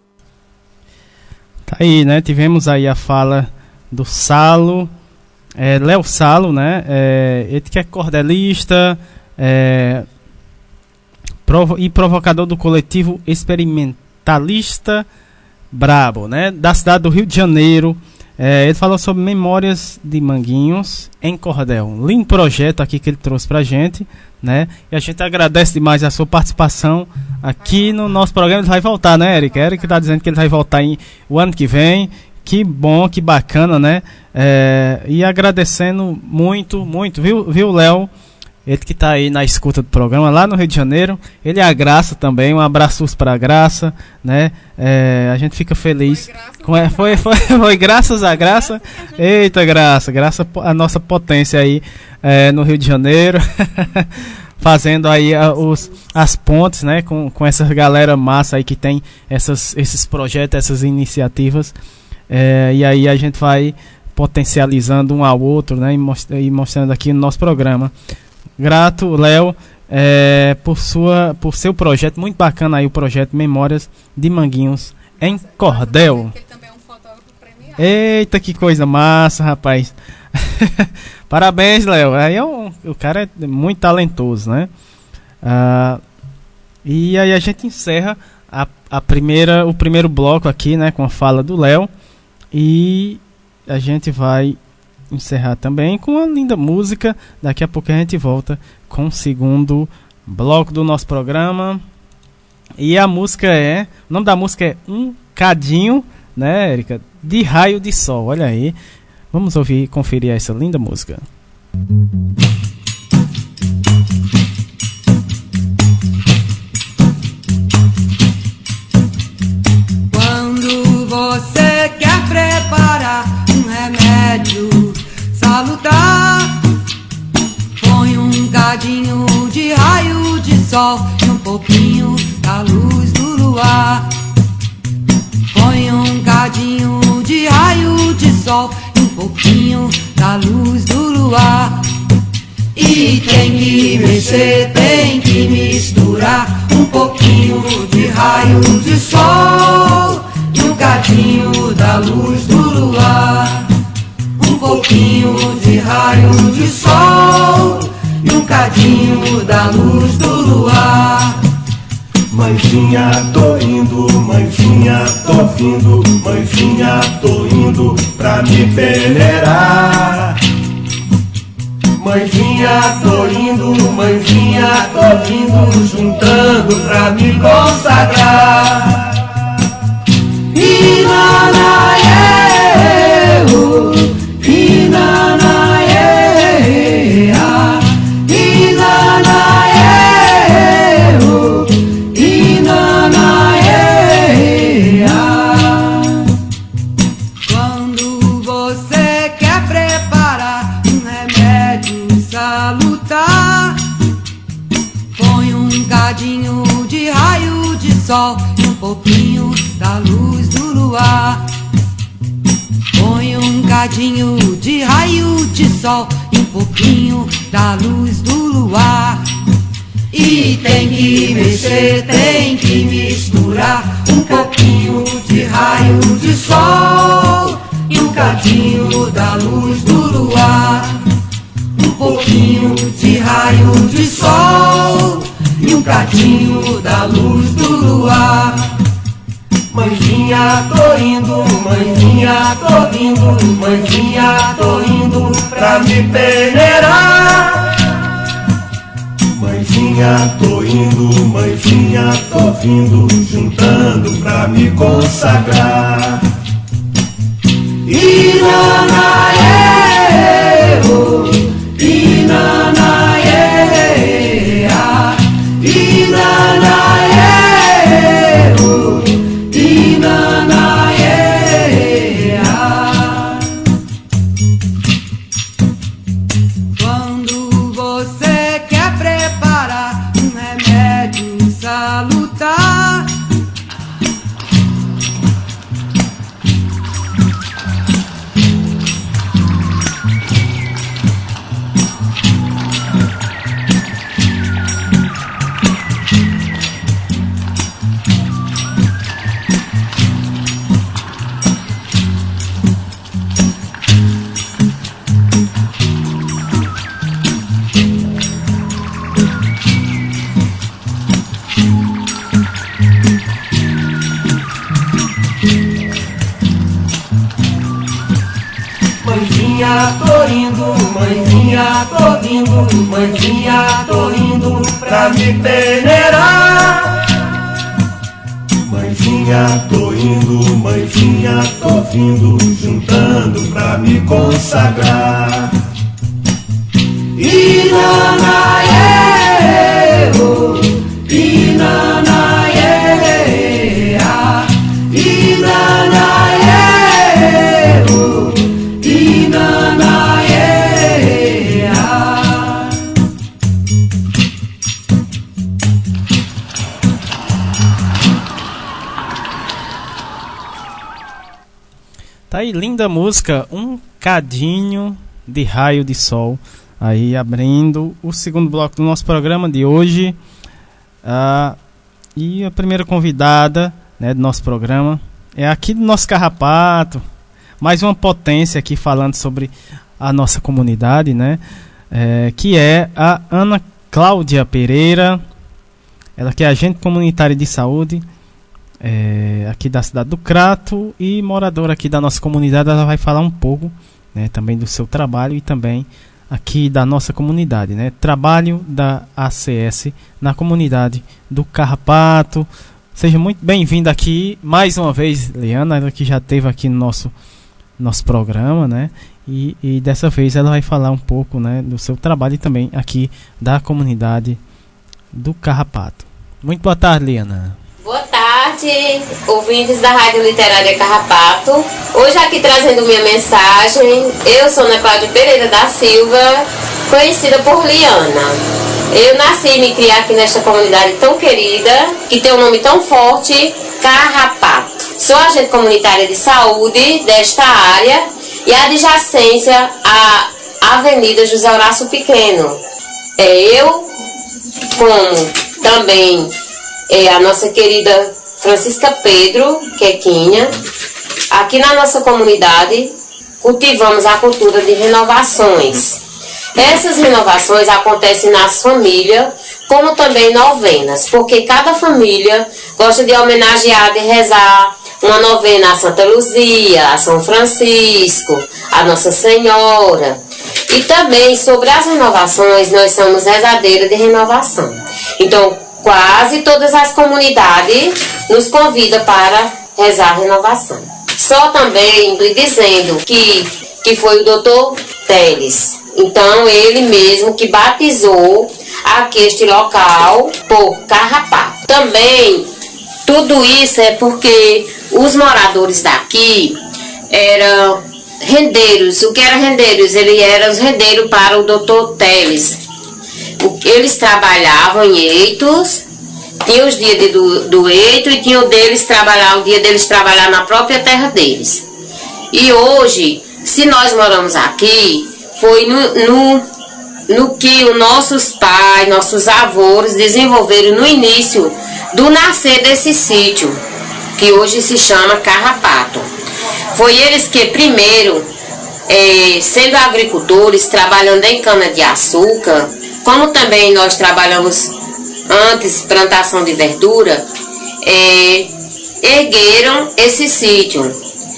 Tá aí, né? Tivemos aí a fala do Salo, é, Léo Salo, né? É, ele que é cordelista, é, provo- e provocador do coletivo Experimentalista Brabo, né? Da cidade do Rio de Janeiro. É, ele falou sobre Memórias de Manguinhos em Cordel. Um lindo projeto aqui que ele trouxe pra gente, né? E a gente agradece demais a sua participação aqui no nosso programa. Ele vai voltar, né, Eric? Eric tá dizendo que ele vai voltar em, o ano que vem. Que bom, que bacana, né? É, e agradecendo muito, muito, viu, viu, Léo? Ele que tá aí na escuta do programa lá no Rio de Janeiro. Ele é a Graça também, um abraço para a Graça, né? É, a gente fica feliz. Foi, com, foi, foi, foi graças à Graça. Eita, Graça, Graça a nossa potência aí é, no Rio de Janeiro. Fazendo aí a, os, as pontes, né? Com, com essa galera massa aí que tem essas, esses projetos, essas iniciativas. É, e aí a gente vai potencializando um ao outro, né? E, most, e mostrando aqui no nosso programa. Grato, Léo, é, por, sua, por seu projeto, muito bacana aí o projeto Memórias de Manguinhos em Cordel. Ele também é um fotógrafo premiado. Eita, que coisa massa, rapaz. Parabéns, Léo. Aí é um, o cara é muito talentoso, né? Ah, e aí a gente encerra a, a primeira, o primeiro bloco aqui, né, com a fala do Léo. E a gente vai encerrar também com uma linda música. Daqui a pouco a gente volta com o segundo bloco do nosso programa. E a música é... O nome da música é Um Cadinho, né, Érica? De Raio de Sol. Olha aí. Vamos ouvir e conferir essa linda música. Quando você quer preparar um remédio salutar, põe um cadinho de raio de sol e um pouquinho da luz do luar. Põe um cadinho de raio de sol e um pouquinho da luz do luar. E tem que mexer, tem que misturar um pouquinho de raio de sol e um cadinho da luz do luar. Um pouquinho de raio de sol e um cadinho da luz do luar. Mãezinha, tô indo, mãezinha, tô vindo, mãezinha, tô indo pra me peneirar. Mãezinha, tô indo, mãezinha, Mãezinha, tô vindo, juntando pra me consagrar. Inanaê, oh, Inanaê, ah, Inanaê, oh, Inanaê, ah. Quando você quer preparar um remédio salutar, põe um cadinho de raio de sol e um pouquinho da luz do luar. Põe um cadinho de raio de sol e um pouquinho da luz do luar. E tem que mexer, tem que misturar um pouquinho de raio de sol e um cadinho da luz do luar. Um pouquinho de raio de sol e um cadinho da luz do luar. Mãezinha, tô indo, mãezinha, tô vindo, mãezinha, tô indo pra me peneirar. Mãezinha, tô indo, mãezinha, tô vindo, juntando pra me consagrar. Inanaê, oh, Inanaê, ah, Inanaê, oh, Inanaê, ah. Quando você quer preparar um remédio salutar, Mãezinha, tô indo, mãezinha, tô vindo, mãezinha, tô indo pra me peneirar. Mãezinha, tô indo, mãezinha, tô vindo, juntando pra me consagrar. Inanaê, oh, Inanaê, ah, Inanaê, oh, Inanaê, ah. Tá aí, linda música, Um Cadinho de Raio de Sol. Aí abrindo o segundo bloco do nosso programa de hoje. Ah, e a primeira convidada, né, do nosso programa é aqui do nosso Carrapato. Mais uma potência aqui falando sobre a nossa comunidade, né? É, que é a Ana Cláudia Pereira. Ela que é agente comunitária de saúde é, aqui da cidade do Crato e moradora aqui da nossa comunidade. Ela vai falar um pouco, né, também do seu trabalho e também aqui da nossa comunidade, né? Trabalho da A C S na comunidade do Carrapato. Seja muito bem-vinda aqui mais uma vez, Liana, ela que já esteve aqui no nosso, nosso programa, né? E, e dessa vez ela vai falar um pouco, né, do seu trabalho e também aqui da comunidade do Carrapato. Muito boa tarde, Liana. Boa tarde, ouvintes da Rádio Literária Carrapato. Hoje aqui trazendo minha mensagem. Eu sou Ana Cláudia Pereira da Silva, conhecida por Liana. Eu nasci e me criei aqui nesta comunidade tão querida, que tem um nome tão forte, Carrapato. Sou agente comunitária de saúde desta área e a adjacência à Avenida José Horácio Pequeno. É eu, como também é a nossa querida Francisca Pedro Quequinha, aqui na nossa comunidade cultivamos a cultura de renovações. Essas renovações acontecem nas famílias, como também novenas, porque cada família gosta de homenagear, de rezar uma novena a Santa Luzia, a São Francisco, a Nossa Senhora. E também sobre as renovações, nós somos rezadeiras de renovação. Então, quase todas as comunidades nos convidam para rezar a renovação. Só também lhe dizendo que, que foi o doutor Teles. Então, ele mesmo que batizou aqui este local por Carrapato. Também, tudo isso é porque os moradores daqui eram rendeiros. O que era rendeiros? Ele era os rendeiros para o doutor Teles. Eles trabalhavam em eitos, tinha os dias de, do, do eito e tinha o deles trabalhar, o dia deles trabalhar na própria terra deles. E hoje, se nós moramos aqui, foi no, no, no que os nossos pais, nossos avós desenvolveram no início do nascer desse sítio, que hoje se chama Carrapato. Foi eles que primeiro, é, sendo agricultores, trabalhando em cana-de-açúcar, como também nós trabalhamos antes plantação de verdura, é, ergueram esse sítio.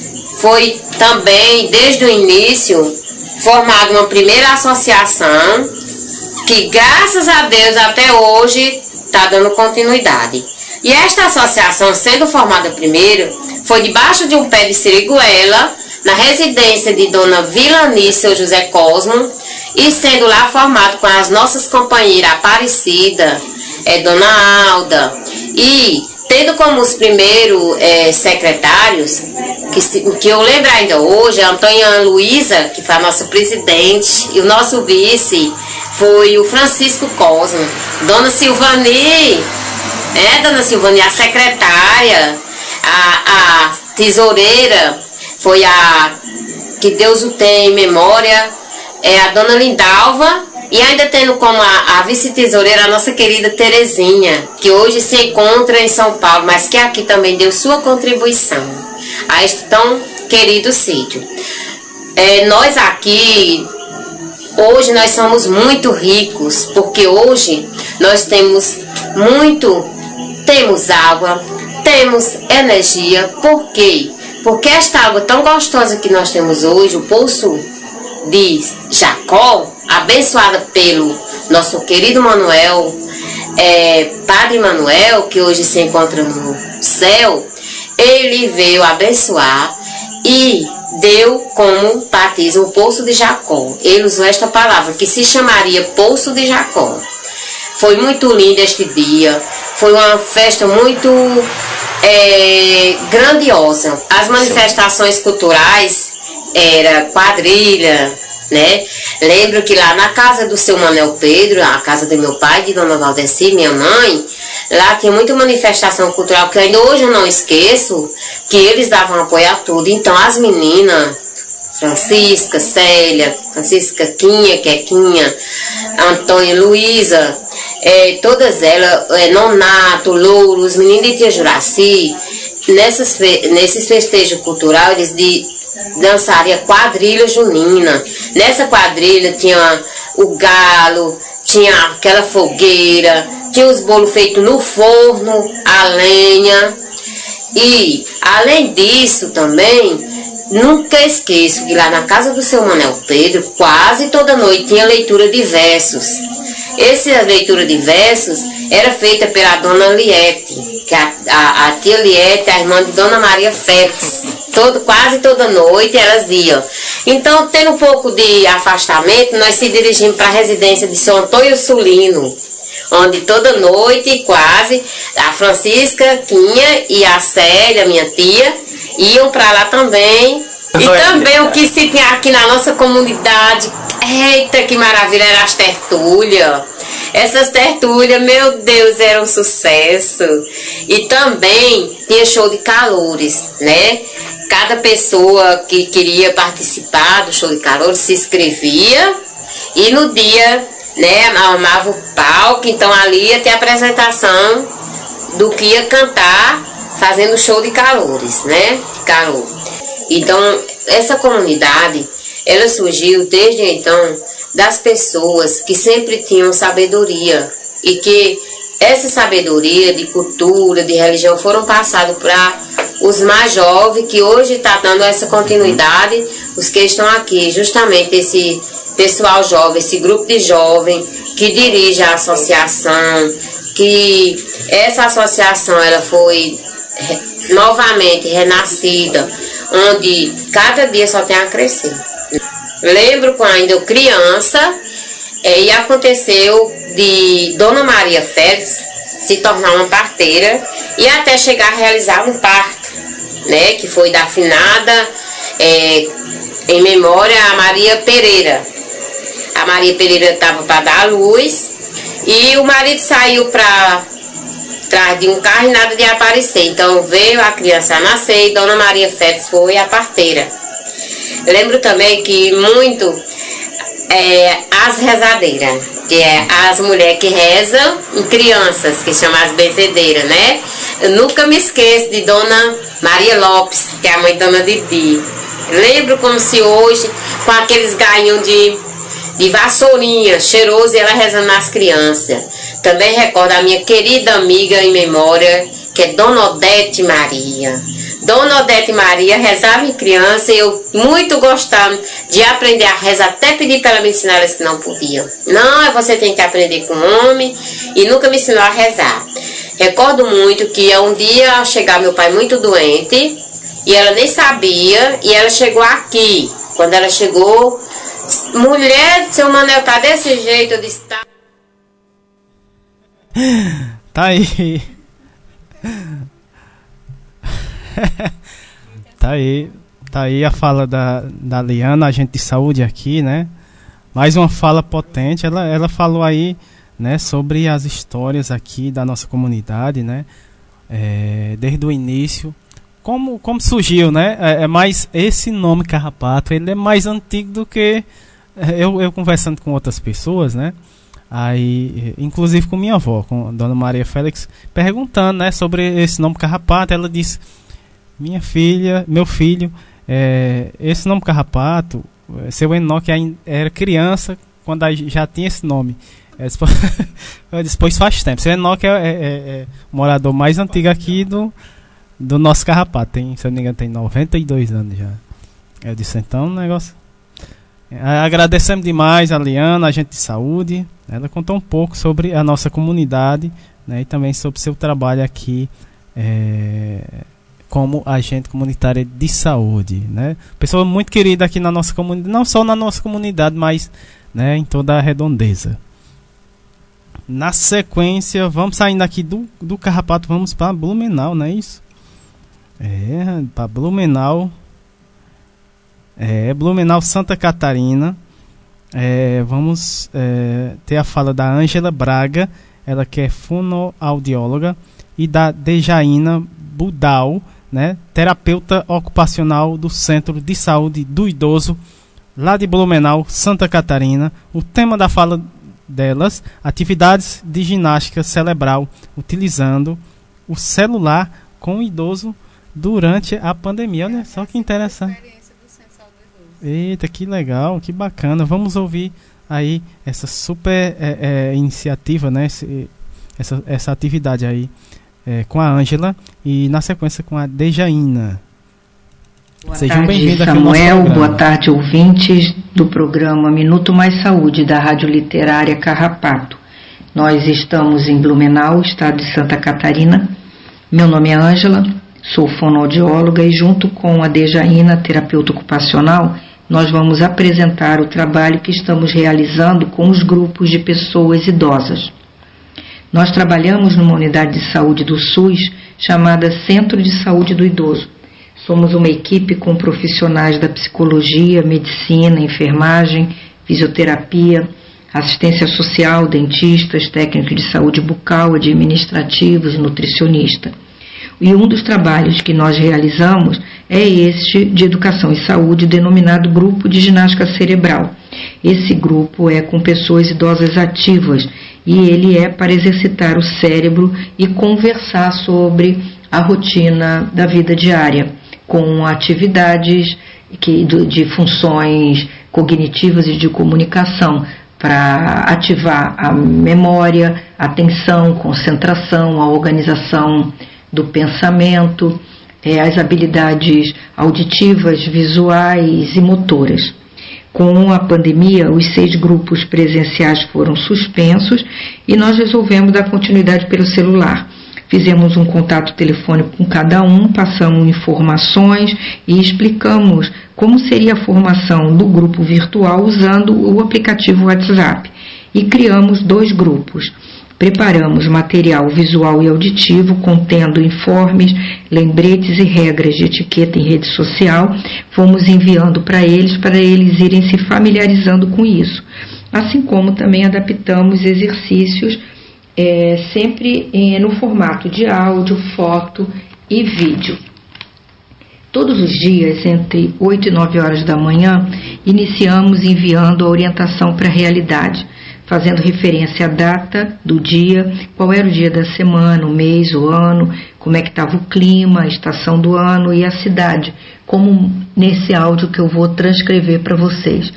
Foi também, desde o início, formada uma primeira associação, que graças a Deus até hoje está dando continuidade. E esta associação, sendo formada primeiro, foi debaixo de um pé de siriguela, na residência de Dona Vilani, seu José Cosmo, e sendo lá formado com as nossas companheiras Aparecida, é, Dona Alda, e tendo como os primeiros é, secretários, que, que eu lembro ainda hoje, a Antônia Luísa, que foi a nossa presidente, e o nosso vice foi o Francisco Cosmo. Dona Silvani, é, Dona Silvani, a secretária, a, a tesoureira, foi a, que Deus o tem em memória, é a Dona Lindalva, e ainda tendo como a, a vice-tesoureira a nossa querida Terezinha, que hoje se encontra em São Paulo, mas que aqui também deu sua contribuição a este tão querido sítio. É, nós aqui, hoje nós somos muito ricos, porque hoje nós temos muito, temos água, temos energia. Por quê? Porque esta água tão gostosa que nós temos hoje, o Poço de Jacó, abençoada pelo nosso querido Manuel, é, Padre Manuel, que hoje se encontra no céu, ele veio abençoar e deu como batismo o Poço de Jacó. Ele usou esta palavra, que se chamaria Poço de Jacó. Foi muito lindo este dia, foi uma festa muito é, grandiosa. As manifestações culturais era quadrilha, né? Lembro que lá na casa do seu Manuel Pedro, a casa do meu pai, de Dona Valdeci, minha mãe, lá tinha muita manifestação cultural, que ainda hoje eu não esqueço, que eles davam apoio a tudo. Então as meninas, Francisca, Célia, Francisca Quinha, Quequinha, Antônia, Luísa, é, todas elas, é, Nonato, Louro, os meninos de Tia Juraci, nessas fe nesses festejos culturais, eles de dançaria quadrilha junina. Nessa quadrilha tinha o galo, tinha aquela fogueira, tinha os bolos feitos no forno, a lenha. E além disso também, nunca esqueço que lá na casa do seu Manuel Pedro, quase toda noite tinha leitura de versos. Essa leitura de versos era feita pela Dona Liette, que a, a, a tia Liette, a irmã de Dona Maria Félix. Todo, quase toda noite elas iam. Então, tendo um pouco de afastamento, nós se dirigimos para a residência de São Antônio Sulino, onde toda noite, quase, a Francisca, Quinha e a Célia, minha tia, iam para lá também. E também o que se tinha aqui na nossa comunidade, eita, que maravilha, eram as tertúlias. Essas tertúlias, meu Deus, eram um sucesso. E também tinha show de calores, né? Cada pessoa que queria participar do show de calores se inscrevia e no dia, né, armava o palco. Então ali ia ter a apresentação do que ia cantar, fazendo show de calores, né? Calor. Então, essa comunidade, ela surgiu desde então das pessoas que sempre tinham sabedoria e que essa sabedoria de cultura, de religião, foram passadas para os mais jovens, que hoje está dando essa continuidade, os que estão aqui, justamente esse pessoal jovem, esse grupo de jovens que dirige a associação, que essa associação ela foi re, novamente renascida, onde cada dia só tem a crescer. Lembro quando ainda eu criança, é, e aconteceu de Dona Maria Félix se tornar uma parteira e até chegar a realizar um parto, né, que foi da afinada é, em memória a Maria Pereira. A Maria Pereira estava para dar à luz e o marido saiu para trás de um carro e nada de aparecer. Então veio a criança a nascer e Dona Maria Félix foi a parteira. Lembro também que muito é, as rezadeiras, que é as mulheres que rezam em crianças, que chamam as benzedeiras, né? Eu nunca me esqueço de Dona Maria Lopes, que é a mãe de Dona Didi. Lembro como se hoje, com aqueles gainhos de, de vassourinha, cheiroso, e ela rezando nas crianças. Também recordo a minha querida amiga em memória, que é Dona Odete Maria. Dona Odete Maria rezava em criança e eu muito gostava de aprender a rezar, até pedi para ela me ensinar as que não podiam. Não, você tem que aprender com o homem, e nunca me ensinou a rezar. Recordo muito que um dia chegar meu pai muito doente, e ela nem sabia, e ela chegou aqui. Quando ela chegou, mulher, seu Manel tá desse jeito, eu disse, tá. Tá aí. Tá aí, tá aí a fala da, da Liana, agente de saúde aqui, né? Mais uma fala potente. Ela, ela falou aí, né, sobre as histórias aqui da nossa comunidade, né? É, desde o início, como, como surgiu, né? É, é mais esse nome Carrapato, ele é mais antigo do que eu, eu conversando com outras pessoas, né? Aí, inclusive com minha avó, com a Dona Maria Félix, perguntando, né, sobre esse nome Carrapato. Ela disse: minha filha, meu filho, é, esse nome Carrapato, seu Enoque era criança quando já tinha esse nome. Eu disse, pois faz tempo. Seu Enoque é, é, é o morador mais antigo aqui do, do nosso Carrapato. Tem, se eu não me engano, tem noventa e dois anos já. Eu disse, então, o negócio... Agradecemos demais a Liana, agente de saúde. Ela contou um pouco sobre a nossa comunidade, né, e também sobre seu trabalho aqui é, como agente comunitária de saúde, né? Pessoa muito querida aqui na nossa comunidade, não só na nossa comunidade, mas, né, em toda a redondeza. Na sequência, vamos saindo aqui do, do Carrapato, vamos para Blumenau, não é isso? É, para Blumenau. É, Blumenau, Santa Catarina. É, vamos é, ter a fala da Ângela Braga, ela que é fonoaudióloga, e da Dejaína Budal, né, terapeuta ocupacional do Centro de Saúde do Idoso, lá de Blumenau, Santa Catarina. O tema da fala delas: atividades de ginástica cerebral utilizando o celular com o idoso durante a pandemia. Olha só que interessante. Eita, que legal, que bacana. Vamos ouvir aí essa super é, é, iniciativa, né? Esse, essa, essa atividade aí é, com a Ângela e na sequência com a Dejaína. Boa Sejam bem-vindos aqui ao nosso programa. Boa tarde, ouvintes do programa Minuto Mais Saúde da Rádio Literária Carrapato. Nós estamos em Blumenau, estado de Santa Catarina. Meu nome é Ângela, sou fonoaudióloga e junto com a Dejaína, terapeuta ocupacional, nós vamos apresentar o trabalho que estamos realizando com os grupos de pessoas idosas. Nós trabalhamos numa unidade de saúde do SUS chamada Centro de Saúde do Idoso. Somos uma equipe com profissionais da psicologia, medicina, enfermagem, fisioterapia, assistência social, dentistas, técnicos de saúde bucal, administrativos, nutricionista. E um dos trabalhos que nós realizamos é este de educação e saúde, denominado Grupo de Ginástica Cerebral. Esse grupo é com pessoas idosas ativas e ele é para exercitar o cérebro e conversar sobre a rotina da vida diária, com atividades que, de funções cognitivas e de comunicação, para ativar a memória, a atenção, concentração, a organização do pensamento, é, as habilidades auditivas, visuais e motoras. Com a pandemia, os seis grupos presenciais foram suspensos e nós resolvemos dar continuidade pelo celular. Fizemos um contato telefônico com cada um, passamos informações e explicamos como seria a formação do grupo virtual usando o aplicativo WhatsApp. E criamos dois grupos. Preparamos material visual e auditivo contendo informes, lembretes e regras de etiqueta em rede social. Fomos enviando para eles, para eles irem se familiarizando com isso. Assim como também adaptamos exercícios é, sempre é, no formato de áudio, foto e vídeo. Todos os dias, entre oito e nove horas da manhã, iniciamos enviando a orientação para a realidade, fazendo referência à data do dia, qual era o dia da semana, o mês, o ano, como é que estava o clima, a estação do ano e a cidade, como nesse áudio que eu vou transcrever para vocês.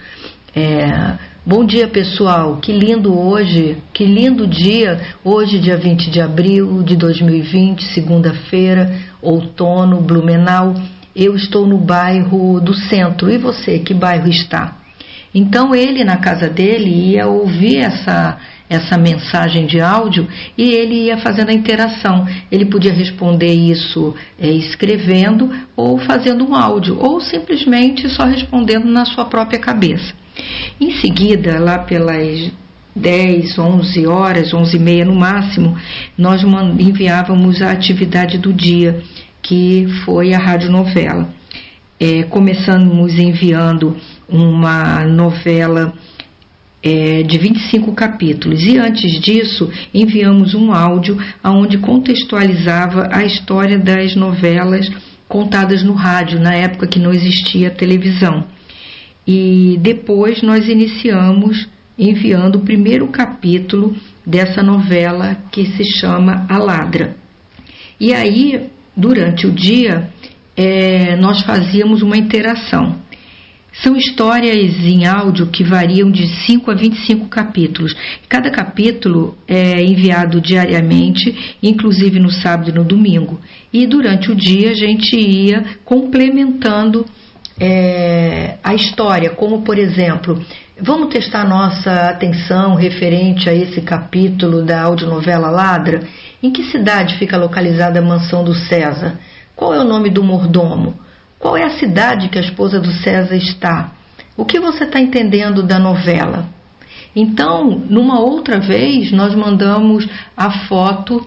É, bom dia, pessoal, que lindo hoje, que lindo dia, hoje dia vinte de abril de dois mil e vinte, segunda-feira, outono, Blumenau. Eu estou no bairro do centro, e você, que bairro está? Então ele, na casa dele, ia ouvir essa, essa mensagem de áudio e ele ia fazendo a interação. Ele podia responder isso é, escrevendo ou fazendo um áudio, ou simplesmente só respondendo na sua própria cabeça. Em seguida, lá pelas dez, onze horas, onze e meia no máximo, nós enviávamos a atividade do dia, que foi a radionovela. É, começamos enviando uma novela é, de vinte e cinco capítulos e antes disso enviamos um áudio onde contextualizava a história das novelas contadas no rádio, na época que não existia televisão. E depois nós iniciamos enviando o primeiro capítulo dessa novela que se chama A Ladra. E aí, durante o dia, é, nós fazíamos uma interação. São histórias em áudio que variam de cinco a vinte e cinco capítulos. Cada capítulo é enviado diariamente, inclusive no sábado e no domingo. E durante o dia a gente ia complementando é, a história, como por exemplo, vamos testar nossa atenção referente a esse capítulo da audionovela Ladra. Em que cidade fica localizada a mansão do César? Qual é o nome do mordomo? Qual é a cidade que a esposa do César está? O que você está entendendo da novela? Então, numa outra vez, nós mandamos a foto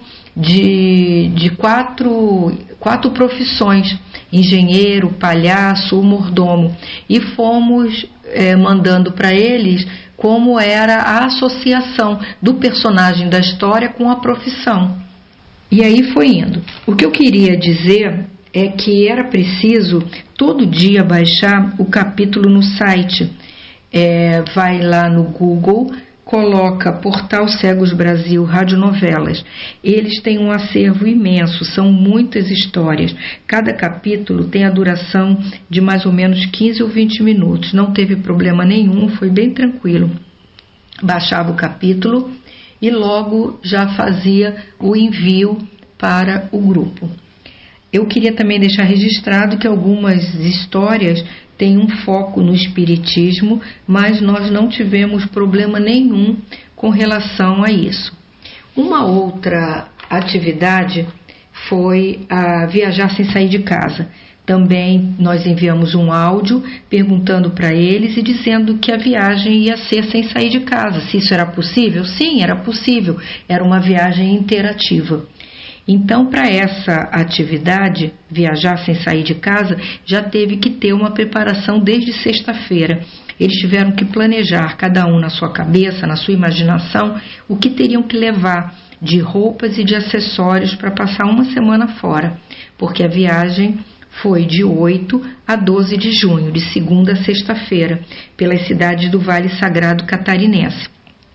de, de quatro, quatro profissões, engenheiro, palhaço, mordomo, e fomos é, mandando para eles como era a associação do personagem da história com a profissão. E aí foi indo. O que eu queria dizer é que era preciso todo dia baixar o capítulo no site. É, vai lá no Google, coloca Portal Cegos Brasil Radionovelas. Eles têm um acervo imenso, são muitas histórias. Cada capítulo tem a duração de mais ou menos quinze ou vinte minutos. Não teve problema nenhum, foi bem tranquilo. Baixava o capítulo e logo já fazia o envio para o grupo. Eu queria também deixar registrado que algumas histórias têm um foco no espiritismo, mas nós não tivemos problema nenhum com relação a isso. Uma outra atividade foi a viajar sem sair de casa. Também nós enviamos um áudio perguntando para eles e dizendo que a viagem ia ser sem sair de casa. Se isso era possível? Sim, era possível. Era uma viagem interativa. Então, para essa atividade, viajar sem sair de casa, já teve que ter uma preparação desde sexta-feira. Eles tiveram que planejar, cada um na sua cabeça, na sua imaginação, o que teriam que levar de roupas e de acessórios para passar uma semana fora, porque a viagem foi de oito a doze de junho, de segunda a sexta-feira, pelas cidades do Vale Sagrado Catarinense.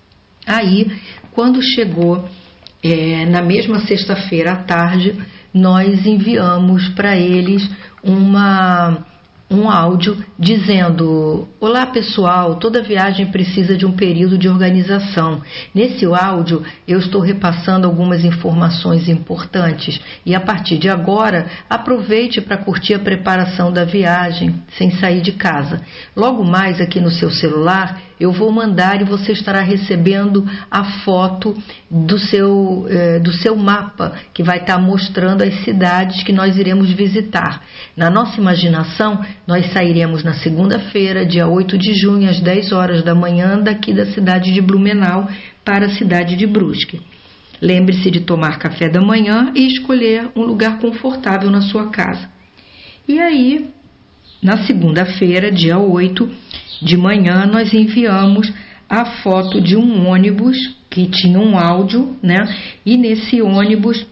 Aí, quando chegou É, na mesma sexta-feira à tarde, nós enviamos para eles uma, um áudio dizendo: olá pessoal, toda viagem precisa de um período de organização. Nesse áudio eu estou repassando algumas informações importantes e a partir de agora aproveite para curtir a preparação da viagem sem sair de casa. Logo mais aqui no seu celular eu vou mandar e você estará recebendo a foto do seu, eh, do seu mapa, que vai estar mostrando as cidades que nós iremos visitar. Na nossa imaginação, nós sairemos na segunda-feira, dia oito de junho, às dez horas da manhã, daqui da cidade de Blumenau para a cidade de Brusque. Lembre-se de tomar café da manhã e escolher um lugar confortável na sua casa. E aí, na segunda-feira, dia oito de manhã, nós enviamos a foto de um ônibus que tinha um áudio, né? E nesse ônibus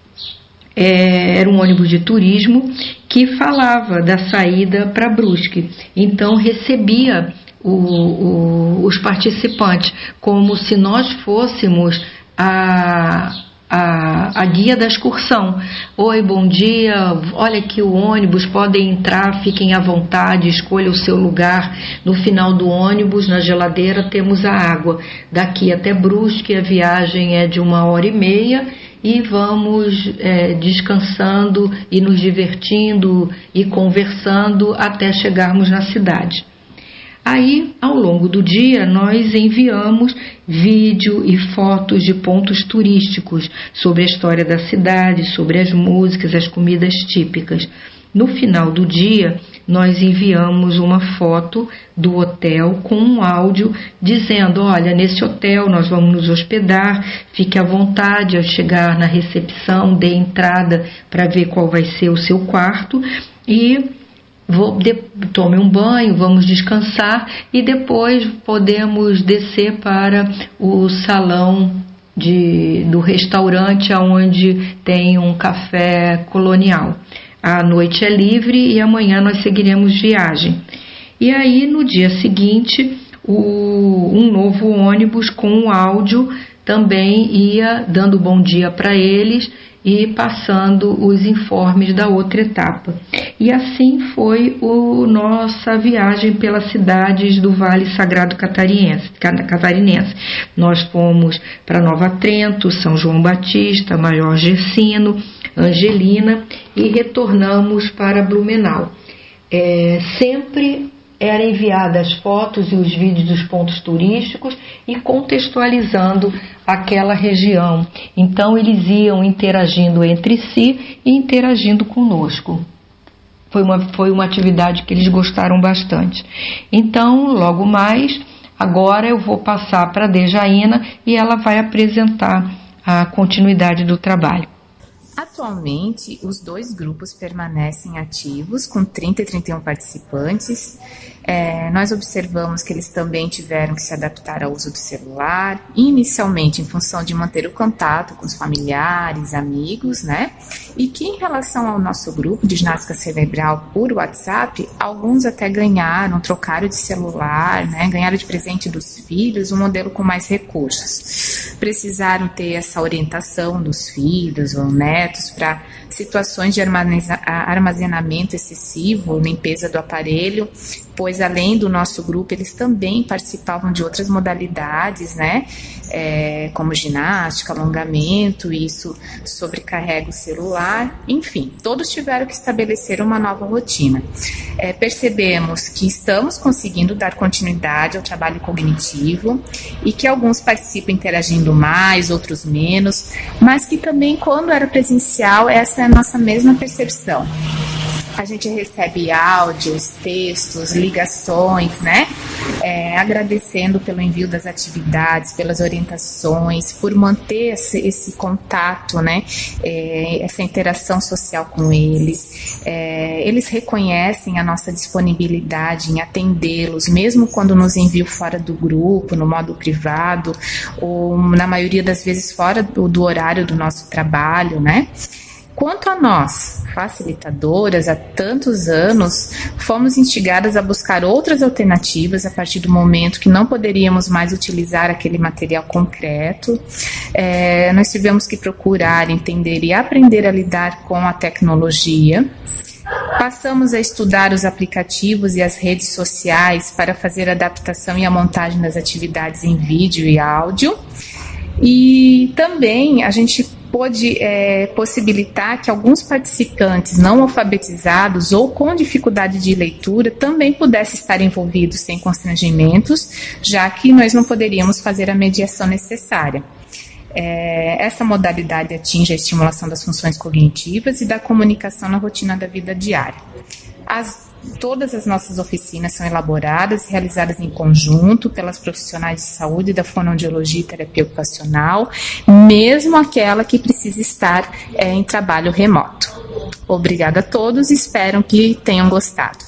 é, era um ônibus de turismo que falava da saída para Brusque. Então recebia o, o, os participantes como se nós fôssemos a A, a guia da excursão. Oi, bom dia, olha aqui o ônibus, podem entrar, fiquem à vontade, escolha o seu lugar. No final do ônibus, na geladeira, temos a água. Daqui até Brusque, a viagem é de uma hora e meia e vamos é, descansando e nos divertindo e conversando até chegarmos na cidade. Aí, ao longo do dia, nós enviamos vídeo e fotos de pontos turísticos, sobre a história da cidade, sobre as músicas, as comidas típicas. No final do dia, nós enviamos uma foto do hotel com um áudio dizendo: olha, nesse hotel nós vamos nos hospedar, fique à vontade ao chegar na recepção, dê entrada para ver qual vai ser o seu quarto e Vou, de, tome um banho, vamos descansar e depois podemos descer para o salão de, do restaurante onde tem um café colonial. A noite é livre e amanhã nós seguiremos viagem. E aí no dia seguinte o, um novo ônibus com um áudio também ia dando bom dia para eles e passando os informes da outra etapa. E assim foi a nossa viagem pelas cidades do Vale Sagrado Catarinense. Catarinense. Nós fomos para Nova Trento, São João Batista, Maior Gercino, Angelina e retornamos para Blumenau. É, sempre eram enviadas fotos e os vídeos dos pontos turísticos e contextualizando aquela região. Então eles iam interagindo entre si e interagindo conosco. Foi uma, foi uma atividade que eles gostaram bastante. Então, logo mais, agora eu vou passar para a Dejaína e ela vai apresentar a continuidade do trabalho. Atualmente, os dois grupos permanecem ativos, com trinta e trinta e um participantes. É, nós observamos que eles também tiveram que se adaptar ao uso do celular, inicialmente em função de manter o contato com os familiares, amigos, né? E que em relação ao nosso grupo de ginástica cerebral por WhatsApp, alguns até ganharam, trocaram de celular, né? Ganharam de presente dos filhos um modelo com mais recursos. Precisaram ter essa orientação dos filhos ou netos para situações de armazenamento excessivo, limpeza do aparelho, pois além do nosso grupo, eles também participavam de outras modalidades, né, é, como ginástica, alongamento, isso sobrecarrega o celular, enfim, todos tiveram que estabelecer uma nova rotina. É, percebemos que estamos conseguindo dar continuidade ao trabalho cognitivo e que alguns participam interagindo mais, outros menos, mas que também, quando era presencial, essa é a nossa mesma percepção. A gente recebe áudios, textos, ligações, né? É, agradecendo pelo envio das atividades, pelas orientações, por manter esse, esse contato, né? É, essa interação social com eles. É, eles reconhecem a nossa disponibilidade em atendê-los, mesmo quando nos enviam fora do grupo, no modo privado, ou na maioria das vezes fora do, do horário do nosso trabalho, né? Quanto a nós, facilitadoras, há tantos anos, fomos instigadas a buscar outras alternativas a partir do momento que não poderíamos mais utilizar aquele material concreto. É, nós tivemos que procurar, entender e aprender a lidar com a tecnologia. Passamos a estudar os aplicativos e as redes sociais para fazer a adaptação e a montagem das atividades em vídeo e áudio. E também a gente pôde é, possibilitar que alguns participantes não alfabetizados ou com dificuldade de leitura também pudessem estar envolvidos sem constrangimentos, já que nós não poderíamos fazer a mediação necessária. É, essa modalidade atinge a estimulação das funções cognitivas e da comunicação na rotina da vida diária. As, todas as nossas oficinas são elaboradas e realizadas em conjunto pelas profissionais de saúde da fonoaudiologia e terapia ocupacional, mesmo aquela que precisa estar é, em trabalho remoto. Obrigada a todos e espero que tenham gostado.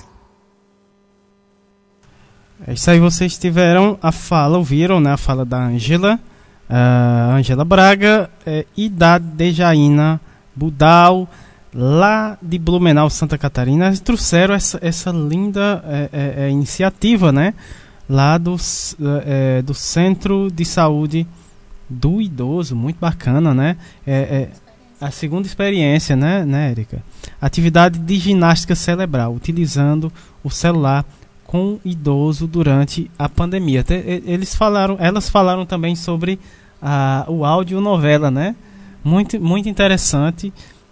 É isso aí, vocês tiveram a fala, ouviram, né, a fala da Ângela, uh, Ângela Braga eh, e da Dejaína Budal, lá de Blumenau, Santa Catarina. Eles trouxeram essa, essa linda é, é, é, iniciativa, né, lá do, é, do Centro de Saúde do Idoso, muito bacana, né, é, é, a segunda experiência, né, né, Érica? Atividade de ginástica cerebral, utilizando o celular com idoso durante a pandemia. Até, eles falaram, elas falaram também sobre a, o áudio novela, né, muito, muito interessante.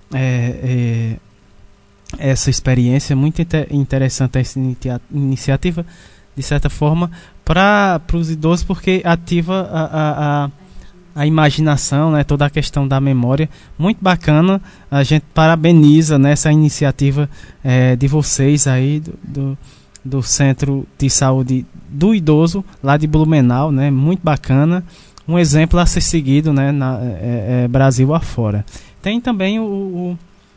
É, é, essa experiência, muito inter- interessante essa inicia- iniciativa, de certa forma, para os idosos, porque ativa a, a, a, a imaginação, né, toda a questão da memória. Muito bacana, a gente parabeniza nessa, né, iniciativa é, de vocês aí do, do, do Centro de Saúde do Idoso, lá de Blumenau, né, muito bacana, um exemplo a ser seguido, né, na, é, é, Brasil afora. Tem também o, o,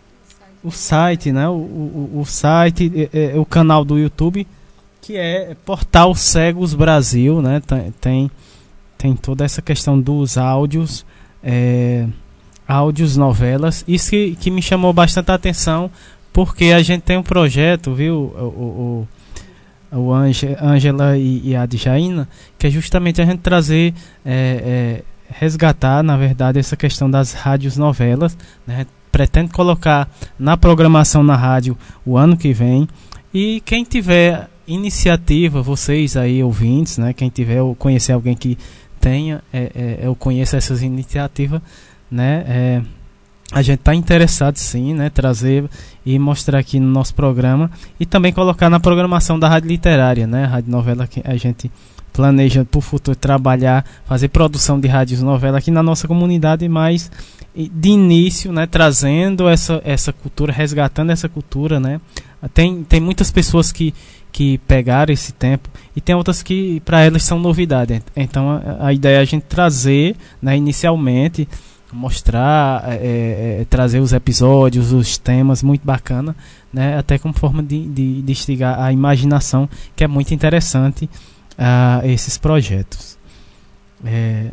o site, né? O, o, o site, é, é, o canal do YouTube, que é Portal Cegos Brasil, né? Tem, tem, tem toda essa questão dos áudios, é, áudios, novelas. Isso que, que me chamou bastante a atenção, porque a gente tem um projeto, viu, o, o, o Ângela e, e a Djaína, que é justamente a gente trazer... É, é, resgatar, na verdade, essa questão das rádios novelas, né? Pretende colocar na programação na rádio o ano que vem. E quem tiver iniciativa, vocês aí ouvintes, né? Quem tiver ou conhecer alguém que tenha é, é, eu conheço essas iniciativas, né? É, a gente está interessado sim, né? Trazer e mostrar aqui no nosso programa e também colocar na programação da rádio literária, né? Rádio novela que a gente planeja para o futuro trabalhar, fazer produção de rádios novela aqui na nossa comunidade, mas de início, né, trazendo essa, essa cultura, resgatando essa cultura, né? Tem, tem muitas pessoas que, que pegaram esse tempo e tem outras que para elas são novidade. Então a, a ideia é a gente trazer, né, inicialmente, mostrar, é, é, trazer os episódios, os temas, muito bacana, né? Até como forma de, de, de instigar a imaginação, que é muito interessante. A esses projetos. É...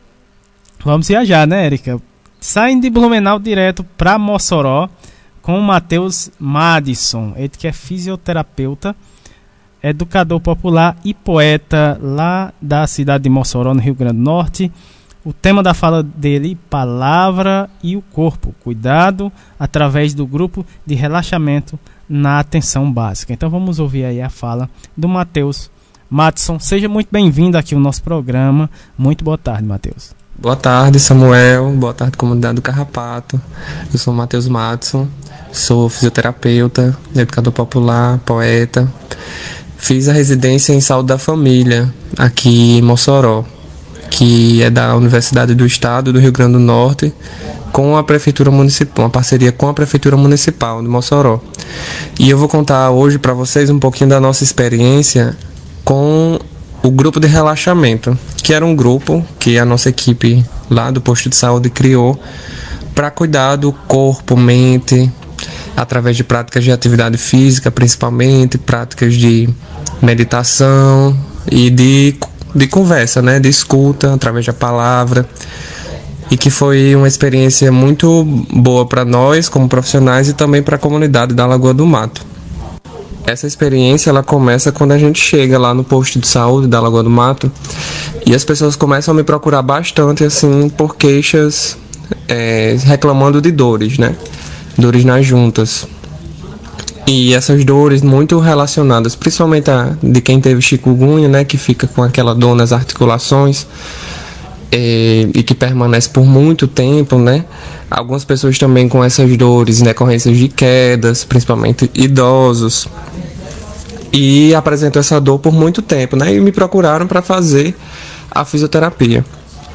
Vamos viajar, né, Érica? Saem de Blumenau direto para Mossoró com o Matheus Madison, ele que é fisioterapeuta, educador popular e poeta lá da cidade de Mossoró, no Rio Grande do Norte. O tema da fala dele, palavra e o corpo, cuidado através do grupo de relaxamento na atenção básica. Então vamos ouvir aí a fala do Matheus Madison. Seja muito bem-vindo aqui ao nosso programa. Muito boa tarde, Matheus. Boa tarde, Samuel. Boa tarde, comunidade do Carrapato. Eu sou o Matheus Madison, sou fisioterapeuta, educador popular, poeta. Fiz a residência em saúde da família aqui em Mossoró, que é da Universidade do Estado do Rio Grande do Norte, com a Prefeitura Municipal, uma parceria com a Prefeitura Municipal de Mossoró. E eu vou contar hoje para vocês um pouquinho da nossa experiência com o grupo de relaxamento, que era um grupo que a nossa equipe lá do posto de saúde criou para cuidar do corpo, mente, através de práticas de atividade física, principalmente práticas de meditação e de, de conversa, né, de escuta através da palavra, e que foi uma experiência muito boa para nós como profissionais e também para a comunidade da Lagoa do Mato. Essa experiência ela começa quando a gente chega lá no posto de saúde da Lagoa do Mato e as pessoas começam a me procurar bastante assim por queixas, é, reclamando de dores, né? Dores nas juntas. E essas dores muito relacionadas, principalmente a de quem teve chikungunya, né, que fica com aquela dor nas articulações é, e que permanece por muito tempo, né? Algumas pessoas também com essas dores em decorrências de quedas, principalmente idosos, e apresentam essa dor por muito tempo, né? E me procuraram para fazer a fisioterapia.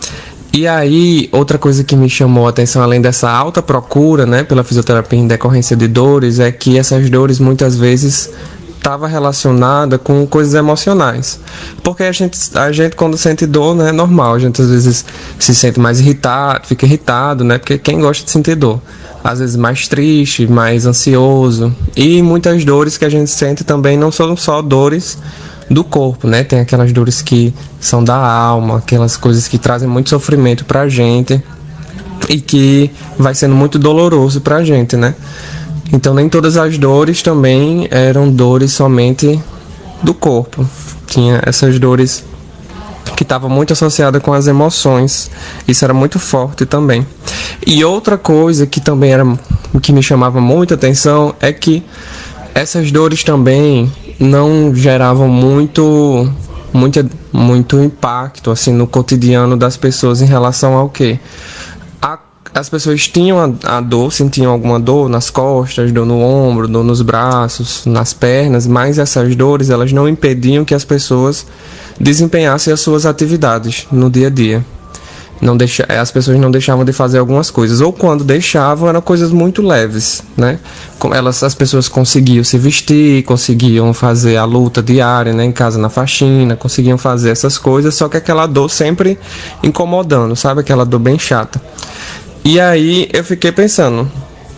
E aí, outra coisa que me chamou a atenção, além dessa alta procura, né, pela fisioterapia em decorrência de dores, é que essas dores muitas vezes estava relacionada com coisas emocionais. Porque a gente, a gente quando sente dor, né, é normal, a gente às vezes se sente mais irritado, fica irritado, né, porque quem gosta de sentir dor? Às vezes mais triste, mais ansioso. E muitas dores que a gente sente também não são só dores do corpo, né? Tem aquelas dores que são da alma, aquelas coisas que trazem muito sofrimento pra gente e que vai sendo muito doloroso pra gente, né? Então nem todas as dores também eram dores somente do corpo. Tinha essas dores que estavam muito associadas com as emoções. Isso era muito forte também. E outra coisa que também era que me chamava muita atenção é que essas dores também não geravam muito, muito, muito impacto assim, no cotidiano das pessoas em relação ao quê? A, as pessoas tinham a, a dor, sentiam alguma dor nas costas, dor no ombro, dor nos braços, nas pernas, mas essas dores elas não impediam que as pessoas desempenhassem as suas atividades no dia a dia. Não deixa, as pessoas não deixavam de fazer algumas coisas, ou quando deixavam eram coisas muito leves, né? Elas, as pessoas conseguiam se vestir, conseguiam fazer a luta diária, né? Em casa na faxina, conseguiam fazer essas coisas, só que aquela dor sempre incomodando, sabe? Aquela dor bem chata. E aí eu fiquei pensando,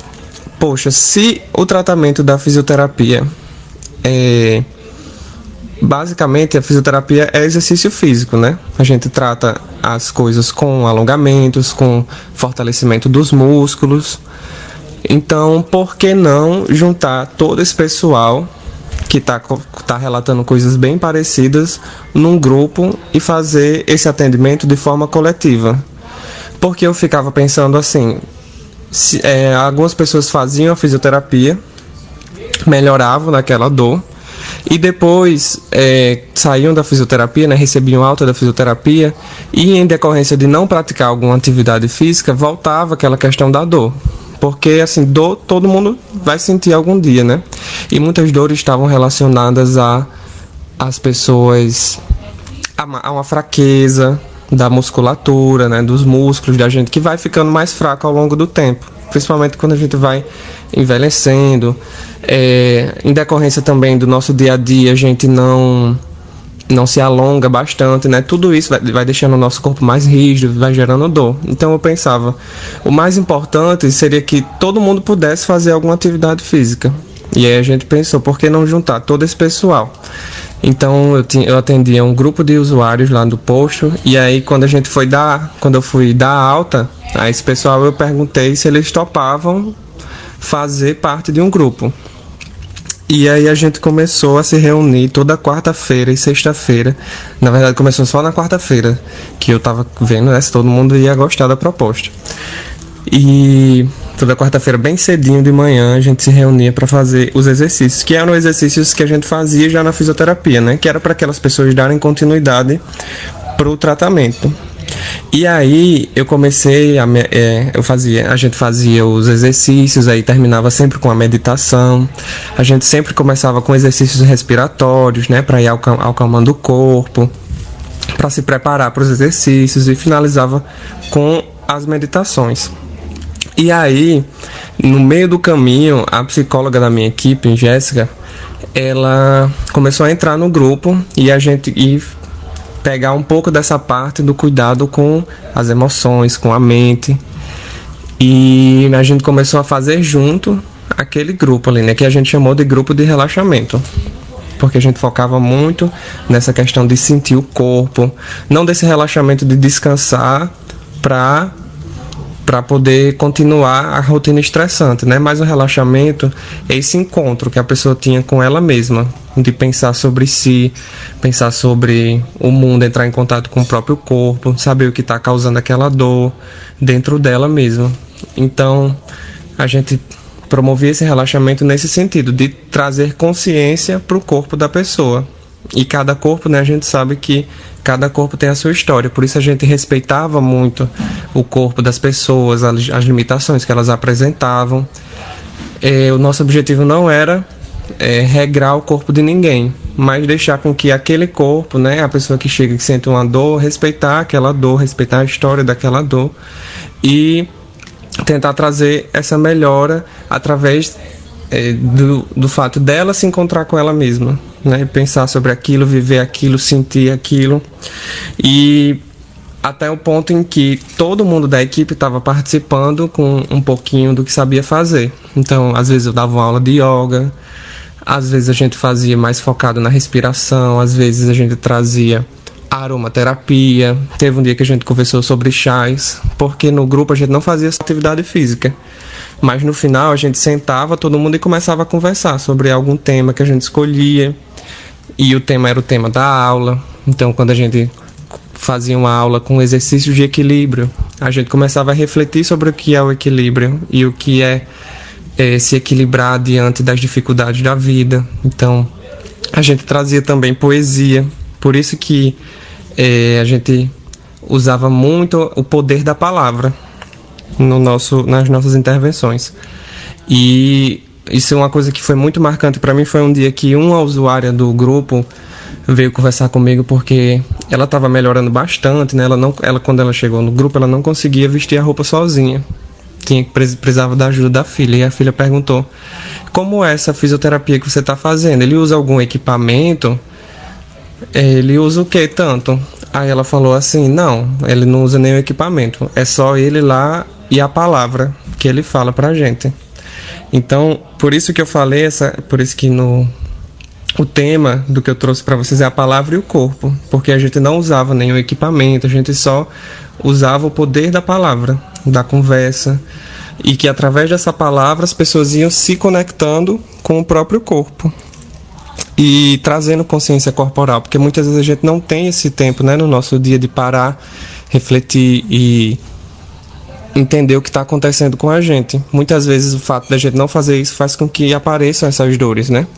poxa, se o tratamento da fisioterapia é... Basicamente, a fisioterapia é exercício físico, né? A gente trata as coisas com alongamentos, com fortalecimento dos músculos. Então, por que não juntar todo esse pessoal que está tá relatando coisas bem parecidas num grupo e fazer esse atendimento de forma coletiva? Porque eu ficava pensando assim, se, é, algumas pessoas faziam a fisioterapia, melhoravam naquela dor, e depois é, saíam da fisioterapia, né, recebiam alta da fisioterapia e em decorrência de não praticar alguma atividade física, voltava aquela questão da dor. Porque assim, dor todo mundo vai sentir algum dia, né? E muitas dores estavam relacionadas a as pessoas, a, a uma fraqueza da musculatura, né, dos músculos da gente, que vai ficando mais fraco ao longo do tempo. Principalmente quando a gente vai envelhecendo, é, em decorrência também do nosso dia a dia, a gente não, não se alonga bastante, né? Tudo isso vai, vai deixando o nosso corpo mais rígido, vai gerando dor. Então eu pensava, o mais importante seria que todo mundo pudesse fazer alguma atividade física. E aí a gente pensou, por que não juntar todo esse pessoal? Então eu, tinha, eu atendia um grupo de usuários lá do posto, e aí quando a gente foi dar, quando eu fui dar alta a esse pessoal, eu perguntei se eles topavam fazer parte de um grupo. E aí a gente começou a se reunir toda quarta-feira e sexta-feira. Na verdade começou só na quarta-feira, que eu tava vendo, né, se todo mundo ia gostar da proposta. E toda quarta-feira, bem cedinho de manhã, a gente se reunia para fazer os exercícios, que eram exercícios que a gente fazia já na fisioterapia, né? Que era para aquelas pessoas darem continuidade pro tratamento. E aí eu comecei a é, eu fazia, a gente fazia os exercícios, aí terminava sempre com a meditação. A gente sempre começava com exercícios respiratórios, né, para ir alcam- acalmando o corpo, para se preparar para os exercícios, e finalizava com as meditações. E aí, no meio do caminho, a psicóloga da minha equipe, Jéssica, ela começou a entrar no grupo e a gente e pegar um pouco dessa parte do cuidado com as emoções, com a mente. E a gente começou a fazer junto aquele grupo ali, né, que a gente chamou de grupo de relaxamento. Porque a gente focava muito nessa questão de sentir o corpo, não desse relaxamento de descansar para para poder continuar a rotina estressante, né? Mas o relaxamento é esse encontro que a pessoa tinha com ela mesma, de pensar sobre si, pensar sobre o mundo, entrar em contato com o próprio corpo, saber o que está causando aquela dor dentro dela mesma. Então, a gente promovia esse relaxamento nesse sentido, de trazer consciência para o corpo da pessoa. E cada corpo, né, a gente sabe que cada corpo tem a sua história, por isso a gente respeitava muito o corpo das pessoas, as limitações que elas apresentavam. É, o nosso objetivo não era é, regrar o corpo de ninguém, mas deixar com que aquele corpo, né, a pessoa que chega e sente uma dor, respeitar aquela dor, respeitar a história daquela dor e tentar trazer essa melhora através é, do, do fato dela se encontrar com ela mesma, né, pensar sobre aquilo, viver aquilo, sentir aquilo, e até o ponto em que todo mundo da equipe estava participando com um pouquinho do que sabia fazer. Então, às vezes eu dava uma aula de yoga, às vezes a gente fazia mais focado na respiração, às vezes a gente trazia aromaterapia. Teve um dia que a gente conversou sobre chás, porque no grupo a gente não fazia atividade física, mas no final a gente sentava todo mundo e começava a conversar sobre algum tema que a gente escolhia, e o tema era o tema da aula. Então, quando a gente fazia uma aula com exercícios de equilíbrio, a gente começava a refletir sobre o que é o equilíbrio e o que é, é se equilibrar diante das dificuldades da vida. Então, a gente trazia também poesia, por isso que é, a gente usava muito o poder da palavra no nosso, nas nossas intervenções. E isso é uma coisa que foi muito marcante para mim. Foi um dia que uma usuária do grupo veio conversar comigo porque ela estava melhorando bastante, né? Ela não, ela, quando ela chegou no grupo, ela não conseguia vestir a roupa sozinha. Tinha, precisava da ajuda da filha. E a filha perguntou: como é essa fisioterapia que você está fazendo? Ele usa algum equipamento? Ele usa o que tanto? Aí ela falou assim: não, ele não usa nenhum equipamento. É só ele lá e a palavra que ele fala pra gente. Então, por isso que eu falei, essa, por isso que no... o tema do que eu trouxe para vocês é a palavra e o corpo, porque a gente não usava nenhum equipamento, a gente só usava o poder da palavra, da conversa, e que através dessa palavra as pessoas iam se conectando com o próprio corpo e trazendo consciência corporal, porque muitas vezes a gente não tem esse tempo, né, no nosso dia de parar, refletir e entender o que está acontecendo com a gente. Muitas vezes o fato da gente não fazer isso faz com que apareçam essas dores, né?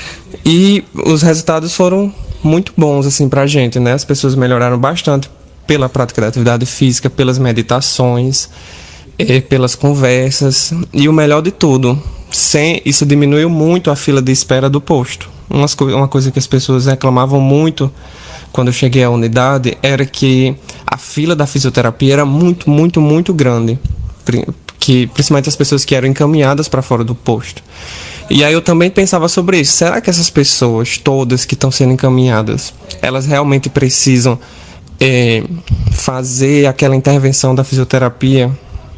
E os resultados foram muito bons, assim, pra gente, né? As pessoas melhoraram bastante pela prática da atividade física, pelas meditações, eh, pelas conversas. E o melhor de tudo, sem, isso diminuiu muito a fila de espera do posto. Umas co- uma coisa que as pessoas reclamavam muito quando eu cheguei à unidade era que a fila da fisioterapia era muito, muito, muito grande. Que, principalmente as pessoas que eram encaminhadas para fora do posto. E aí eu também pensava sobre isso. Será que essas pessoas todas que estão sendo encaminhadas, elas realmente precisam é, fazer aquela intervenção da fisioterapia?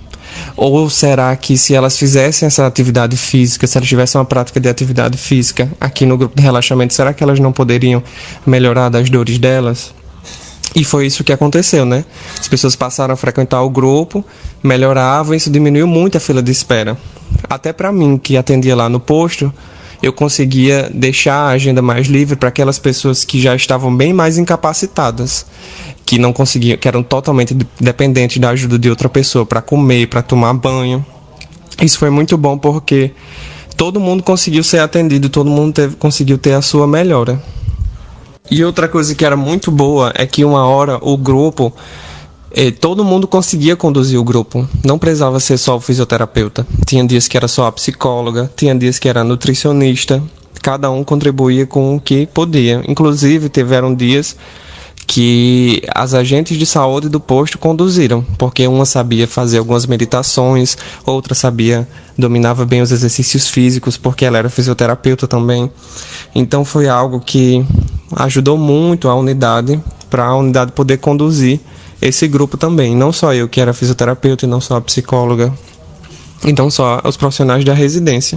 Ou será que se elas fizessem essa atividade física, se elas tivessem uma prática de atividade física aqui no grupo de relaxamento, será que elas não poderiam melhorar das dores delas? E foi isso que aconteceu, né? As pessoas passaram a frequentar o grupo, melhoravam, e isso diminuiu muito a fila de espera. Até para mim, que atendia lá no posto, eu conseguia deixar a agenda mais livre para aquelas pessoas que já estavam bem mais incapacitadas, que não conseguiam, que eram totalmente dependentes da ajuda de outra pessoa para comer, para tomar banho. Isso foi muito bom porque todo mundo conseguiu ser atendido, todo mundo teve, conseguiu ter a sua melhora. E outra coisa que era muito boa é que uma hora o grupo, eh, todo mundo conseguia conduzir o grupo. Não precisava ser só o fisioterapeuta. Tinha dias que era só a psicóloga, tinha dias que era a nutricionista. Cada um contribuía com o que podia. Inclusive, tiveram dias que as agentes de saúde do posto conduziram, porque uma sabia fazer algumas meditações, outra sabia, dominava bem os exercícios físicos, porque ela era fisioterapeuta também. Então foi algo que ajudou muito a unidade, para a unidade poder conduzir esse grupo também. Não só eu, que era fisioterapeuta, e não só a psicóloga, e não só os profissionais da residência.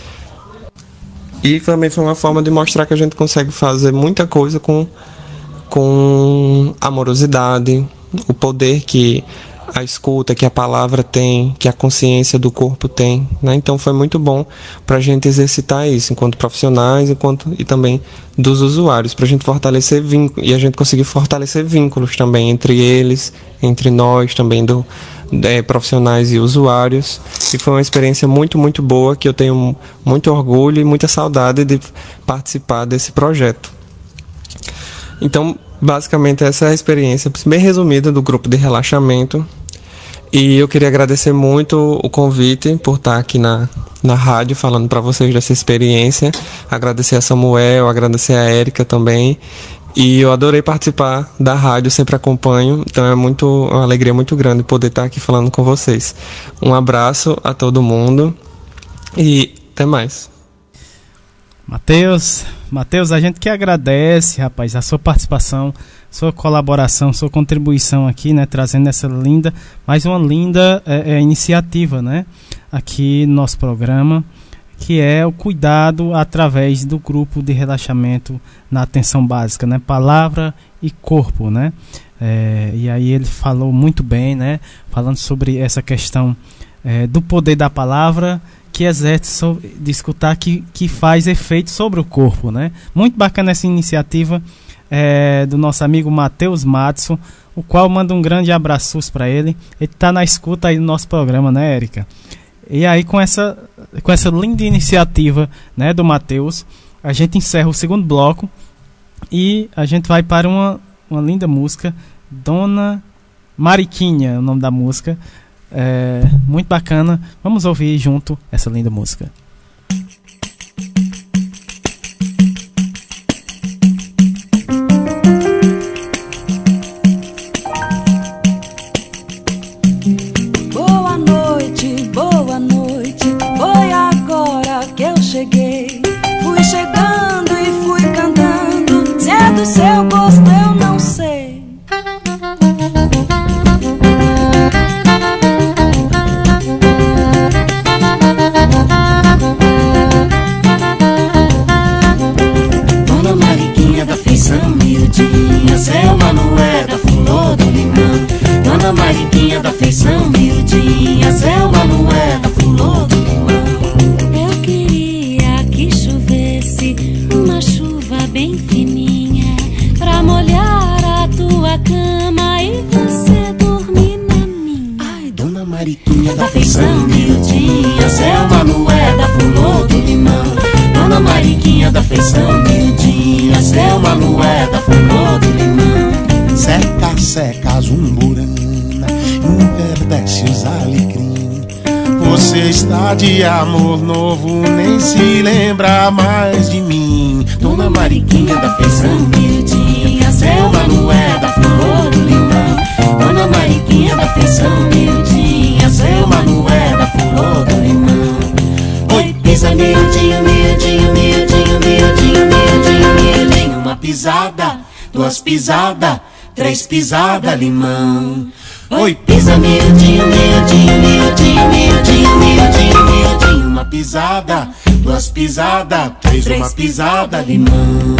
E também foi uma forma de mostrar que a gente consegue fazer muita coisa com com amorosidade, o poder que a escuta, que a palavra tem, que a consciência do corpo tem, né? Então foi muito bom para a gente exercitar isso enquanto profissionais, enquanto e também dos usuários, para a gente fortalecer vínculos, e a gente conseguir fortalecer vínculos também entre eles, entre nós, também do, é, profissionais e usuários, e foi uma experiência muito, muito boa, que eu tenho muito orgulho e muita saudade de participar desse projeto. Então, basicamente, essa é a experiência bem resumida do grupo de relaxamento. E eu queria agradecer muito o convite por estar aqui na, na rádio falando para vocês dessa experiência. Agradecer a Samuel, agradecer a Érica também. E eu adorei participar da rádio, sempre acompanho. Então é muito, uma alegria muito grande poder estar aqui falando com vocês. Um abraço a todo mundo e até mais. Matheus, Matheus, a gente que agradece, rapaz, a sua participação, sua colaboração, sua contribuição aqui, né, trazendo essa linda, mais uma linda é, é, iniciativa, né, aqui no nosso programa, que é o cuidado através do grupo de relaxamento na atenção básica, né, palavra e corpo, né, é, e aí ele falou muito bem, né, falando sobre essa questão é, do poder da palavra, que exerce sobre, de escutar, que, que faz efeito sobre o corpo, né? Muito bacana essa iniciativa é, do nosso amigo Matheus Matson, o qual manda um grande abraço para ele. Ele está na escuta aí do nosso programa, né, Érica? E aí com essa, com essa linda iniciativa, né, do Matheus, a gente encerra o segundo bloco e a gente vai para uma, uma linda música, Dona Mariquinha, é o nome da música. É, muito bacana, vamos ouvir junto essa linda música. Boa noite, boa noite, foi agora que eu cheguei. Fui chegando e fui cantando, se é do seu gosto eu não sei. Miudinha, Selma não é da flor do limão. Dona Mariquinha da feição miudinha, Selma não é da flor do limão. Eu queria que chovesse uma chuva bem fininha pra molhar a tua cama e você dormir na minha. Ai, Dona Mariquinha da feição miudinha, Selma não é da flor do limão. Dona Mariquinha da feição miudinha, Selma não é da flor do limão. Seca, seca, zumburana, emperdece os alecrim. Você está de amor novo, nem se lembra mais de mim. Dona Mariquinha da feição miudinha, Selma não é da flor do limão. Dona Mariquinha da feição miudinha, Selma não é da flor do limão. Oi, pisa miudinho, miudinho, miudinho, miudinho, miudinho, miudinho. Uma pisada, duas pisadas, três pisadas, limão. Oi, pisa miudinho, miudinho, miudinho, miudinho, miudinho, miudinho. Uma pisada, duas pisadas, três, uma pisada, limão.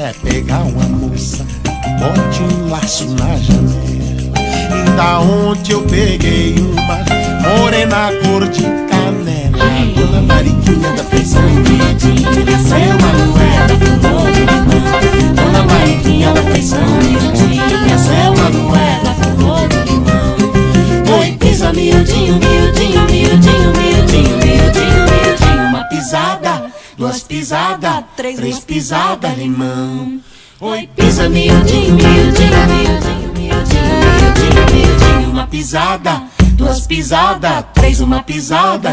quiser pegar uma moça, bote um laço na janela. E da onde eu peguei uma morena cor de canela. Dona Mariquinha da feição miudinha, seu Manuel da flor do limão. Dona Mariquinha da feição miudinha, seu Manuel da flor do limão. Oi, pisa miudinho, miudinho, miudinho, miudinho, miudinho, miudinho. Uma pisada, duas pisadas, três, três pisadas, limão. Oi, pisa miudinho, miudinho, miudinho, miudinho, miudinho, miudinho. Uma pisada, duas pisadas, três, uma pisada,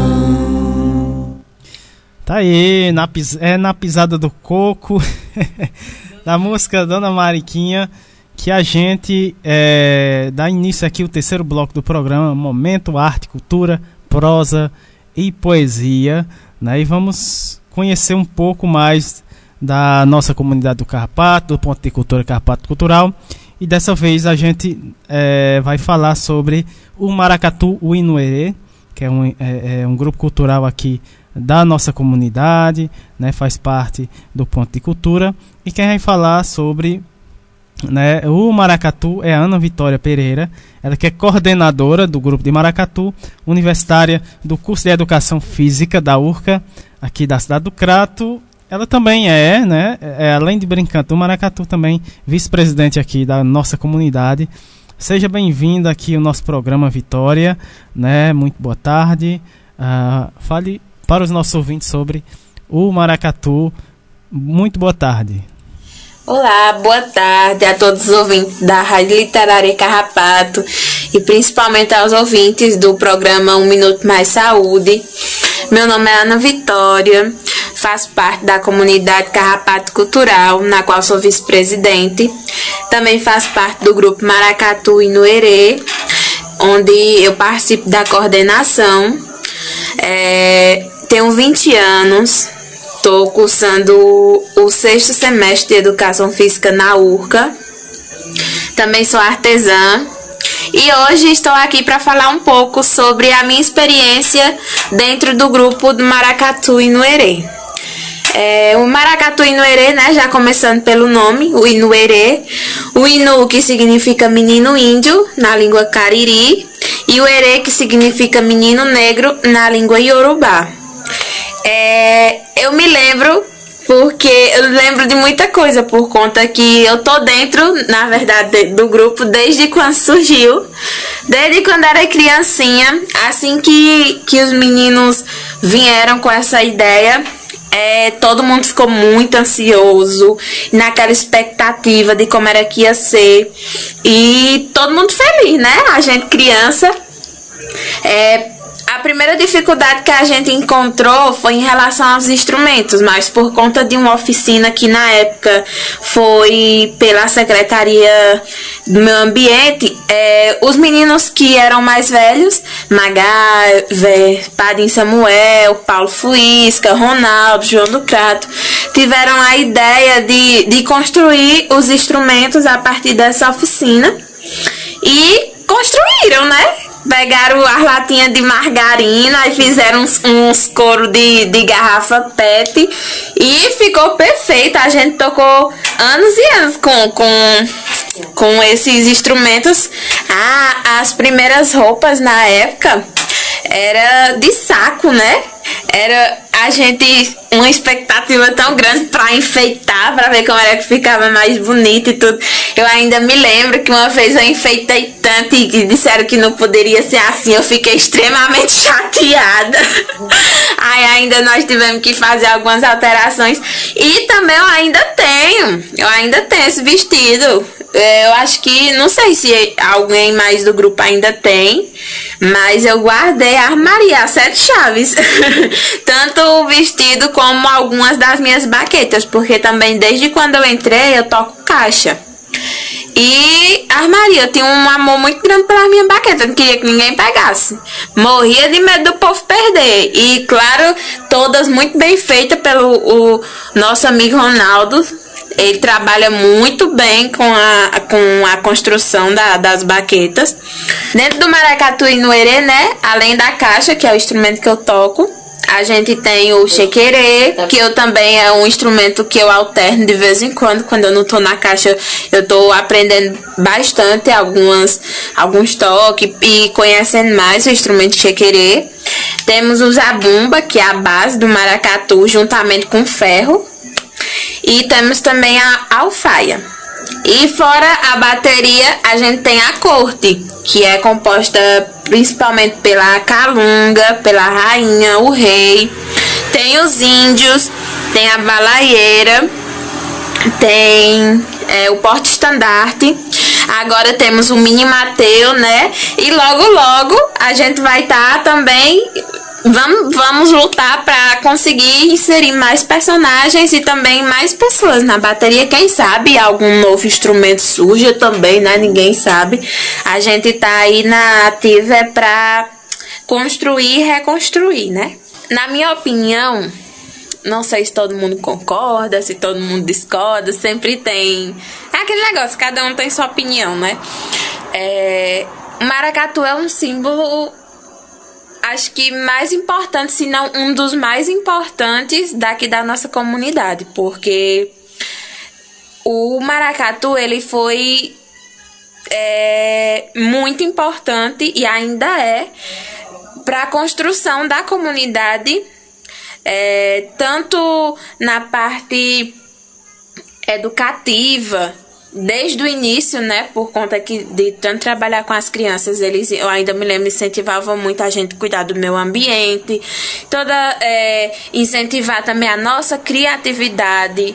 limão. Tá aí, na pis... é na pisada do coco, da música Dona Mariquinha, que a gente é, dá início aqui o terceiro bloco do programa, Momento Arte, Cultura, Prosa e Poesia, né? E vamos conhecer um pouco mais da nossa comunidade do Carrapato, do Ponto de Cultura Carrapato Cultural. E dessa vez a gente é, vai falar sobre o Maracatu Uinuerê, que é um, é, é um grupo cultural aqui da nossa comunidade, né, faz parte do Ponto de Cultura. E quem vai falar sobre, né, o Maracatu é a Ana Vitória Pereira, ela que é coordenadora do grupo de Maracatu, universitária do curso de Educação Física da U R C A, aqui da cidade do Crato. Ela também é, né, é, além de brincante do Maracatu, também vice-presidente aqui da nossa comunidade. Seja bem-vinda aqui ao nosso programa, Vitória, né, muito boa tarde. Uh, fale para os nossos ouvintes sobre o Maracatu. Muito boa tarde. Olá, boa tarde a todos os ouvintes da Rádio Literária Carrapato e principalmente aos ouvintes do programa Um Minuto Mais Saúde. Meu nome é Ana Vitória, faço parte da comunidade Carrapato Cultural, na qual sou vice-presidente. Também faço parte do grupo Maracatu Inuerê, onde eu participo da coordenação. É, tenho vinte anos. Estou cursando o sexto semestre de Educação Física na U R C A. Também sou artesã. E hoje estou aqui para falar um pouco sobre a minha experiência dentro do grupo do Maracatu Inuerê. É, o Maracatu Inuerê, né, já começando pelo nome, o Inuerê. O Inu, que significa menino índio, na língua Cariri. E o Erê, que significa menino negro, na língua Yorubá. É, eu me lembro, porque eu lembro de muita coisa, por conta que eu tô dentro, na verdade, do grupo desde quando surgiu, desde quando era criancinha. Assim que, que os meninos vieram com essa ideia, é, todo mundo ficou muito ansioso, naquela expectativa de como era que ia ser, e todo mundo feliz, né? A gente criança. É, A primeira dificuldade que a gente encontrou foi em relação aos instrumentos, mas por conta de uma oficina que na época foi pela Secretaria do Meio Ambiente, é, os meninos que eram mais velhos, Magá, Padim Samuel, Paulo Fuisca, Ronaldo, João do Crato, tiveram a ideia de, de construir os instrumentos a partir dessa oficina e construíram, né? Pegaram as latinhas de margarina e fizeram uns, uns coros de, de garrafa pet e ficou perfeito. A gente tocou anos e anos com, com, com esses instrumentos. Ah, as primeiras roupas na época era de saco, né? Era a gente, uma expectativa tão grande pra enfeitar, pra ver como era que ficava mais bonito e tudo. Eu ainda me lembro que uma vez eu enfeitei tanto e disseram que não poderia ser assim. Eu fiquei extremamente chateada. Aí ainda nós tivemos que fazer algumas alterações. E também eu ainda tenho, eu ainda tenho esse vestido. Eu acho que, não sei se alguém mais do grupo ainda tem, mas eu guardei a armaria, as sete chaves. Tanto o vestido como algumas das minhas baquetas, porque também desde quando eu entrei eu toco caixa. E a armaria, eu tinha um amor muito grande pela minha baqueta, não queria que ninguém pegasse. Morria de medo do povo perder. E claro, todas muito bem feitas pelo o nosso amigo Ronaldo. Ele trabalha muito bem com a, com a construção da, das baquetas. Dentro do Maracatu Inuerê, né, além da caixa, que é o instrumento que eu toco, a gente tem o chequerê, que eu também é um instrumento que eu alterno de vez em quando. Quando eu não tô na caixa, eu tô aprendendo bastante algumas, alguns toques e conhecendo mais o instrumento de chequerê. Temos o zabumba, que é a base do maracatu, juntamente com o ferro. E temos também a alfaia. E fora a bateria, a gente tem a corte, que é composta principalmente pela calunga, pela rainha, o rei. Tem os índios, tem a balaieira, tem é, o porte-estandarte. Agora temos o mini Mateu, né? E logo, logo a gente vai estar tá também... Vamos, vamos lutar para conseguir inserir mais personagens e também mais pessoas na bateria. Quem sabe algum novo instrumento surja também, né? Ninguém sabe. A gente tá aí na ativa é para construir e reconstruir, né? Na minha opinião, não sei se todo mundo concorda, se todo mundo discorda, sempre tem... É aquele negócio, cada um tem sua opinião, né? É... O maracatu é um símbolo... Acho que mais importante, se não um dos mais importantes daqui da nossa comunidade, porque o maracatu ele foi é, muito importante e ainda é para a construção da comunidade, é, tanto na parte educativa, desde o início, né, por conta que de tanto trabalhar com as crianças, eles, eu ainda me lembro, incentivavam muito a gente a cuidar do meio ambiente, toda, é, incentivar também a nossa criatividade.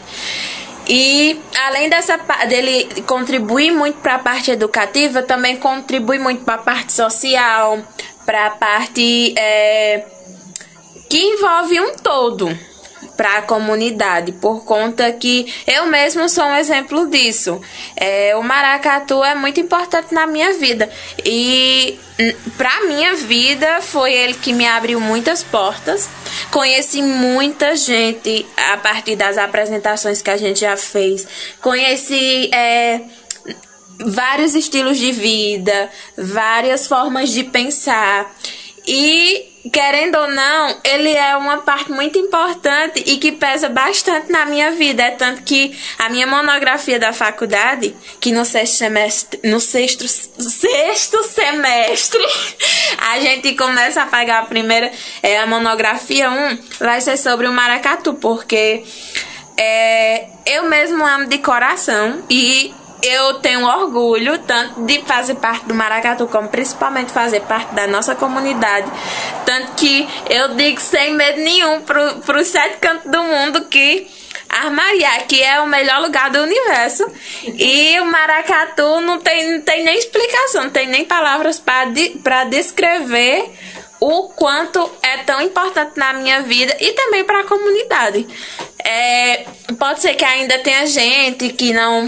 E além dessa dele contribuir muito para a parte educativa, também contribui muito para a parte social, para a parte é, que envolve um todo para a comunidade, por conta que eu mesmo sou um exemplo disso. É, o maracatu é muito importante na minha vida e para minha vida foi ele que me abriu muitas portas. Conheci muita gente a partir das apresentações que a gente já fez. Conheci é, vários estilos de vida, várias formas de pensar. E, querendo ou não, ele é uma parte muito importante e que pesa bastante na minha vida. É tanto que a minha monografia da faculdade, que no sexto semestre, no sexto, sexto semestre, a gente começa a pegar a primeira, é, a monografia um, vai ser sobre o maracatu, porque é, eu mesmo amo de coração e eu tenho orgulho tanto de fazer parte do maracatu, como principalmente fazer parte da nossa comunidade. Tanto que eu digo sem medo nenhum para os sete cantos do mundo que Armariá, que é o melhor lugar do universo. E o maracatu não tem, não tem nem explicação, não tem nem palavras para de, para descrever o quanto é tão importante na minha vida e também para a comunidade. É, pode ser que ainda tenha gente que não...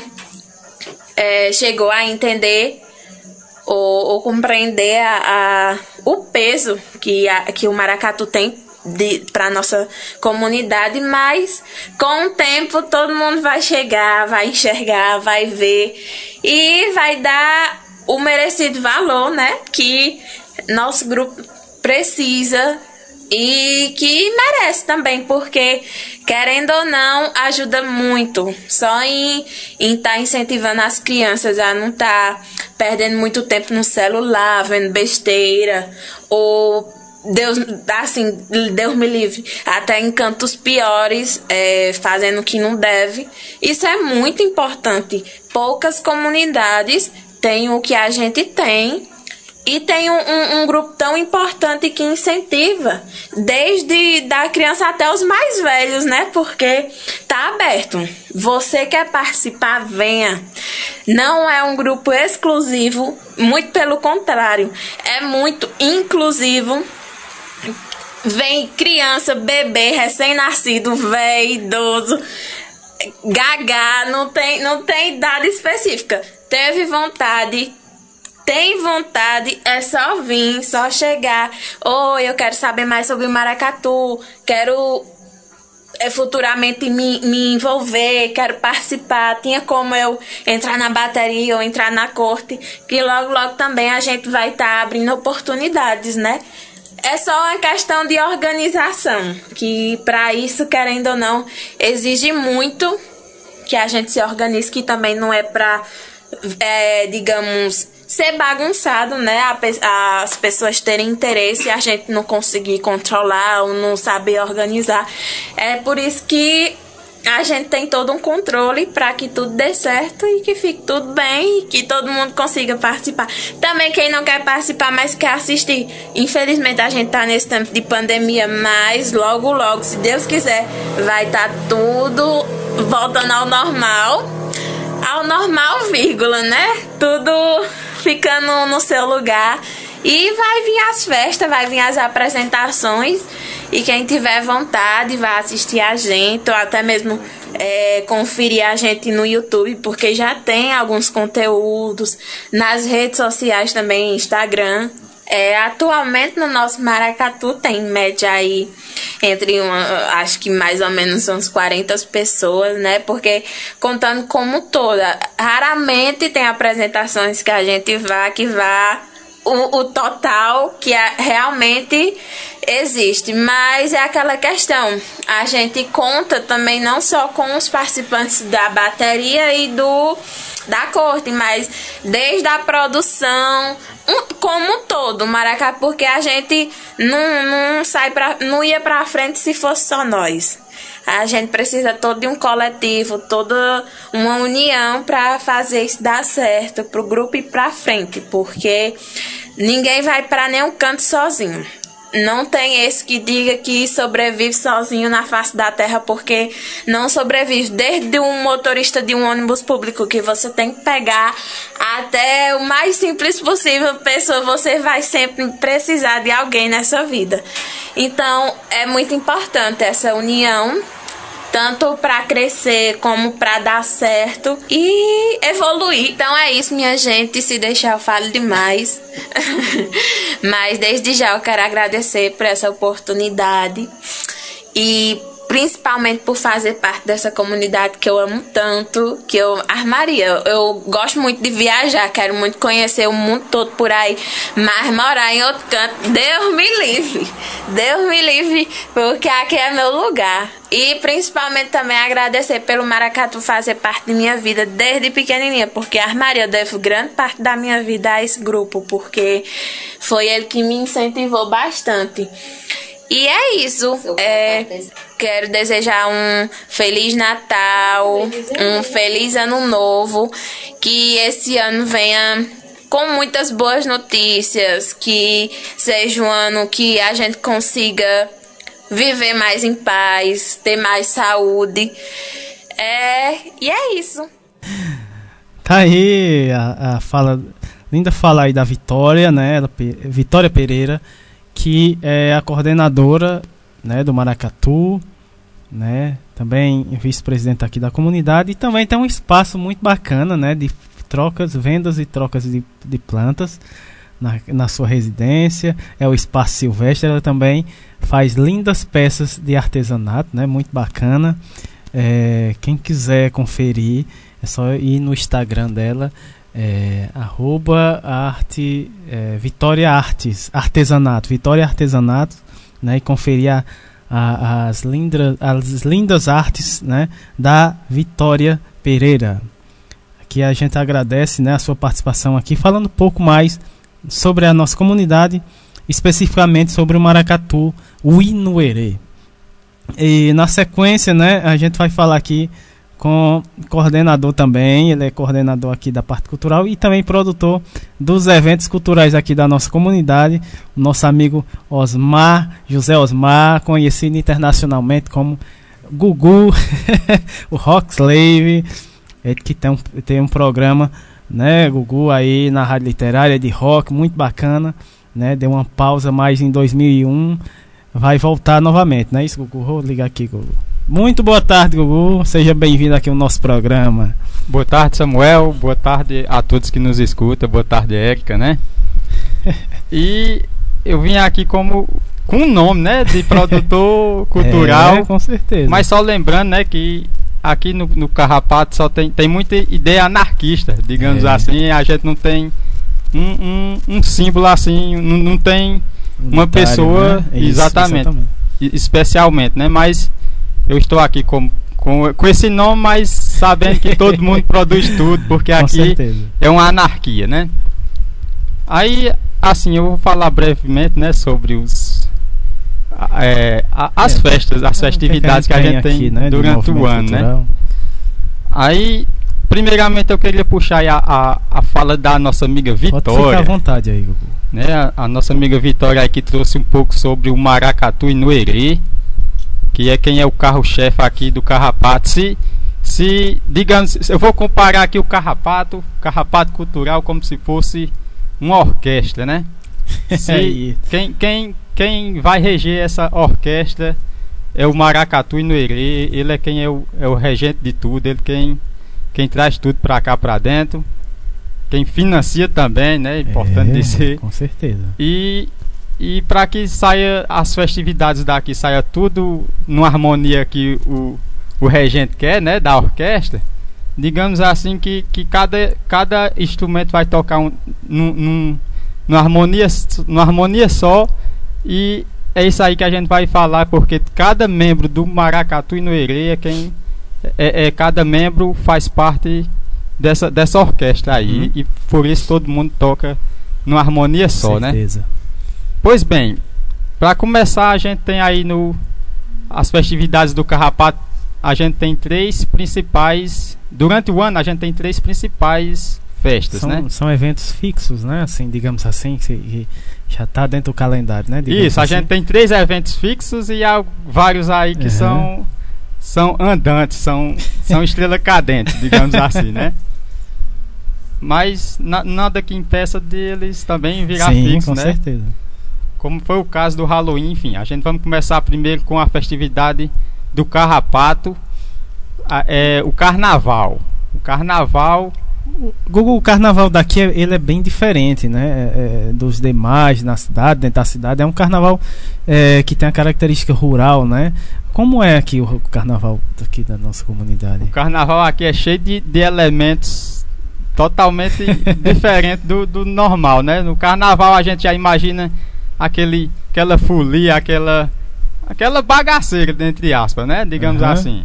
É, chegou a entender ou, ou compreender a, a, o peso que, a, que o maracatu tem para a nossa comunidade, mas com o tempo todo mundo vai chegar, vai enxergar, vai ver e vai dar o merecido valor, né, que nosso grupo precisa e que merece também, porque querendo ou não ajuda muito só em estar tá incentivando as crianças a não estar tá perdendo muito tempo no celular, vendo besteira ou Deus, assim, Deus me livre, até em cantos piores, é, fazendo o que não deve. Isso é muito importante. Poucas comunidades têm o que a gente tem. E tem um, um, um grupo tão importante que incentiva, desde da criança até os mais velhos, né? Porque tá aberto. Você quer participar, venha. Não é um grupo exclusivo, muito pelo contrário. É muito inclusivo. Vem criança, bebê, recém-nascido, velho, idoso, gagá, não tem, não tem idade específica. Teve vontade... Tem vontade, é só vir, só chegar. Oi, eu quero saber mais sobre o maracatu, quero é, futuramente me, me envolver, quero participar. Tinha como eu entrar na bateria ou entrar na corte, que logo, logo também a gente vai estar tá abrindo oportunidades, né? é só uma questão de organização, que para isso, querendo ou não, exige muito que a gente se organize, que também não é para, é, digamos, ser bagunçado, né? As pessoas terem interesse e a gente não conseguir controlar ou não saber organizar. É por isso que a gente tem todo um controle para que tudo dê certo e que fique tudo bem e que todo mundo consiga participar. Também quem não quer participar, mas quer assistir. Infelizmente a gente tá nesse tempo de pandemia, mas logo, logo, se Deus quiser, vai estar tá tudo voltando ao normal. Ao normal, vírgula, né? Tudo ficando no seu lugar. E vai vir as festas, vai vir as apresentações. E quem tiver vontade vai assistir a gente, ou até mesmo é, conferir a gente no YouTube, porque já tem alguns conteúdos nas redes sociais também, Instagram. É, atualmente no nosso Maracatu tem média aí entre uma, acho que mais ou menos uns quarenta pessoas, né? Porque contando como toda, raramente tem apresentações que a gente vá, que vá o, o total que é, realmente existe. Mas é aquela questão, a gente conta também não só com os participantes da bateria e do da corte, mas desde a produção, um, como um todo, Maracá, porque a gente não, não sai pra, não ia pra frente se fosse só nós. A gente precisa todo de um coletivo, toda uma união para fazer isso dar certo, pro grupo ir pra frente, porque ninguém vai para nenhum canto sozinho. Não tem esse que diga que sobrevive sozinho na face da terra, porque não sobrevive. Desde um motorista de um ônibus público que você tem que pegar até o mais simples possível, pessoa, você vai sempre precisar de alguém nessa vida. Então, é muito importante essa união, tanto para crescer como para dar certo e evoluir. Então é isso, minha gente. Se deixar eu falo demais. Mas desde já eu quero agradecer por essa oportunidade e principalmente por fazer parte dessa comunidade que eu amo tanto, que eu armaria. Eu gosto muito de viajar, quero muito conhecer o mundo todo por aí, mas morar em outro canto, Deus me livre, Deus me livre, porque aqui é meu lugar. E principalmente também agradecer pelo Maracatu fazer parte de minha vida desde pequenininha, porque a armaria, eu devo grande parte da minha vida a esse grupo, porque foi ele que me incentivou bastante. E é isso. É, quero desejar um Feliz Natal, um Feliz Ano Novo, que esse ano venha com muitas boas notícias, que seja um ano que a gente consiga viver mais em paz, ter mais saúde. É, e é isso. Tá aí a, a fala, linda fala aí da Vitória, né? Vitória Pereira, que é a coordenadora, né, do Maracatu, né, também vice-presidente aqui da comunidade, e também tem um espaço muito bacana, né, de trocas, vendas e trocas de, de plantas na, na sua residência. É o Espaço Silvestre. Ela também faz lindas peças de artesanato, né, muito bacana. É, quem quiser conferir, é só ir no Instagram dela, É, arroba arte, é, Vitória Artes, Artesanato, Vitória Artesanato, né, e conferir a, a, as, linda, as lindas artes, né, da Vitória Pereira. Aqui a gente agradece, né, a sua participação aqui, falando um pouco mais sobre a nossa comunidade, especificamente sobre o Maracatu, o Inuerê. E na sequência, né, a gente vai falar aqui com o coordenador também, ele é coordenador aqui da parte cultural e também produtor dos eventos culturais aqui da nossa comunidade, o nosso amigo Osmar, José Osmar, conhecido internacionalmente como Gugu, o Rock Slave, ele que tem um, tem um programa, né, Gugu, aí na Rádio Literária de rock, muito bacana, né, deu uma pausa mais em dois mil e um, vai voltar novamente, não é isso, Gugu? Vou ligar aqui, Gugu. Muito boa tarde, Gugu. Seja bem-vindo aqui ao nosso programa. Boa tarde, Samuel. Boa tarde a todos que nos escutam. Boa tarde, Érica, né? E eu vim aqui como com um nome, né, de produtor cultural. É, com certeza. Mas só lembrando, né, que aqui no, no Carrapato só tem, tem muita ideia anarquista, digamos é. assim. A gente não tem um, um, um símbolo assim, não, não tem uma pessoa, né? Isso, exatamente, exatamente, especialmente, né? Mas eu estou aqui com, com, com esse nome, mas sabendo que todo mundo produz tudo, porque Com aqui certeza. é uma anarquia, né? Aí, assim, eu vou falar brevemente, né, sobre os é, a, as É, festas, as festividades que a gente tem, aqui, né, do durante o movimento ano, né? cultural. Aí, primeiramente, eu queria puxar aí a, a, a fala da nossa amiga Pode ficar à Vitória, vontade aí, Gugu. né? A, a nossa amiga Vitória aí que trouxe um pouco sobre o maracatu e noerê, que é quem é o carro-chefe aqui do carrapato. Se, se digamos, eu vou comparar aqui o carrapato, carrapato cultural, como se fosse uma orquestra, né? Se, quem, quem, quem vai reger essa orquestra é o maracatu e noerê. Ele é quem é o, é o regente de tudo, ele quem, quem traz tudo pra cá, pra dentro, quem financia também, né? É importante É, dizer. com certeza. E, e para que saia as festividades daqui, saia tudo numa harmonia que o, o regente quer, né? Da orquestra, digamos assim que, que cada, cada instrumento vai tocar um, num, num, numa, harmonia, numa harmonia só. E é isso aí que a gente vai falar, porque cada membro do maracatu e noerê é quem é, é cada membro faz parte dessa, dessa orquestra aí, Uhum. e por isso todo mundo toca numa harmonia só, né? Certeza. Pois bem, para começar, a gente tem aí no as festividades do carrapato, a gente tem três principais, durante o ano a gente tem três principais festas, São, né? são eventos fixos, né? Assim, digamos assim, que, que já está dentro do calendário, né? Digamos Isso, a assim. gente tem três eventos fixos e há vários aí que Uhum. são são andantes, são são estrela cadente, digamos assim, né? Mas na, nada que impeça deles também virar Sim, fixo, com né? certeza. Como foi o caso do Halloween, enfim. A gente vamos começar primeiro com a festividade do carrapato, a, é, o carnaval. O carnaval... Google, o carnaval daqui é- ele é bem diferente, né? É, é, dos demais na cidade, dentro da cidade. É um carnaval é, que tem a característica rural, né? Como é aqui o, o carnaval aqui da nossa comunidade? O carnaval aqui é cheio de, de elementos totalmente diferentes do, do normal, né? No carnaval a gente já imagina aquele, aquela folia, aquela, aquela bagaceira, entre aspas, né? Digamos Uhum. assim.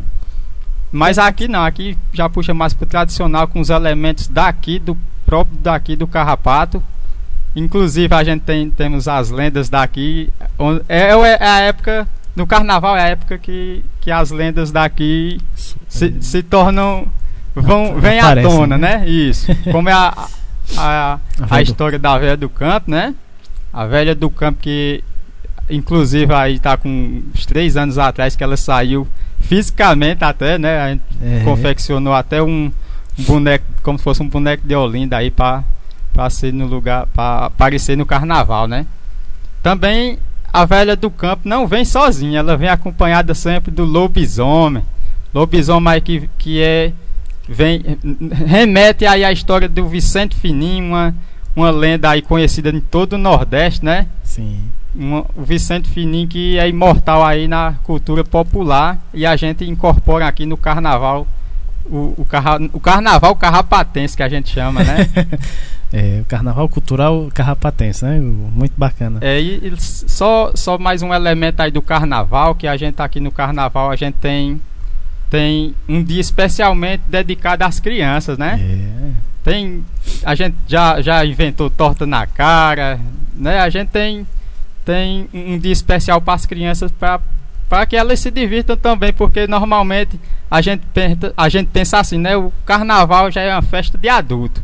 Mas aqui não, aqui já puxa mais pro tradicional, com os elementos daqui, do próprio daqui do carrapato. Inclusive a gente tem temos as lendas daqui, onde, é, é a época, no carnaval é a época que, que as lendas daqui se, se tornam, vão, vêm à Aparecem, tona, né? né? Isso, como é a, a, A a velha do- história da velha do campo, né? A velha do campo que, inclusive, aí tá com uns três anos atrás que ela saiu fisicamente até, né? A gente É. confeccionou até um boneco, como se fosse um boneco de Olinda aí pra, pra ser no lugar, pra aparecer no carnaval, né? Também a velha do campo não vem sozinha, ela vem acompanhada sempre do lobisomem. Lobisomem aí que, que é, vem, remete aí à história do Vicente Fininho, uma, uma lenda aí conhecida em todo o Nordeste, né? Sim. Uma, o Vicente Fininho que é imortal aí na cultura popular, e a gente incorpora aqui no carnaval o, o, carra, o carnaval carrapatense, que a gente chama, né? É, o carnaval cultural carrapatense, né? Muito bacana. É, e, e só, só mais um elemento aí do carnaval, que a gente tá aqui no carnaval, a gente tem tem um dia especialmente dedicado às crianças, né? É. Tem, a gente já, já inventou torta na cara, né? A gente tem tem um dia especial para as crianças, para que elas se divirtam também, porque normalmente a gente pensa, a gente pensa assim, né? O carnaval já é uma festa de adulto,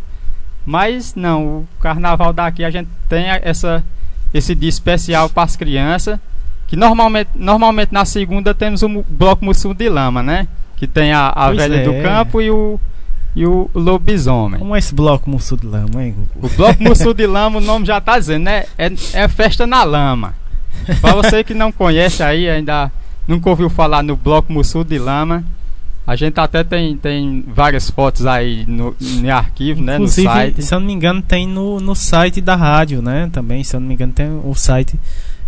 mas não, o carnaval daqui a gente tem essa, esse dia especial para as crianças, que normalmente, normalmente na segunda temos o bloco Mussum de Lama, né? Que tem a, a velha é. do campo e o e o lobisomem. Como é esse bloco Mussum de Lama, hein, Gugu? O bloco Mussum de Lama, o nome já tá dizendo, né? É, é festa na lama. Pra você que não conhece aí, ainda nunca ouviu falar no bloco Mussum de Lama, a gente até tem, tem várias fotos aí no, no arquivo, né? Inclusive, No site. se eu não me engano, tem no, no site da rádio, né? Também, se eu não me engano, tem o site.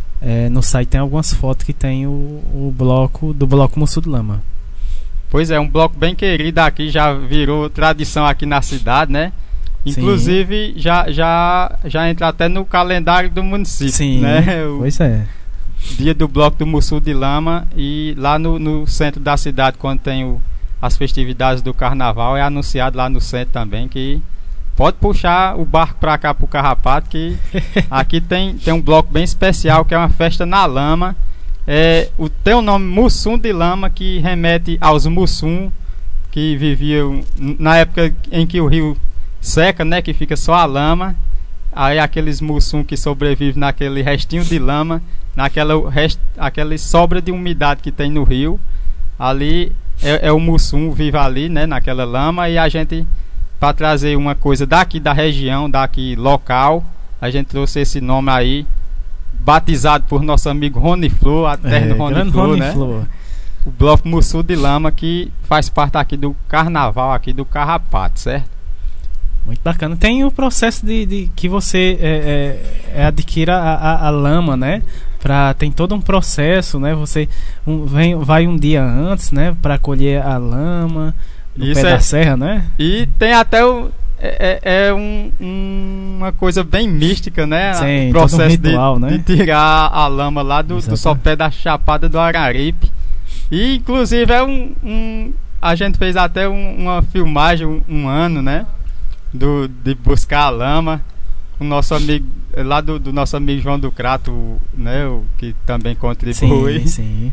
É, no site tem algumas fotos que tem o, o bloco do bloco Mussum de Lama. Pois é, um bloco bem querido aqui, já virou tradição aqui na cidade, né? Inclusive, já, já, já entra até no calendário do município. Sim, né? O pois é. Dia do Bloco do Mussu de Lama. E lá no, no centro da cidade, quando tem o, as festividades do carnaval, é anunciado lá no centro também que pode puxar o barco pra cá pro Carrapato, que aqui tem, tem um bloco bem especial, que é uma festa na lama. É, o, tem o nome Mussum de Lama, que remete aos Mussum, que viviam na época em que o rio seca, né, que fica só a lama. Aí aqueles mussum que sobrevivem naquele restinho de lama, naquela rest, aquela sobra de umidade que tem no rio, ali é, é o mussum, vive ali, né, naquela lama. E a gente, para trazer uma coisa daqui da região, daqui local, a gente trouxe esse nome aí, batizado por nosso amigo Rony Flor, a terra do Rony Flor, né? Flor. O Bloco Mussu de Lama, que faz parte aqui do carnaval, aqui do Carrapato, certo? Muito bacana. Tem o processo de, de que você é, é, adquira a, a, a lama, né? Pra, tem todo um processo, né? Você um, vem, vai um dia antes, né? Para colher a lama no Isso pé é, da serra, né? E tem até o, é, é um, um, uma coisa bem mística, né? Sim, o processo um ritual, de, né? de tirar a lama lá do, do sopé da Chapada do Araripe. E inclusive é um, um a gente fez até um, uma filmagem um, um ano, né? Do, de buscar a lama, o nosso amigo lá do, do nosso amigo João do Crato, né, o que também contribui. Sim, sim.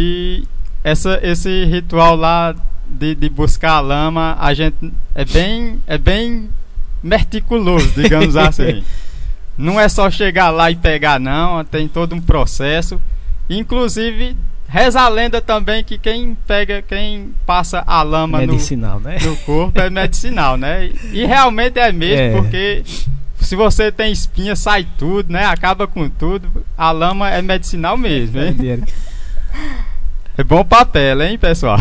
E essa, esse ritual lá de, de buscar a lama, a gente é bem, é bem meticuloso, digamos assim. Não é só chegar lá e pegar, não, tem todo um processo. Inclusive reza a lenda também que quem pega, quem passa a lama medicinal, no, né? no corpo é medicinal, né? E, e realmente é mesmo, é. Porque se você tem espinha, sai tudo, né? Acaba com tudo. A lama é medicinal mesmo, hein? É bom papel, hein, pessoal?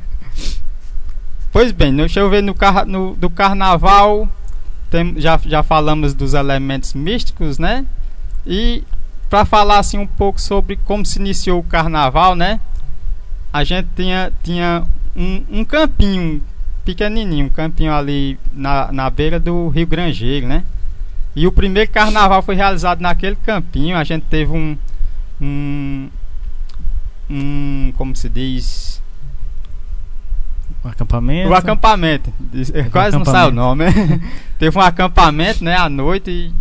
Pois bem, deixa eu ver no, car no do carnaval. Tem, já, já falamos dos elementos místicos, né? E para falar assim um pouco sobre como se iniciou o carnaval, né? A gente tinha, tinha um, um campinho pequenininho, um campinho ali na, na beira do Rio Grangeiro, né? E o primeiro carnaval foi realizado naquele campinho. A gente teve um, um, um como se diz... Um acampamento. O acampamento. Quase não sai o nome, né? Teve um acampamento, né, à noite e,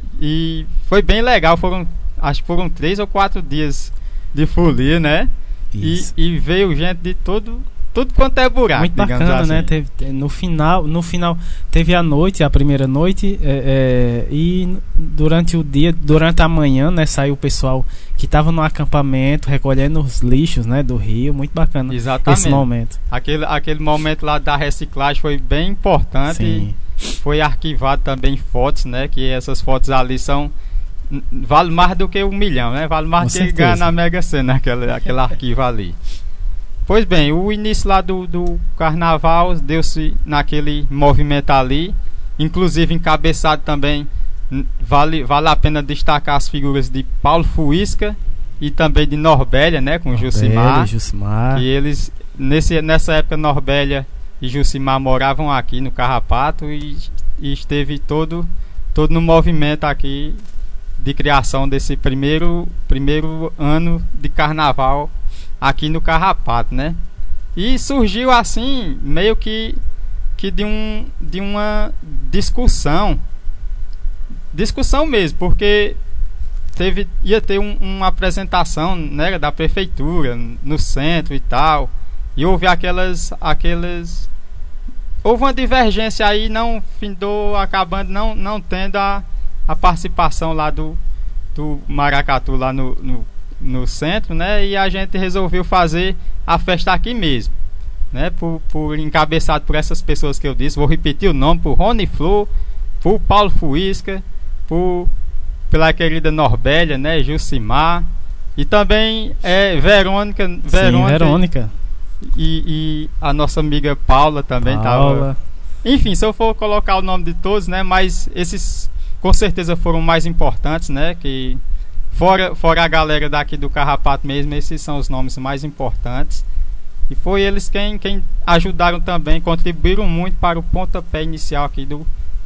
e foi bem legal. Foram... Acho que foram três ou quatro dias de folia, né? E, e veio gente de todo, tudo quanto é buraco. Muito bacana, assim. né? Teve, no final, no final teve a noite, a primeira noite, é, é, e durante o dia, durante a manhã, né? Saiu o pessoal que estava no acampamento recolhendo os lixos, né? Do rio. Muito bacana. Exatamente. Esse momento. Aquele, aquele momento lá da reciclagem foi bem importante. Sim. E foi arquivado também fotos, né? Que essas fotos ali são vale mais do que um milhão, né? Vale mais do que ganhar na Mega Sena, aquele, aquele arquivo ali. Pois bem, o início lá do, do carnaval deu-se naquele movimento ali, inclusive encabeçado também, vale, vale a pena destacar as figuras de Paulo Fuisca e também de Norbélia, né? Com Norbélia, Jucimar. Jucimar. E eles, nesse, nessa época, Norbélia e Jucimar moravam aqui no Carrapato e, e esteve todo, todo no movimento aqui de criação desse primeiro, primeiro ano de carnaval aqui no Carrapato, né? E surgiu assim, meio que, que de, um, de uma discussão, discussão mesmo, porque teve, ia ter um, uma apresentação, né, da prefeitura no centro e tal, e houve aquelas, aquelas houve uma divergência aí, não findou acabando não, não tendo a a participação lá do, do Maracatu lá no, no, no centro, né? E a gente resolveu fazer a festa aqui mesmo, né? Por, por encabeçado por essas pessoas que eu disse. Vou repetir o nome: por Rony Flor, por Paulo Fuisca, por, pela querida Norbélia, né? Jucimar e também é, Verônica, Verônica, Sim, Verônica. E, e a nossa amiga Paula também Paula. Tava. Enfim, se eu for colocar o nome de todos, né? Mas esses com certeza foram mais importantes, né? Que fora, fora a galera daqui do Carrapato mesmo, esses são os nomes mais importantes. E foi eles quem, quem ajudaram também, contribuíram muito para o pontapé inicial aqui do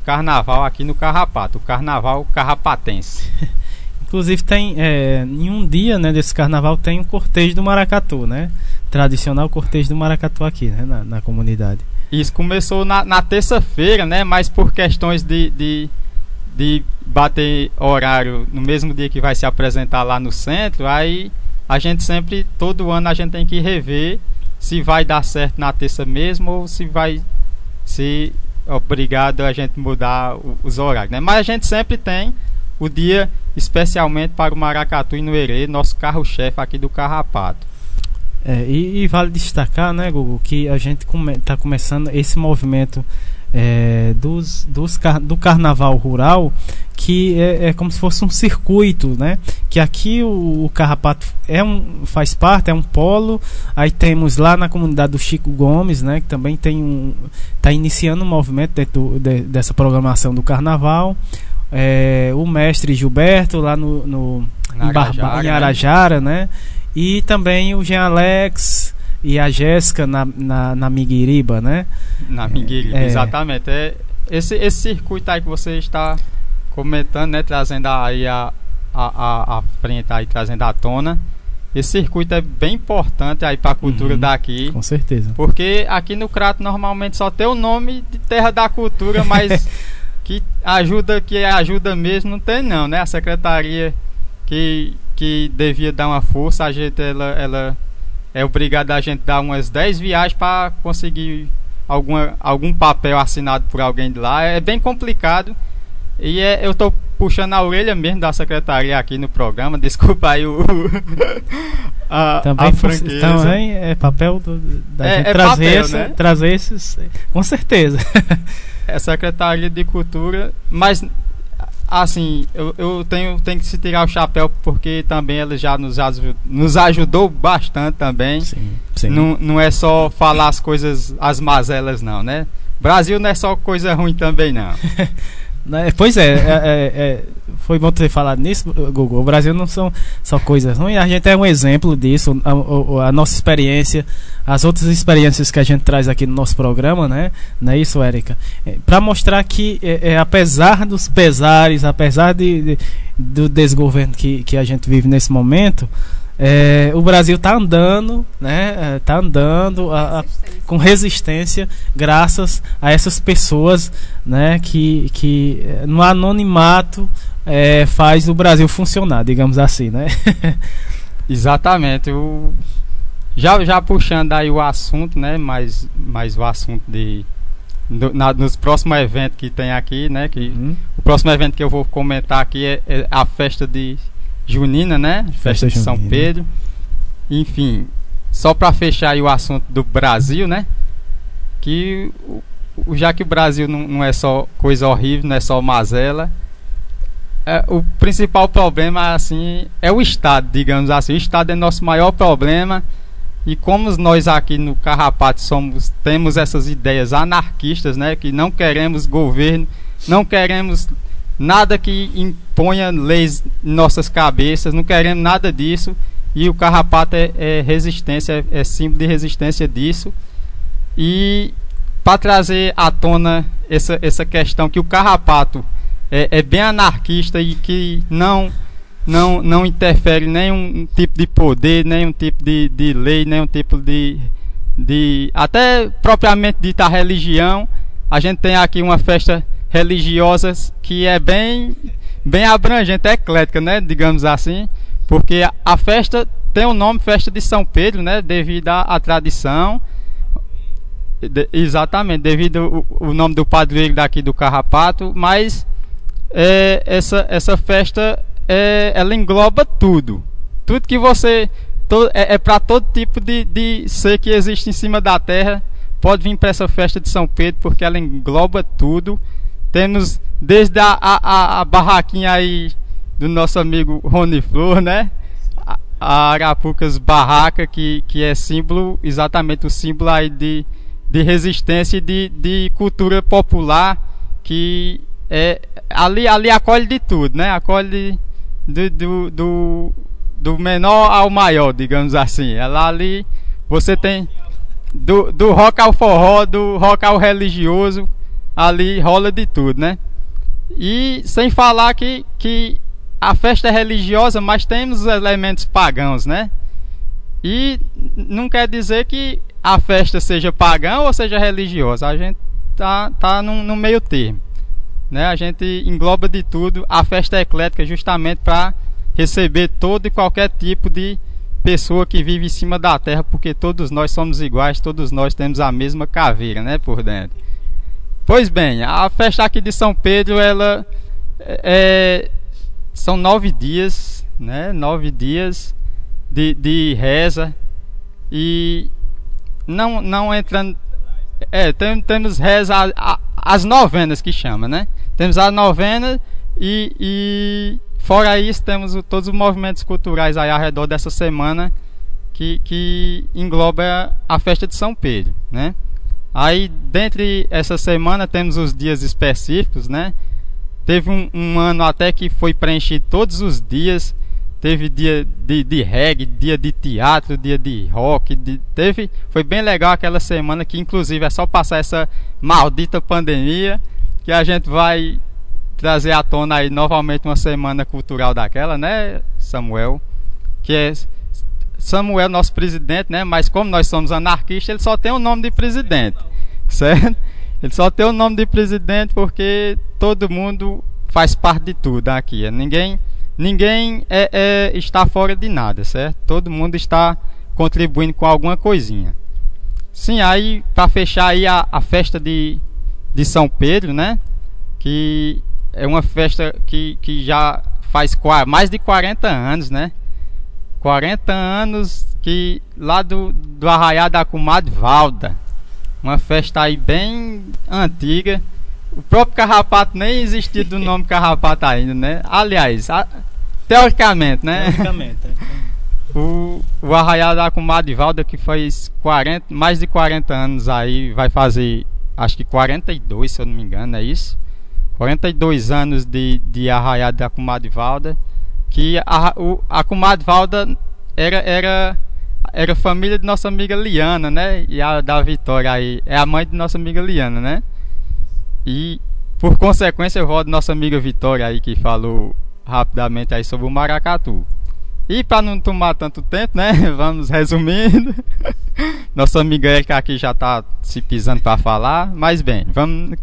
carnaval aqui no Carrapato, o carnaval carrapatense. Inclusive tem, é, em um dia, né, desse carnaval tem um cortejo do maracatu, né? Tradicional cortejo do maracatu aqui, né, na, na comunidade. Isso começou na, na terça-feira, né? Mas por questões de, de, de bater horário no mesmo dia que vai se apresentar lá no centro, aí a gente sempre, todo ano a gente tem que rever se vai dar certo na terça mesmo ou se vai ser obrigado a gente mudar o, os horários, né? Mas a gente sempre tem o dia especialmente para o maracatu e Inuerê, nosso carro-chefe aqui do Carrapato. É, e, e vale destacar, né, Gugu, que a gente está come, começando esse movimento é, dos, dos car do carnaval rural, que é, é como se fosse um circuito, né? Que aqui o, o Carrapato é um, faz parte, é um polo. Aí temos lá na comunidade do Chico Gomes, né? Que também tem um, está iniciando um movimento dentro de, dessa programação do carnaval. É, o mestre Gilberto lá no, no em, Barba, em Arajara, né? E também o Jean Alex e a Jéssica na, na, na Miguiriba, né? Na Miguiriba, é, exatamente. É esse, esse circuito aí que você está comentando, né? Trazendo aí a, a, a, a frente, aí, trazendo à tona. Esse circuito é bem importante aí para a cultura, uhum, daqui. Com certeza. Porque aqui no Crato normalmente só tem o nome de Terra da Cultura, mas que ajuda, que ajuda mesmo não tem não, né? A secretaria que, que devia dar uma força, a gente, ela, ela é obrigada a gente dar umas dez viagens para conseguir alguma, algum papel assinado por alguém de lá. É bem complicado e é, eu estou puxando a orelha mesmo da secretaria aqui no programa, desculpa aí o a, também, a franqueza. Também é papel do, da é, gente é trazer, papel, essa, né? trazer esses, com certeza. É Secretaria de Cultura, mas assim, eu, eu tenho, tenho que se tirar o chapéu porque também ela já nos, nos ajudou bastante também. Sim, sim. Não, não é só falar as coisas, as mazelas não, né? Brasil não é só coisa ruim também não. Pois é, é, é, foi bom ter falado nisso, Gugu. O Brasil não são só coisas ruins, a gente é um exemplo disso, a, a nossa experiência, as outras experiências que a gente traz aqui no nosso programa, né? Não é isso, Érica? É, para mostrar que, é, é, apesar dos pesares, apesar de, de, do desgoverno que, que a gente vive nesse momento, É, o Brasil está andando, né? Está andando a, a, com resistência, graças a essas pessoas, né? Que, que no anonimato é, faz o Brasil funcionar, digamos assim, né? Exatamente. O, já, já puxando aí o assunto, né? Mas, mas o assunto de do, na, nos próximos eventos que tem aqui, né? Que uhum. O próximo evento que eu vou comentar aqui é, é a festa de junina, né? Festa, Festa de São Pedro. Enfim, só para fechar aí o assunto do Brasil, né? Que o, já que o Brasil não, não é só coisa horrível, não é só mazela, é, o principal problema assim é o Estado, digamos assim. O Estado é nosso maior problema. E como nós aqui no Carrapato somos, temos essas ideias anarquistas, né? Que não queremos governo, não queremos nada que imponha leis em nossas cabeças, não queremos nada disso. E o Carrapato é, é resistência, é, é símbolo de resistência disso. E para trazer à tona essa, essa questão que o Carrapato é, é bem anarquista e que não, não, não interfere em nenhum tipo de poder, nenhum tipo de, de lei, nenhum tipo de, de até propriamente dita religião. A gente tem aqui uma festa religiosas que é bem bem abrangente, é eclética, né, digamos assim, porque a, a festa tem o nome Festa de São Pedro, né, devido à tradição, de, exatamente, devido o, o nome do padroeiro daqui do Carrapato, mas é, essa, essa festa é, ela engloba tudo, tudo que você to, é, é para todo tipo de, de ser que existe em cima da terra, pode vir para essa festa de São Pedro, porque ela engloba tudo. Temos desde a, a, a barraquinha aí do nosso amigo Rony Flor, né? A, a Arapucas Barraca, que, que é símbolo, exatamente o símbolo aí de, de resistência e de, de cultura popular, que é, ali, ali acolhe de tudo, né? Acolhe do, do, do, do menor ao maior, digamos assim. Ela ali você tem do, do rock ao forró, do rock ao religioso. ali rola de tudo, né? E sem falar que, que a festa é religiosa, mas temos os elementos pagãos, né? E não quer dizer que a festa seja pagã ou seja religiosa. A gente tá, tá no, no meio termo, né? A gente engloba de tudo. A festa é eclética justamente para receber todo e qualquer tipo de pessoa que vive em cima da terra, porque todos nós somos iguais, todos nós temos a mesma caveira, né, por dentro. Pois bem, a festa aqui de São Pedro, ela é, são nove dias, né, nove dias de, de reza, e não, não entrando, é, tem, temos reza, a, a, as novenas que chama, né, temos a novena e, e fora isso temos o, todos os movimentos culturais aí ao redor dessa semana que, que engloba a festa de São Pedro, né. Aí, dentre essa semana, temos os dias específicos, né? Teve um, um ano até que foi preenchido todos os dias. Teve dia de, de reggae, dia de teatro, dia de rock. De, teve, foi bem legal aquela semana, que inclusive é só passar essa maldita pandemia, que a gente vai trazer à tona aí novamente uma semana cultural daquela, né, Samuel? Que é Samuel, nosso presidente, né? Mas como nós somos anarquistas, ele só tem o nome de presidente, certo? Ele só tem o nome de presidente porque todo mundo faz parte de tudo aqui. Ninguém, ninguém é, é, está fora de nada, certo? Todo mundo está contribuindo com alguma coisinha. Sim, aí para fechar aí a, a festa de, de São Pedro, né? Que é uma festa que, que já faz mais de quarenta anos, né? quarenta anos que lá do, do Arraial da Comadre Valda, uma festa aí bem antiga. O próprio Carrapato nem existia do nome Carrapato ainda, né? Aliás, a, teoricamente, né? Teoricamente. É. o, o Arraial da Comadre Valda, que faz quarenta, mais de quarenta anos aí, vai fazer acho que quarenta e dois, se eu não me engano, é isso? quarenta e dois anos de, de Arraial da Comadre Valda. Que a, o, a Comadre Valda era, era, era família de nossa amiga Liana, né? E a da Vitória aí é a mãe de nossa amiga Liana, né? E por consequência eu vou de nossa amiga Vitória aí, que falou rapidamente aí sobre o maracatu. E para não tomar tanto tempo, né? Vamos resumindo. Nossa amiga Erika aqui já tá se pisando para falar, mas bem, vamos.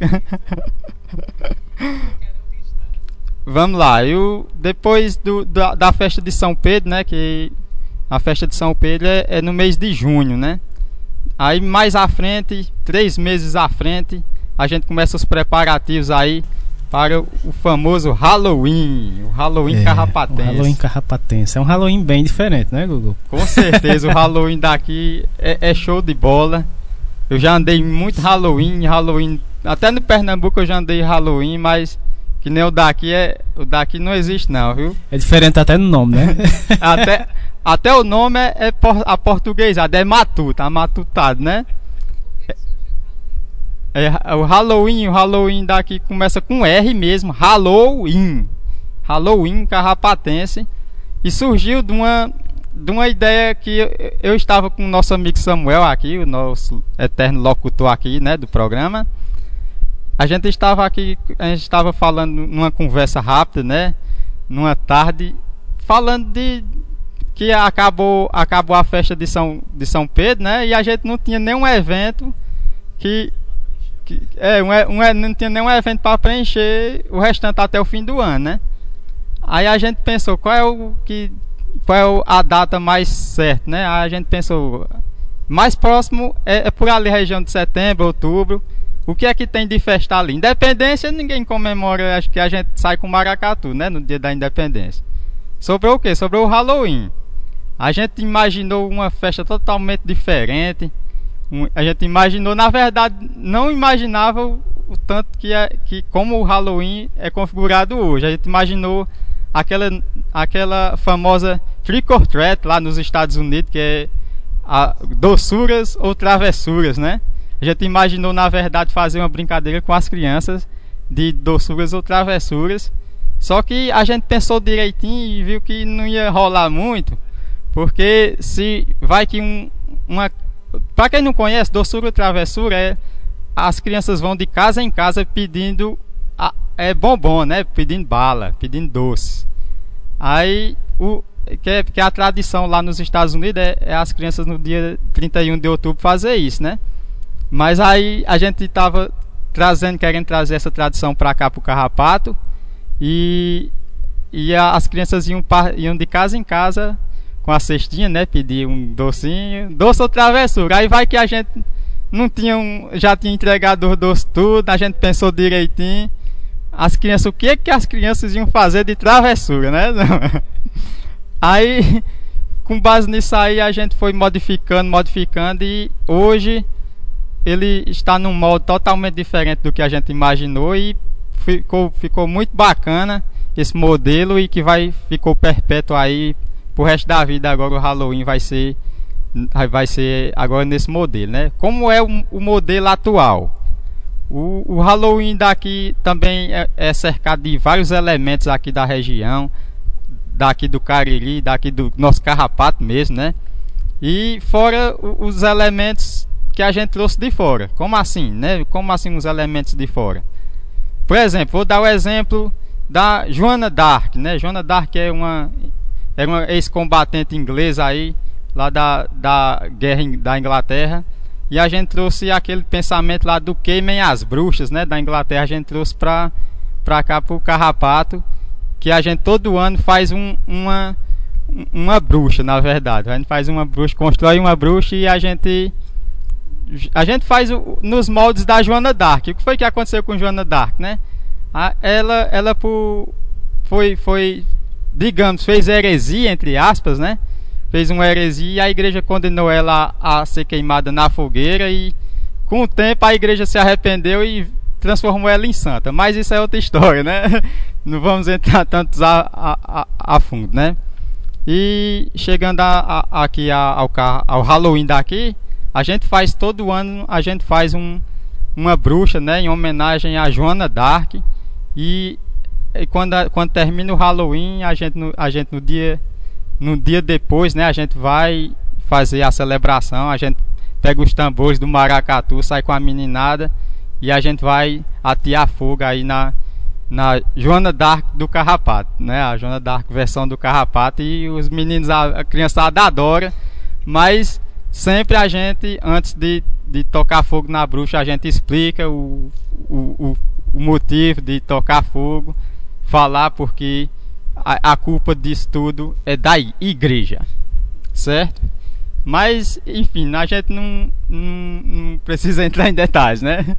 Vamos lá, eu, depois do, da, da festa de São Pedro, né, que a festa de São Pedro é, é no mês de junho, né? Aí mais à frente, três meses à frente, a gente começa os preparativos aí para o, o famoso Halloween, o Halloween é, carrapatense. O Halloween carrapatense, é um Halloween bem diferente, né, Gugu? Com certeza, o Halloween daqui é, é show de bola. Eu já andei muito Halloween, Halloween, até no Pernambuco eu já andei Halloween, mas que nem o daqui é. O daqui não existe não, viu? É diferente até no nome, né? até, até o nome é, é por, a portuguesada, é matuta, matutado, né? É, é, o Halloween, o Halloween daqui começa com R mesmo, Halloween. Halloween carrapatense. E surgiu de uma, de uma ideia que eu, eu estava com o nosso amigo Samuel aqui, o nosso eterno locutor aqui, né, do programa. A gente estava aqui, a gente estava falando numa conversa rápida, né? Numa tarde, falando de que acabou, acabou a festa de São, de São Pedro, né? E a gente não tinha nenhum evento que, que é, um, um, não tinha nenhum evento para preencher o restante até o fim do ano, né? Aí a gente pensou, qual é o que, qual é a data mais certa, né? Aí a gente pensou, mais próximo é, é por ali, região de setembro, outubro. O que é que tem de festa ali? Independência, ninguém comemora, acho que a gente sai com maracatu, né? No dia da independência. Sobre o quê? Sobre o Halloween. A gente imaginou uma festa totalmente diferente. Um, a gente imaginou, na verdade, não imaginava o, o tanto que é, que como o Halloween é configurado hoje. A gente imaginou aquela, aquela famosa trick or treat lá nos Estados Unidos, que é a, doçuras ou travessuras, né? A gente imaginou, na verdade, fazer uma brincadeira com as crianças de doçuras ou travessuras. Só que a gente pensou direitinho e viu que não ia rolar muito. Porque se vai que um, uma... Para quem não conhece, doçura ou travessura é, as crianças vão de casa em casa pedindo a, é bombom, né? Pedindo bala, pedindo doce. Aí o que é, que é a tradição lá nos Estados Unidos é, é as crianças no dia trinta e um de outubro fazer isso, né? Mas aí a gente estava trazendo, querendo trazer essa tradição para cá, para o Carrapato, e, e a, as crianças iam, iam de casa em casa com a cestinha, né? Pedir um docinho, doce ou travessura. Aí vai que a gente não tinha um, já tinha entregado os doces tudo, a gente pensou direitinho. As crianças, o que é que as crianças iam fazer de travessura, né? Aí, com base nisso aí, a gente foi modificando, modificando, e hoje ele está num molde totalmente diferente do que a gente imaginou, e ficou, ficou muito bacana esse modelo, e que vai, ficou perpétuo aí pro resto da vida. Agora o Halloween vai ser, vai ser agora nesse modelo, né? Como é o, o modelo atual? O, o Halloween daqui também é, é cercado de vários elementos aqui da região, daqui do Cariri, daqui do nosso Carrapato mesmo, né? E fora os elementos que a gente trouxe de fora. Como assim, né? Como assim os elementos de fora? Por exemplo, vou dar o exemplo da Joana d'Arc, né? Joana d'Arc é uma, é uma ex-combatente inglesa aí, lá da, da guerra da Inglaterra. E a gente trouxe aquele pensamento lá do queimem as bruxas, né? Da Inglaterra, a gente trouxe pra, pra cá, pro Carrapato, que a gente todo ano faz um, uma, uma bruxa, na verdade. A gente faz uma bruxa, constrói uma bruxa, e a gente a gente faz o, nos moldes da Joana d'Arc. O que foi que aconteceu com Joana d'Arc, né? A, ela, ela por, foi, foi, digamos, fez heresia, entre aspas, né? Fez uma heresia, e a igreja condenou ela a, a ser queimada na fogueira, e com o tempo a igreja se arrependeu e transformou ela em santa. Mas isso é outra história, né? Não vamos entrar tantos a, a, a fundo, né? E chegando a, a, aqui ao, ao Halloween daqui, a gente faz todo ano, a gente faz um, uma bruxa, né? Em homenagem a Joana d'Arc. E, e quando, quando termina o Halloween, a gente, a gente no dia... No dia depois, né, a gente vai fazer a celebração, a gente pega os tambores do maracatu, sai com a meninada, e a gente vai atear fogo aí na, na Joana d'Arc do Carrapato, né, a Joana d'Arc versão do Carrapato, e os meninos, a, a criançada adora, mas sempre a gente, antes de, de tocar fogo na bruxa, a gente explica o, o, o, o motivo de tocar fogo, falar porque... A, a culpa disso tudo é da igreja, certo? Mas, enfim, a gente não, não, não precisa entrar em detalhes, né?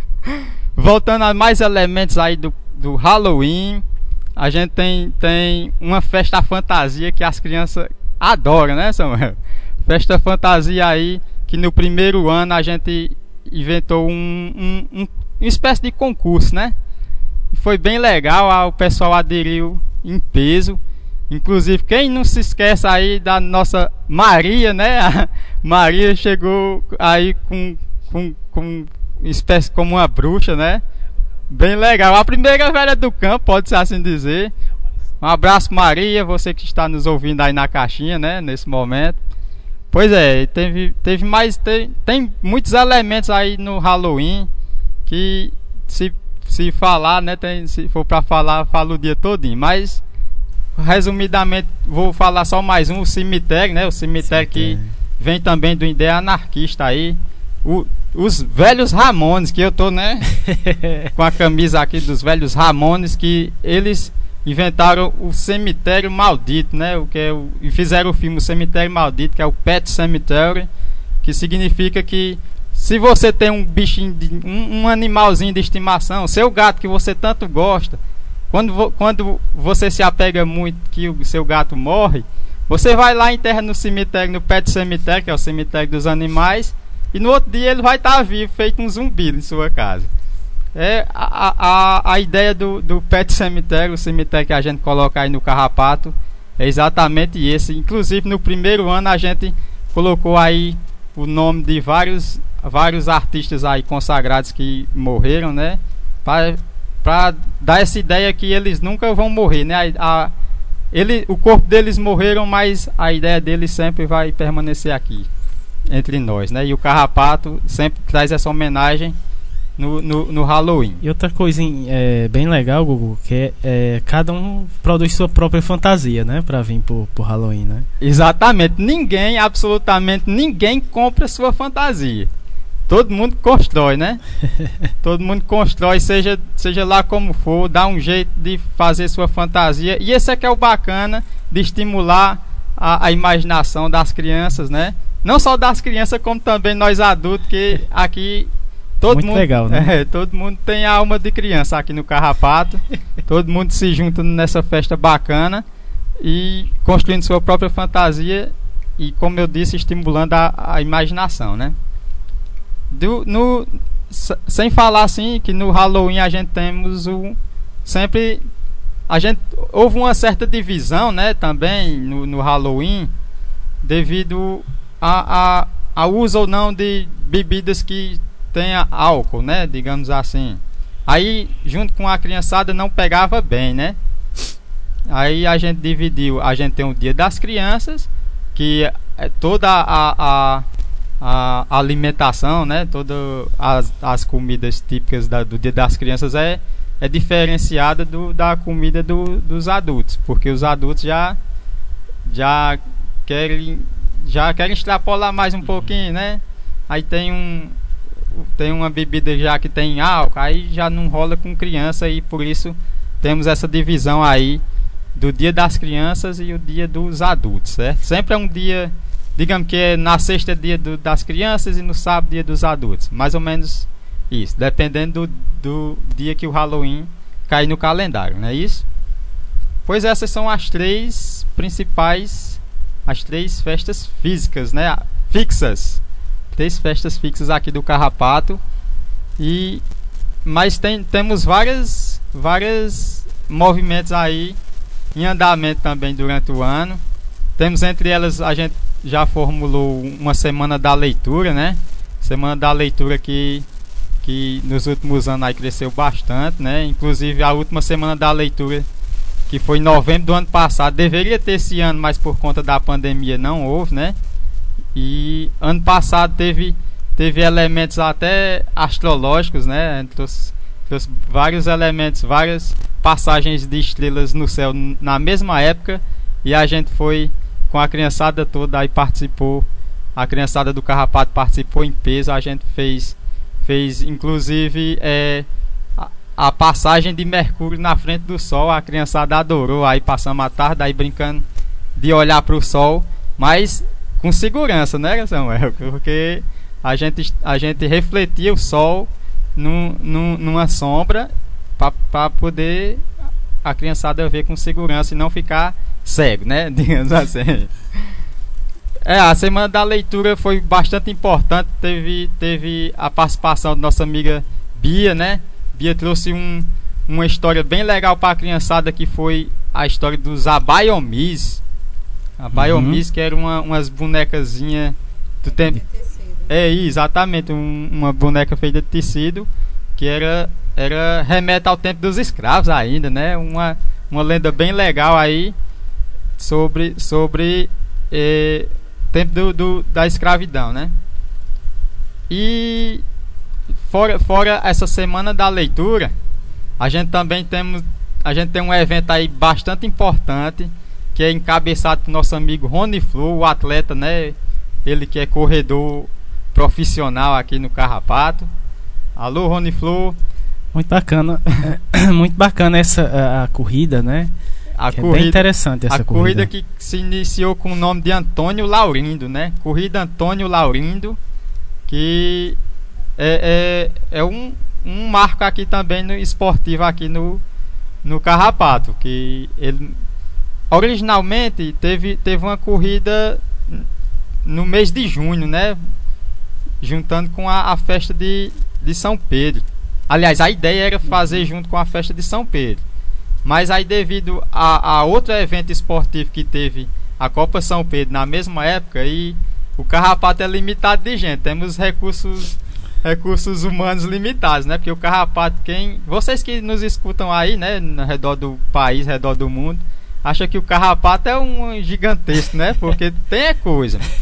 Voltando a mais elementos aí do, do Halloween, a gente tem, tem uma festa fantasia que as crianças adoram, né, Samuel? Festa fantasia aí, que no primeiro ano a gente inventou um, um, um, uma espécie de concurso, né? Foi bem legal, o pessoal aderiu em peso. Inclusive, quem não se esquece aí da nossa Maria, né? A Maria chegou aí com, com, com espécie como uma bruxa, né? Bem legal. A primeira velha do campo, pode-se assim dizer. Um abraço, Maria, você que está nos ouvindo aí na caixinha, né? Nesse momento. Pois é, teve, teve mais... Tem, tem muitos elementos aí no Halloween que se... Se falar, né, tem, se for para falar, falo o dia todinho. Mas, resumidamente, vou falar só mais um, o cemitério, né? O cemitério, cemitério. Que vem também do Ideia Anarquista aí. O, os velhos Ramones, que eu tô, né, com a camisa aqui dos velhos Ramones, que eles inventaram o Cemitério Maldito, né? O que é o, e fizeram o filme O Cemitério Maldito, que é o Pet Cemetery, que significa que se você tem um bichinho, de, um, um animalzinho de estimação, seu gato que você tanto gosta, quando, vo, quando você se apega muito que o seu gato morre, você vai lá e enterra no cemitério, no Pet Cemetery, que é o cemitério dos animais, e no outro dia ele vai estar tá vivo, feito um zumbi em sua casa. É a, a, a ideia do, do Pet Cemetery, o cemitério que a gente coloca aí no Carrapato, é exatamente esse. Inclusive no primeiro ano a gente colocou aí o nome de vários vários artistas aí consagrados que morreram, né? Para dar essa ideia que eles nunca vão morrer, né? A, a, ele, o corpo deles morreram, mas a ideia deles sempre vai permanecer aqui entre nós, né? E o Carrapato sempre traz essa homenagem no, no, no Halloween. E outra coisa é, bem legal, Gugu, que é, é cada um produz sua própria fantasia, né? Pra vir pro, pro Halloween, né? Exatamente. Ninguém, absolutamente ninguém compra sua fantasia. Todo mundo constrói, né? Todo mundo constrói, seja, seja lá como for, dá um jeito de fazer sua fantasia. E esse é que é o bacana de estimular a, a imaginação das crianças, né? Não só das crianças, como também nós adultos, que aqui todo Muito mundo, legal, né? É, todo mundo tem a alma de criança aqui no Carrapato. Todo mundo se junta nessa festa bacana e construindo sua própria fantasia e, como eu disse, estimulando a, a imaginação, né? Do, no, sem falar assim que no Halloween a gente temos o sempre a gente houve uma certa divisão, né, também no, no Halloween devido a, a, a uso ou não de bebidas que tenha álcool, né, digamos assim. Aí junto com a criançada não pegava bem, né? Aí a gente dividiu, a gente tem o Dia das Crianças, que é toda a, a a alimentação, né, todas as, as comidas típicas da, do Dia das Crianças é, é diferenciada do, da comida do, dos adultos, porque os adultos já já querem já querem extrapolar mais um pouquinho, né? Aí tem um tem uma bebida já que tem álcool, aí já não rola com criança e por isso temos essa divisão aí do Dia das Crianças e o Dia dos Adultos, certo? Sempre é um dia, digamos que é na sexta dia do, das crianças e no sábado dia dos adultos. Mais ou menos isso. Dependendo do, do dia que o Halloween cai no calendário, não é isso? Pois essas são as três principais, as três festas físicas, né? Fixas. Três festas fixas aqui do Carrapato. E, mas tem, temos várias, várias movimentos aí em andamento também durante o ano. Temos entre elas, a gente já formulou uma semana da leitura, né? Semana da leitura que, que nos últimos anos aí cresceu bastante, né? Inclusive a última semana da leitura, que foi em novembro do ano passado, deveria ter esse ano, mas por conta da pandemia não houve, né? E ano passado teve, teve elementos até astrológicos, né? Trouxe, trouxe vários elementos, várias passagens de estrelas no céu na mesma época, e a gente foi com a criançada toda, aí participou, a criançada do Carrapato participou em peso, a gente fez, fez inclusive é, a, a passagem de Mercúrio na frente do Sol, a criançada adorou, aí passamos a tarde aí brincando de olhar para o Sol, mas com segurança, né, Samuel? Porque a gente, a gente refletia o Sol num, num, numa sombra para poder a criançada ver com segurança e não ficar cego, né? Digamos assim. É, a semana da leitura foi bastante importante. Teve, teve a participação da nossa amiga Bia, né? Bia trouxe um, uma história bem legal para a criançada, que foi a história dos Abaiomis. Abaiomis, uhum. Que era uma, umas bonecazinhas do tempo. É, exatamente, um, uma boneca feita de tecido, que era, era remete ao tempo dos escravos ainda, né? Uma, uma lenda bem legal aí sobre sobre eh, tempo do, do, da escravidão, né? E fora, fora essa semana da leitura, a gente também temos a gente tem um evento aí bastante importante, que é encabeçado por nosso amigo Rony Flu, o atleta, né? Ele que é corredor profissional aqui no Carrapato. Alô, Rony Flu. Muito bacana, muito bacana essa a, a corrida, né? A que corrida, é bem interessante essa a corrida. A corrida que se iniciou com o nome de Antônio Laurindo, né? Corrida Antônio Laurindo, que é, é, é um, um marco aqui também no esportivo aqui no, no Carrapato, que ele originalmente teve, teve uma corrida no mês de junho, né? Juntando com a, a festa de, de São Pedro. Aliás, a ideia era fazer junto com a festa de São Pedro. Mas aí, devido a, a outro evento esportivo que teve, a Copa São Pedro, na mesma época, e o Carrapato é limitado de gente. Temos recursos, recursos humanos limitados, né? Porque o Carrapato, quem... Vocês que nos escutam aí, né? No redor do país, no redor do mundo, acham que o Carrapato é um gigantesco, né? Porque tem é coisa.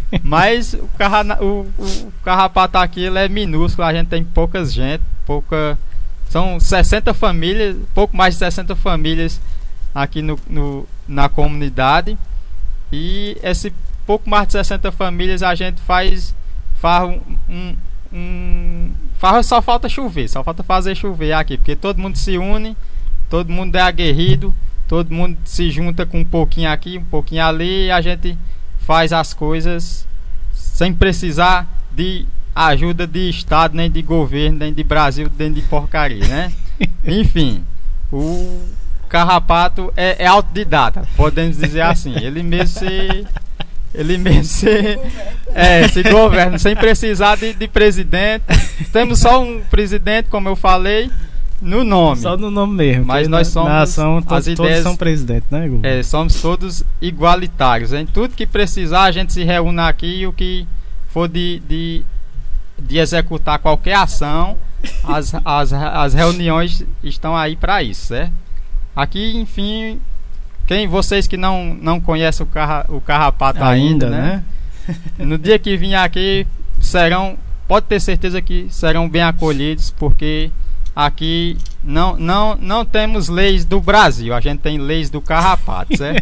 Mas o, carra, o, o carrapato aqui ele é minúsculo, a gente tem poucas gente, pouca. São sessenta famílias, pouco mais de sessenta famílias aqui no, no, na comunidade. E esse pouco mais de sessenta famílias a gente faz, faz um, um, um faz, só falta chover, só falta fazer chover aqui, porque todo mundo se une, todo mundo é aguerrido, todo mundo se junta com um pouquinho aqui, um pouquinho ali, e a gente faz as coisas sem precisar de ajuda de Estado, nem de governo, nem de Brasil, nem de porcaria, né? Enfim, o carrapato é, é autodidata, podemos dizer assim. Ele mesmo se... Ele mesmo se... É, se governa, sem precisar de, de presidente. Temos só um presidente, como eu falei, no nome. Só no nome mesmo. Mas nós somos... Na ação, to, as todos ideias, são presidente, né, Hugo? É, somos todos igualitários. Em tudo que precisar, a gente se reúne aqui e o que for de... de de executar qualquer ação, as, as, as reuniões estão aí para isso, certo? Aqui, enfim, quem vocês que não, não conhecem o, carra, o carrapato ainda, ainda né? né? No dia que vir aqui, serão, pode ter certeza que serão bem acolhidos, porque aqui não, não, não temos leis do Brasil, a gente tem leis do carrapato, certo?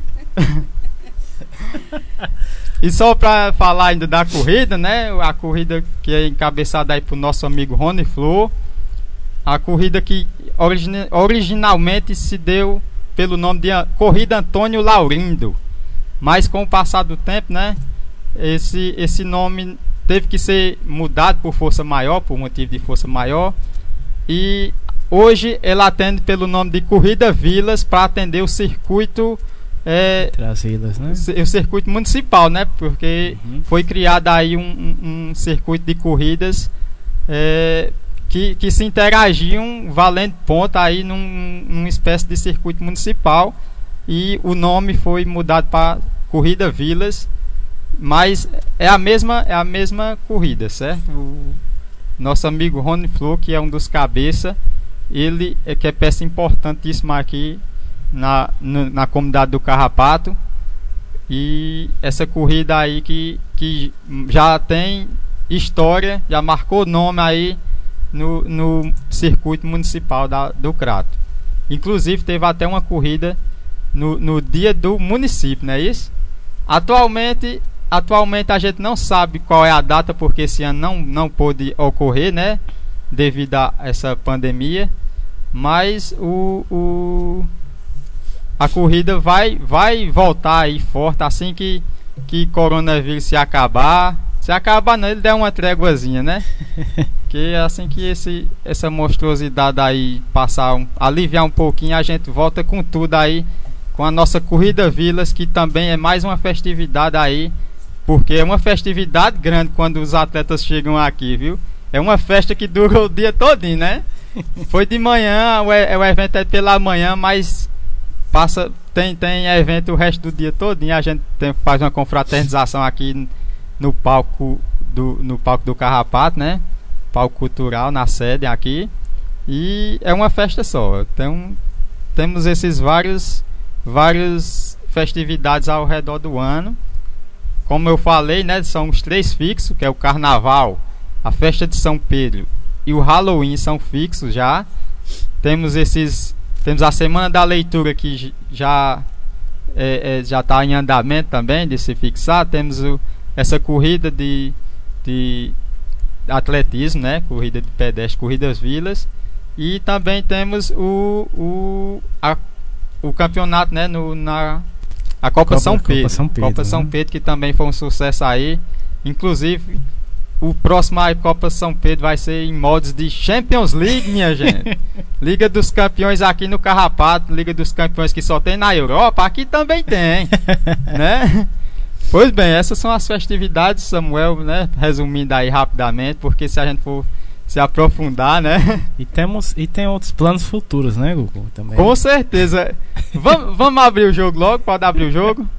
E só para falar ainda da corrida, né? A corrida que é encabeçada aí pro nosso amigo Rony Flor. A corrida que origin, originalmente se deu pelo nome de Corrida Antônio Laurindo. Mas com o passar do tempo, né? Esse, esse nome teve que ser mudado por força maior, por motivo de força maior. E hoje ela atende pelo nome de Corrida Vilas para atender o circuito... É, Ilhas, né? O circuito municipal, né? Porque uhum. foi criado aí um, um, um circuito de corridas é, que, que se interagiam valendo ponta aí num, numa espécie de circuito municipal, e o nome foi mudado para Corrida Vilas, mas é a mesma, é a mesma corrida, certo? O nosso amigo Rony Flor, que é um dos cabeças, ele é que é peça importantíssima aqui Na, na, na comunidade do Carrapato. E essa corrida aí que, que já tem história, já marcou nome aí no, no circuito municipal da, do Crato. Inclusive teve até uma corrida no, no dia do município, não é isso? Atualmente, atualmente a gente não sabe qual é a data, porque esse ano não, não pôde ocorrer, né? Devido a essa pandemia. Mas o... o a corrida vai, vai voltar aí forte assim que, que coronavírus se acabar. Se acabar não, ele der uma tréguazinha, né? Que assim que esse, essa monstruosidade aí passar, um, aliviar um pouquinho, a gente volta com tudo aí, com a nossa Corrida Vilas, que também é mais uma festividade aí, porque é uma festividade grande quando os atletas chegam aqui, viu? É uma festa que dura o dia todinho, né? Foi de manhã, o, o evento é pela manhã, mas passa, tem, tem evento o resto do dia todinho. A gente tem, faz uma confraternização aqui no palco do, no palco do Carrapato, né? Palco cultural na sede aqui. E é uma festa só. Tem um, temos esses vários várias festividades ao redor do ano. Como eu falei, né? São os três fixos, que é o Carnaval, a Festa de São Pedro e o Halloween são fixos já. Temos esses Temos a Semana da Leitura, que já é, é, já está em andamento também, de se fixar. Temos o, essa corrida de, de atletismo, né? Corrida de pedestre, Corridas Vilas. E também temos o, o, a, o campeonato, né? No, na, a Copa, Copa, São Pedro, Copa São Pedro, Copa São Pedro, que também foi um sucesso aí. Inclusive, o próximo a Copa São Pedro vai ser em modos de Champions League, minha gente. Liga dos Campeões aqui no Carrapato, Liga dos Campeões que só tem na Europa, aqui também tem, né? Pois bem, essas são as festividades, Samuel, né? Resumindo aí rapidamente, porque se a gente for se aprofundar, né? E temos e tem outros planos futuros, né, Gugu? Também. Com certeza. Vamos, vamos abrir o jogo logo, pode abrir o jogo?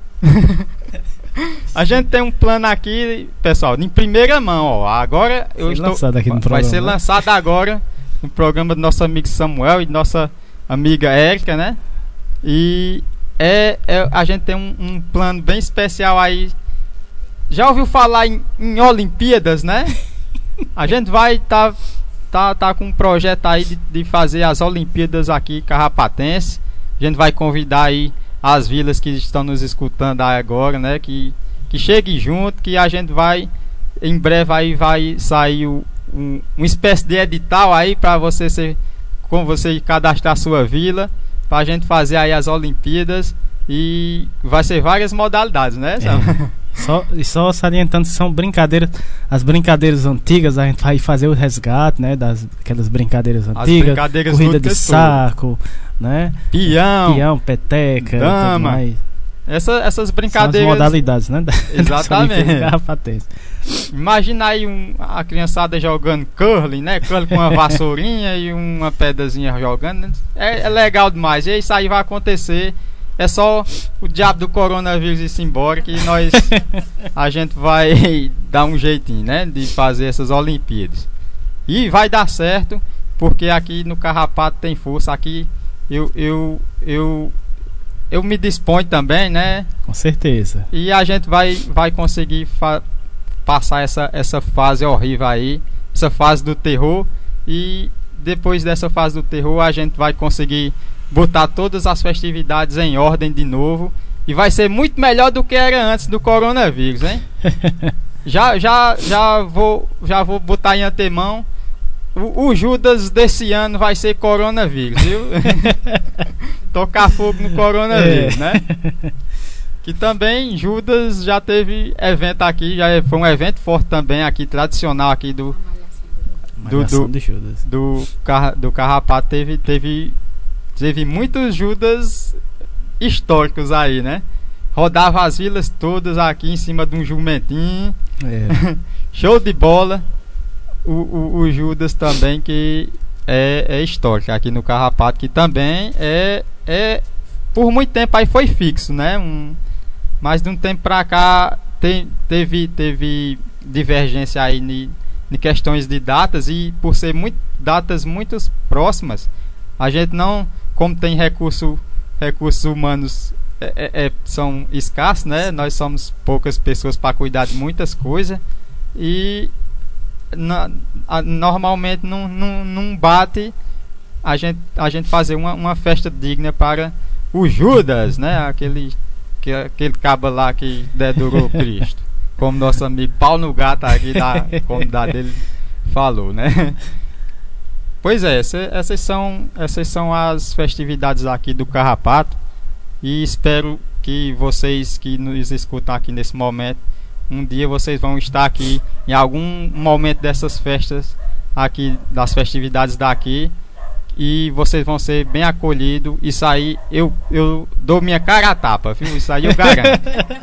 A gente tem um plano aqui, pessoal, em primeira mão, ó. Agora eu ser estou lançado aqui no vai programa, ser né? lançado agora no programa do nosso amigo Samuel e nossa amiga Érica, né? E é, é, a gente tem um, um plano bem especial aí já ouviu falar em, em Olimpíadas, né? A gente vai tá, tá, tá com um projeto aí de, de fazer as Olimpíadas aqui carrapatense. A gente vai convidar aí as vilas que estão nos escutando agora, né? Que, que cheguem junto, que a gente vai, em breve aí vai sair o, um, uma espécie de edital aí para você ser, com você cadastrar a sua vila, pra gente fazer aí as Olimpíadas. E vai ser várias modalidades, né? É. Só, e só salientando que são brincadeiras, as brincadeiras antigas, a gente vai fazer o resgate, né? Das, aquelas brincadeiras antigas, brincadeiras corrida de saco, né? Peão, peão, peteca, dama. Mais. Essa, essas brincadeiras. São as modalidades, né? Exatamente. Imagina aí um, a criançada jogando curling, né? Curling com uma vassourinha e uma pedazinha jogando. É, é legal demais. E isso aí vai acontecer. É só o diabo do coronavírus ir embora que nós a gente vai dar um jeitinho, né, de fazer essas Olimpíadas. E vai dar certo, porque aqui no Carrapato tem força. Aqui eu eu eu eu me disponho também, né? Com certeza. E a gente vai vai conseguir fa- passar essa essa fase horrível aí, essa fase do terror, e depois dessa fase do terror a gente vai conseguir botar todas as festividades em ordem de novo. E vai ser muito melhor do que era antes do coronavírus, hein? já, já, já, vou, já vou botar em antemão. O, o Judas desse ano vai ser coronavírus, viu? Tocar fogo no coronavírus, é. Né? Que também Judas já teve evento aqui. Já foi um evento forte também aqui, tradicional aqui do do, do, do, Judas. do, car, do Carrapato. Teve... teve Teve muitos Judas históricos aí, né? Rodava as vilas todas aqui em cima de um jumentinho. É. Show de bola. O, o, o Judas também, que é, é histórico aqui no Carrapato, que também é, é por muito tempo aí foi fixo, né? Um, mas de um tempo pra cá tem, teve, teve divergência aí em questões de datas, e por ser muito, datas muito próximas, a gente não... Como tem recurso, recursos humanos é, é, é, são escassos, né? Nós somos poucas pessoas para cuidar de muitas coisas. E na, a, normalmente não, não, não bate a gente, a gente fazer uma, uma festa digna para o Judas, né? Aquele, que, aquele caba lá que dedurou Cristo. Como nosso amigo Paulo no Gato aqui da comunidade dele falou, né? Pois é, essa, essas, são, essas são as festividades aqui do Carrapato. E espero que vocês que nos escutam aqui nesse momento, um dia vocês vão estar aqui em algum momento dessas festas aqui, das festividades daqui, e vocês vão ser bem acolhidos. Isso aí eu, eu dou minha cara a tapa, viu? Isso aí eu garanto.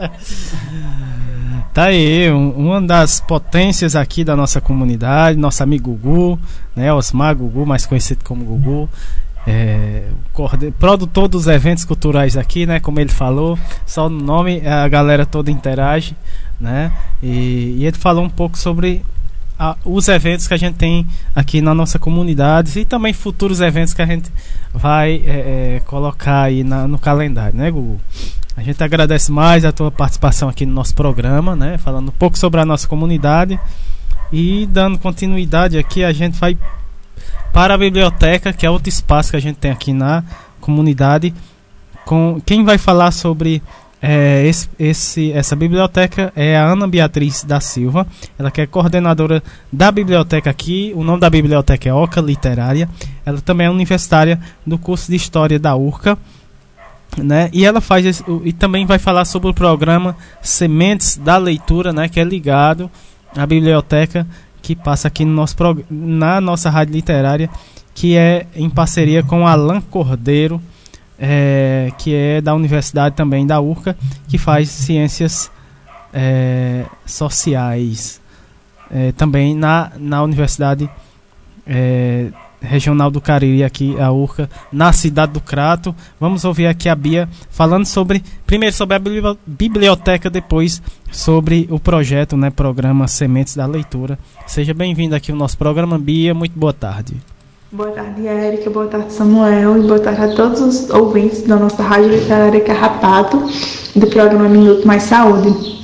Tá aí, um, uma das potências aqui da nossa comunidade, nosso amigo Gugu, né, Osmar Gugu, mais conhecido como Gugu, é, produtor dos eventos culturais aqui, né, como ele falou, só no nome a galera toda interage, né, e, e ele falou um pouco sobre a, os eventos que a gente tem aqui na nossa comunidade e também futuros eventos que a gente vai é, é, colocar aí na, no calendário, né, Gugu? A gente agradece mais a tua participação aqui no nosso programa, né? Falando um pouco sobre a nossa comunidade. E dando continuidade aqui, a gente vai para a biblioteca, que é outro espaço que a gente tem aqui na comunidade. Com quem vai falar sobre é, esse, esse, essa biblioteca é a Ana Beatriz da Silva. Ela que é coordenadora da biblioteca aqui. O nome da biblioteca é Oca Literária. Ela também é universitária do curso de História da U R C A. Né? E ela faz esse, e também vai falar sobre o programa Sementes da Leitura, né? Que é ligado à biblioteca que passa aqui no nosso prog- na nossa rádio literária, que é em parceria com Alan Cordeiro, é, que é da Universidade também da U R C A, que faz ciências é, sociais, é, também na, na Universidade é, Regional do Cariri, aqui a U R C A, na cidade do Crato. Vamos ouvir aqui a Bia falando sobre, primeiro sobre a biblioteca, depois sobre o projeto, né, programa Sementes da Leitura. Seja bem-vindo aqui ao nosso programa, Bia, muito boa tarde. Boa tarde, Érica, boa tarde, Samuel, e boa tarde a todos os ouvintes da nossa Rádio Literária Carrapato, do programa Minuto Mais Saúde.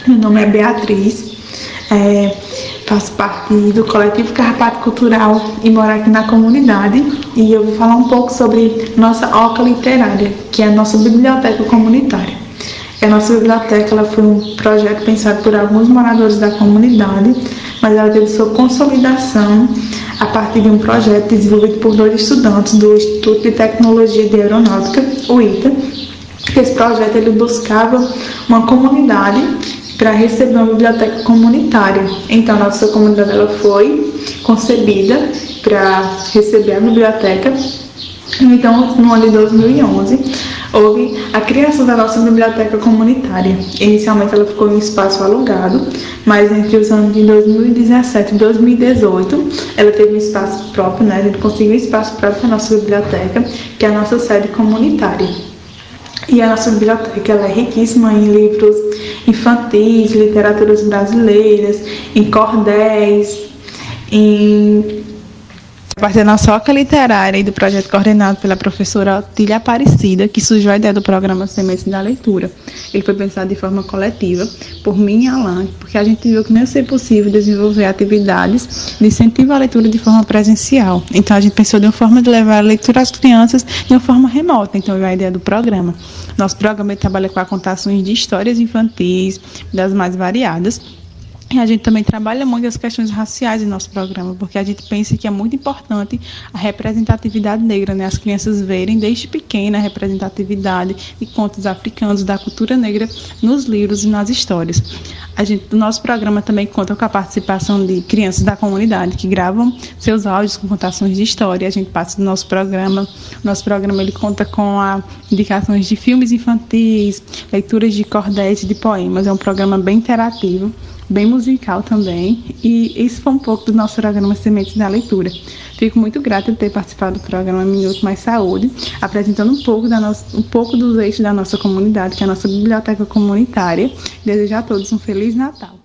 Meu nome é Beatriz, é, faço parte do coletivo Carrapato Cultural e moro aqui na comunidade, e eu vou falar um pouco sobre nossa Oca Literária, que é a nossa biblioteca comunitária. A nossa biblioteca ela foi um projeto pensado por alguns moradores da comunidade, mas ela teve sua consolidação a partir de um projeto desenvolvido por dois estudantes do Instituto de Tecnologia de Aeronáutica, o I T A. Esse projeto ele buscava uma comunidade para receber uma biblioteca comunitária. Então, a nossa comunidade ela foi concebida para receber a biblioteca. Então, no ano de dois mil e onze, houve a criação da nossa biblioteca comunitária. Inicialmente, ela ficou em um espaço alugado, mas entre os anos de dois mil e dezessete e dois mil e dezoito, ela teve um espaço próprio, né? A gente conseguiu um espaço próprio para a nossa biblioteca, que é a nossa sede comunitária. E a nossa biblioteca ela é riquíssima em livros infantis, literaturas brasileiras, em cordéis, em... A partir da nossa Oca Literária e do projeto coordenado pela professora Otília Aparecida, que surgiu a ideia do programa Sementes da Leitura. Ele foi pensado de forma coletiva por mim e Alan, porque a gente viu que não ia ser possível desenvolver atividades de incentivo à leitura de forma presencial. Então a gente pensou de uma forma de levar a leitura às crianças de uma forma remota. Então veio a ideia do programa. Nosso programa trabalha com a contações de histórias infantis, das mais variadas. E a gente também trabalha muito as questões raciais em nosso programa, porque a gente pensa que é muito importante a representatividade negra, né? As crianças verem desde pequena a representatividade de contos africanos, da cultura negra nos livros e nas histórias. A gente, o nosso programa também conta com a participação de crianças da comunidade que gravam seus áudios com contações de história. A gente passa do nosso programa. O nosso programa ele conta com a indicações de filmes infantis, leituras de cordéis e de poemas. É um programa bem interativo, bem musical também, e isso foi um pouco do nosso programa Sementes da Leitura. Fico muito grata de ter participado do programa Minuto Mais Saúde, apresentando um pouco, da nossa, um pouco dos eixos da nossa comunidade, que é a nossa biblioteca comunitária. Desejo a todos um Feliz Natal.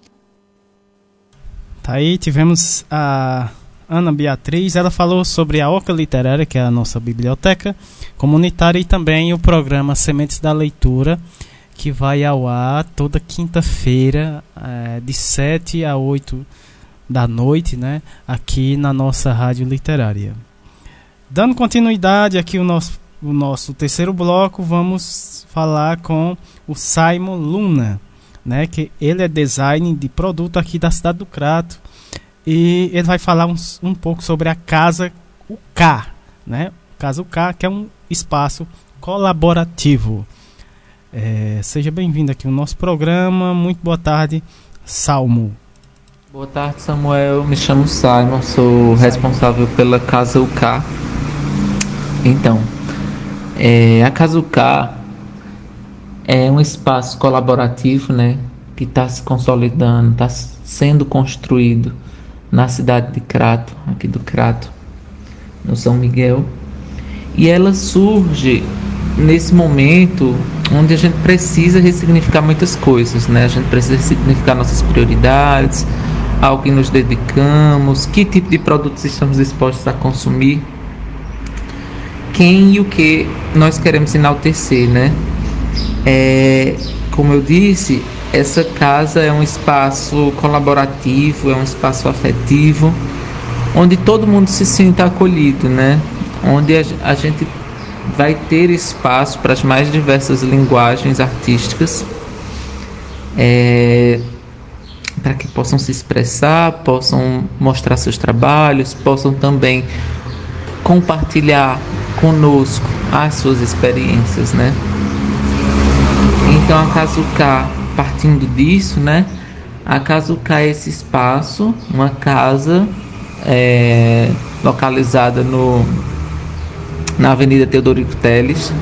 Tá aí, tivemos a Ana Beatriz, ela falou sobre a Oca Literária, que é a nossa biblioteca comunitária, e também o programa Sementes da Leitura, que vai ao ar toda quinta-feira, é, de sete a oito da noite, né, aqui na nossa Rádio Literária. Dando continuidade aqui o nosso, o nosso terceiro bloco, vamos falar com o Simon Luna, né, que ele é design de produto aqui da cidade do Crato, e ele vai falar um, um pouco sobre a Casa U K, né, Casa U K, que é um espaço colaborativo. É, seja bem-vindo aqui ao nosso programa. Muito boa tarde, Salmo. Boa tarde, Samuel. Me chamo Simon, sou responsável pela Casa U K. Então, é, a Casa U K é um espaço colaborativo, né, que está se consolidando, está sendo construído na cidade de Crato, aqui do Crato, no São Miguel. E ela surge nesse momento onde a gente precisa ressignificar muitas coisas, né? A gente precisa ressignificar nossas prioridades, ao que nos dedicamos, que tipo de produtos estamos dispostos a consumir, quem e o que nós queremos enaltecer, né? É, como eu disse, essa casa é um espaço colaborativo, é um espaço afetivo, onde todo mundo se sinta acolhido, né? Onde a, a gente vai ter espaço para as mais diversas linguagens artísticas, é, para que possam se expressar, possam mostrar seus trabalhos, possam também compartilhar conosco as suas experiências, né? Então a Casa U K, partindo disso, né? A Casa U K é esse espaço, uma casa é, localizada no na Avenida Teodorico Teles,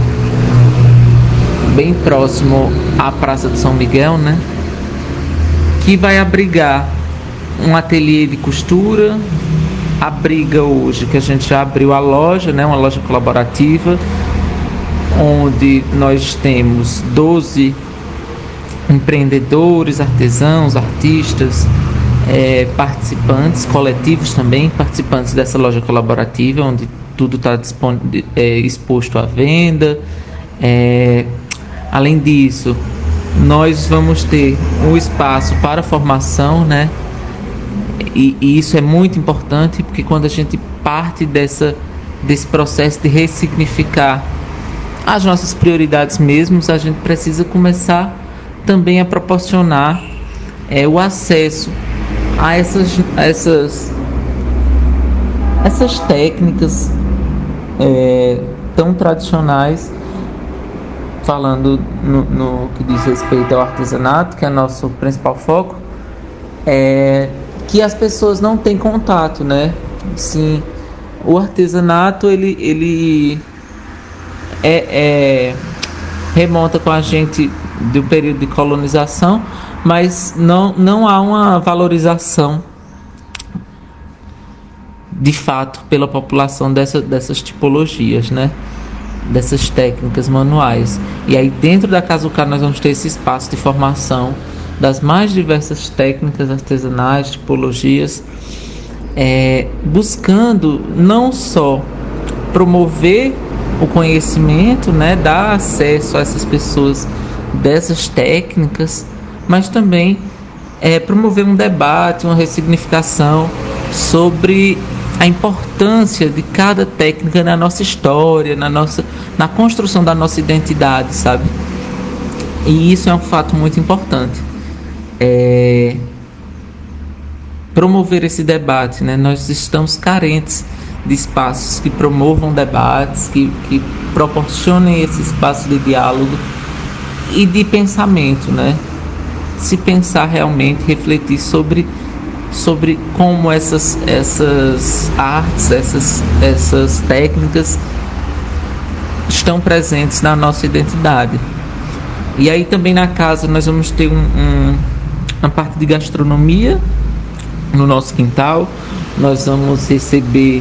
bem próximo à Praça de São Miguel, né? Que vai abrigar um ateliê de costura, abriga hoje, que a gente já abriu a loja, né? Uma loja colaborativa, onde nós temos doze empreendedores, artesãos, artistas, é, participantes, coletivos também, participantes dessa loja colaborativa, onde tudo está é, exposto à venda. É, além disso, nós vamos ter um espaço para formação, né? E, e isso é muito importante, porque quando a gente parte dessa, desse processo de ressignificar as nossas prioridades mesmos, a gente precisa começar também a proporcionar é, o acesso a essas, a essas, essas técnicas é, tão tradicionais, falando no, no que diz respeito ao artesanato, que é nosso principal foco, é, que as pessoas não têm contato, né? Sim, o artesanato ele, ele é, é, remonta com a gente do período de colonização, mas não, não há uma valorização de fato pela população dessa, dessas tipologias, né? Dessas técnicas manuais. E aí dentro da Casa U K nós vamos ter esse espaço de formação das mais diversas técnicas artesanais, tipologias, é, buscando não só promover o conhecimento, né, dar acesso a essas pessoas dessas técnicas, mas também é, promover um debate, uma ressignificação sobre a importância de cada técnica na nossa história, na, nossa, na construção da nossa identidade, sabe? E isso é um fato muito importante. É, promover esse debate, né? Nós estamos carentes de espaços que promovam debates, que, que proporcionem esse espaço de diálogo e de pensamento, né? Se pensar realmente, refletir sobre, sobre como essas, essas artes, essas, essas técnicas estão presentes na nossa identidade. E aí também na casa nós vamos ter um, um, uma parte de gastronomia no nosso quintal. Nós vamos receber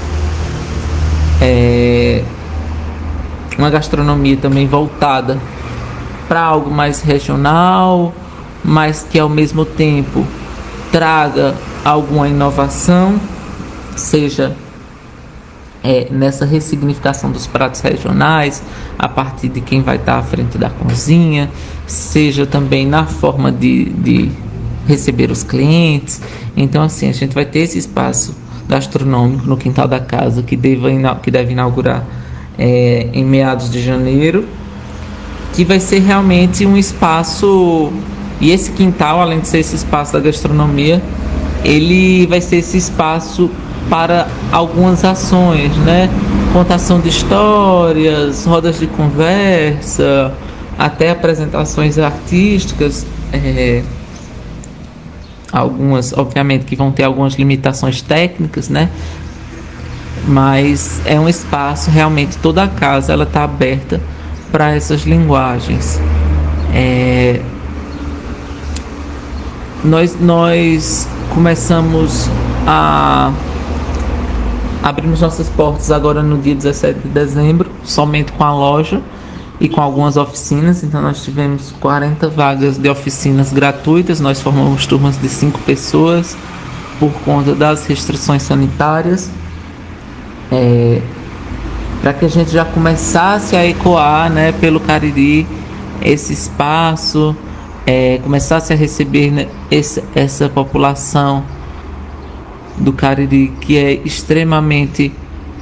é, uma gastronomia também voltada para algo mais regional, mas que ao mesmo tempo traga alguma inovação, seja é, nessa ressignificação dos pratos regionais, a partir de quem vai estar à frente da cozinha, seja também na forma de, de receber os clientes. Então assim, a gente vai ter esse espaço gastronômico no quintal da casa, que deve, que deve inaugurar é, em meados de janeiro, que vai ser realmente um espaço. E esse quintal, além de ser esse espaço da gastronomia, ele vai ser esse espaço para algumas ações, né? Contação de histórias, rodas de conversa, até apresentações artísticas. É, algumas, obviamente, que vão ter algumas limitações técnicas, né? Mas é um espaço, realmente, toda a casa ela está aberta para essas linguagens. É, Nós, nós começamos a abrimos nossas portas agora no dia dezessete de dezembro, somente com a loja e com algumas oficinas. Então nós tivemos quarenta vagas de oficinas gratuitas. Nós formamos turmas de cinco pessoas por conta das restrições sanitárias, é, para que a gente já começasse a ecoar, né, pelo Cariri esse espaço, É, começasse a receber, né, esse, essa população do Cariri, que é extremamente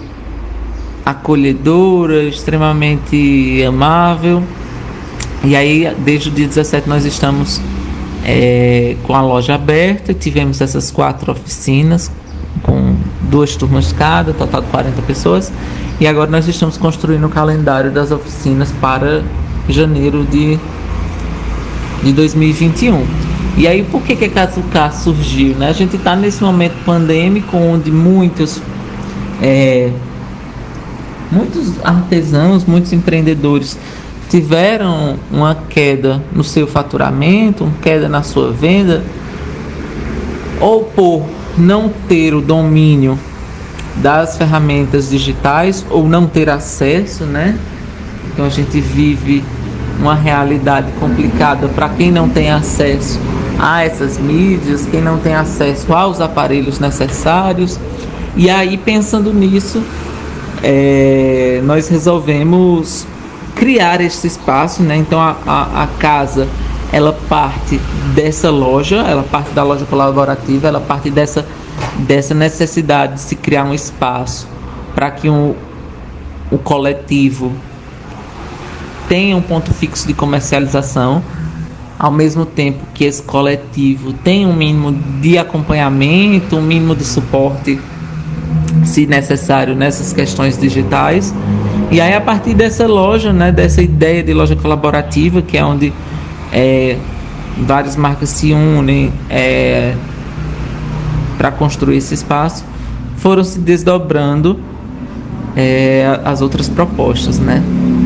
acolhedora, extremamente amável. E aí, desde o dia dezessete, nós estamos é, com a loja aberta. Tivemos essas quatro oficinas, com duas turmas cada, total de quarenta pessoas. E agora nós estamos construindo o calendário das oficinas para janeiro de de dois mil e vinte e um. E aí, por que, que a Casa U K surgiu, né? A gente está nesse momento pandêmico, onde muitos é, muitos artesãos, muitos empreendedores tiveram uma queda no seu faturamento, uma queda na sua venda, ou por não ter o domínio das ferramentas digitais, ou não ter acesso, né? Então a gente vive uma realidade complicada para quem não tem acesso a essas mídias, quem não tem acesso aos aparelhos necessários. E aí, pensando nisso, é, nós resolvemos criar esse espaço, né? Então a, a, a casa, ela parte dessa loja, ela parte da loja colaborativa, ela parte dessa, dessa necessidade de se criar um espaço para que um, o coletivo tenha um ponto fixo de comercialização, ao mesmo tempo que esse coletivo tenha um mínimo de acompanhamento, um mínimo de suporte, se necessário, nessas questões digitais. E aí, a partir dessa loja, né, dessa ideia de loja colaborativa, que é onde é, várias marcas se unem é, para construir esse espaço, foram se desdobrando é, as outras propostas, né?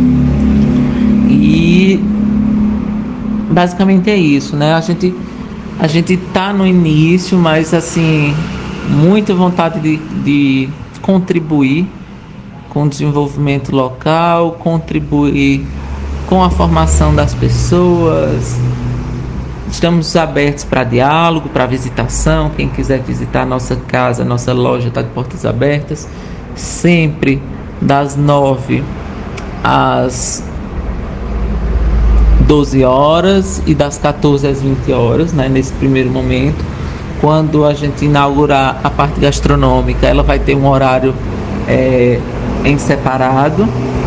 E basicamente é isso, né? A gente a gente tá no início, mas assim, muita vontade de, de contribuir com o desenvolvimento local, contribuir com a formação das pessoas. Estamos abertos para diálogo, para visitação. Quem quiser visitar a nossa casa, a nossa loja está de portas abertas, sempre das nove às doze horas e das quatorze às vinte horas, né, nesse primeiro momento. Quando a gente inaugurar a parte gastronômica, ela vai ter um horário é, em separado.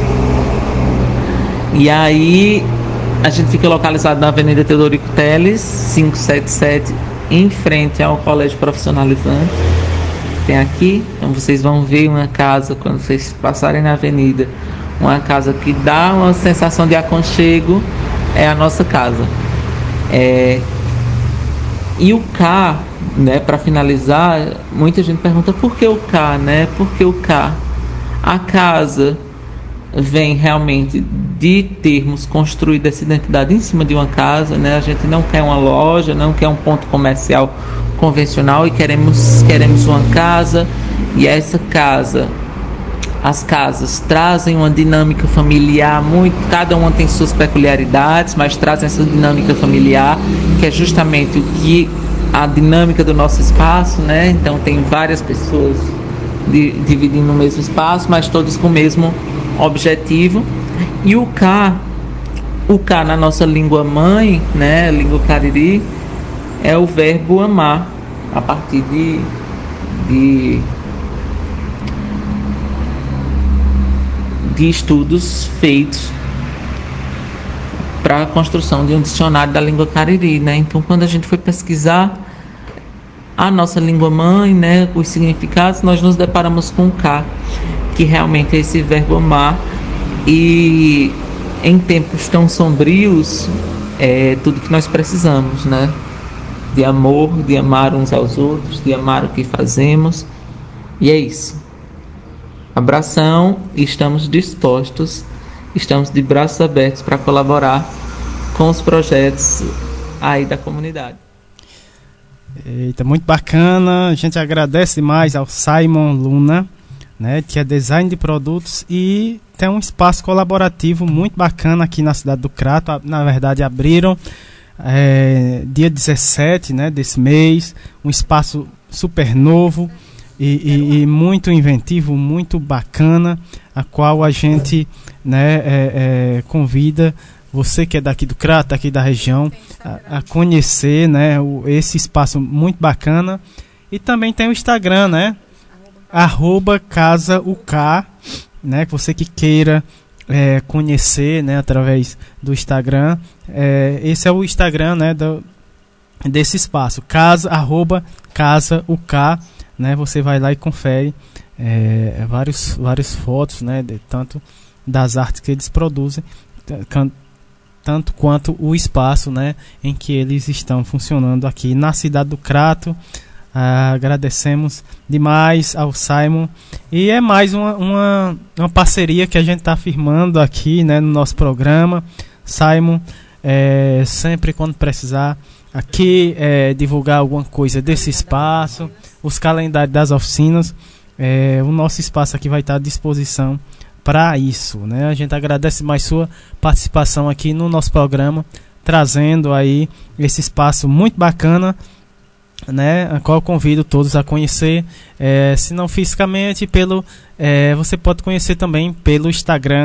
E aí a gente fica localizado na Avenida Teodorico Teles, quinhentos e setenta e sete, em frente ao Colégio Profissionalizante. Tem aqui, então vocês vão ver uma casa, quando vocês passarem na avenida, uma casa que dá uma sensação de aconchego, é a nossa casa. É, e o K, né, para finalizar, muita gente pergunta por que o K, né? Por que o K? A casa vem realmente de termos construído essa identidade em cima de uma casa, né? A gente não quer uma loja, não quer um ponto comercial convencional, e queremos, queremos uma casa, e essa casa, as casas trazem uma dinâmica familiar, muito, cada uma tem suas peculiaridades, mas trazem essa dinâmica familiar, que é justamente o que a dinâmica do nosso espaço, né? Então tem várias pessoas de, dividindo o mesmo espaço, mas todos com o mesmo objetivo. E o K, o K na nossa língua mãe, né, língua cariri, é o verbo amar, a partir de, de, de estudos feitos para a construção de um dicionário da língua cariri, né? Então, quando a gente foi pesquisar a nossa língua mãe, né, os significados, nós nos deparamos com o K, que realmente é esse verbo amar. E em tempos tão sombrios, é tudo que nós precisamos, né? De amor, de amar uns aos outros, de amar o que fazemos. E é isso. Abração, e estamos dispostos, estamos de braços abertos para colaborar com os projetos aí da comunidade. Eita, muito bacana. A gente agradece demais ao Simon Luna, né, que é design de produtos e tem um espaço colaborativo muito bacana aqui na cidade do Crato. Na verdade, abriram é, dia dezessete, né, desse mês, um espaço super novo e, e, e muito inventivo, muito bacana, a qual a gente, né, é, é, convida você que é daqui do Crato, aqui da região, a, a conhecer, né, o, esse espaço muito bacana. E também tem o Instagram, né, arroba Casa U K, né, que você que queira é, conhecer, né, através do Instagram, é, esse é o Instagram, né, do, desse espaço, casa, arroba Casa U K, né, você vai lá e confere é, vários, várias fotos, né, de, tanto das artes que eles produzem, t- tanto quanto o espaço, né, em que eles estão funcionando aqui na cidade do Crato. Ah, agradecemos demais ao Simon, e é mais uma, uma, uma parceria que a gente está firmando aqui, né, no nosso programa. Simon, é, sempre quando precisar aqui é, divulgar alguma coisa desse espaço, os calendários das oficinas, é, o nosso espaço aqui vai estar à disposição para isso, né? A gente agradece mais sua participação aqui no nosso programa, trazendo aí esse espaço muito bacana, né, a qual eu convido todos a conhecer, é, se não fisicamente, pelo, é, você pode conhecer também pelo Instagram,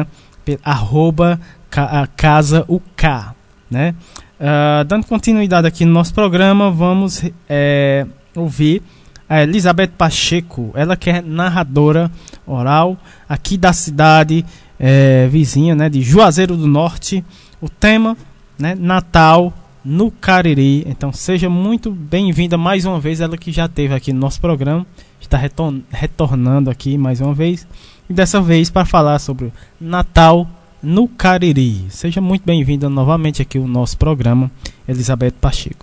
arroba ca, Casa U K, né? Uh, dando continuidade aqui no nosso programa, vamos é, ouvir a Elizabeth Pacheco, ela que é narradora oral aqui da cidade é, vizinha, né, de Juazeiro do Norte. O tema, né, Natal no Cariri. Então seja muito bem-vinda mais uma vez, ela que já esteve aqui no nosso programa, está retor- retornando aqui mais uma vez, e dessa vez para falar sobre Natal no Cariri. Seja muito bem-vinda novamente aqui ao nosso programa, Elizabeth Pacheco.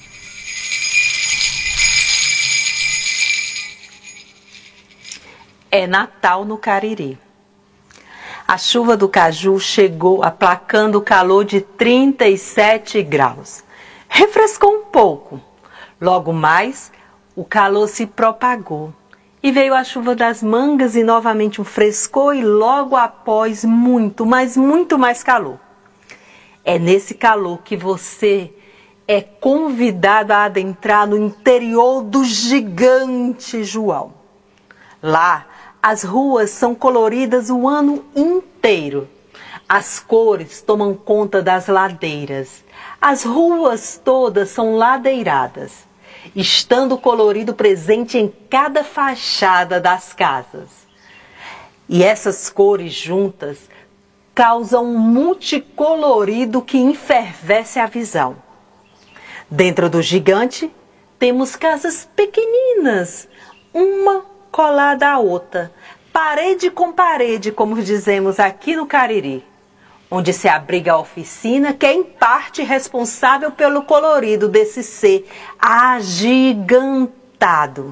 É Natal no Cariri. A chuva do caju chegou aplacando o calor de trinta e sete graus. Refrescou um pouco. Logo mais, o calor se propagou. E veio a chuva das mangas e novamente um frescor e logo após muito, mas muito mais calor. É nesse calor que você é convidado a adentrar no interior do gigante João. Lá, as ruas são coloridas o ano inteiro. As cores tomam conta das ladeiras. As ruas todas são ladeiradas, estando colorido presente em cada fachada das casas. E essas cores juntas causam um multicolorido que enfervesce a visão. Dentro do gigante, temos casas pequeninas, uma colada à outra, parede com parede, como dizemos aqui no Cariri, onde se abriga a oficina, que é em parte responsável pelo colorido desse ser agigantado.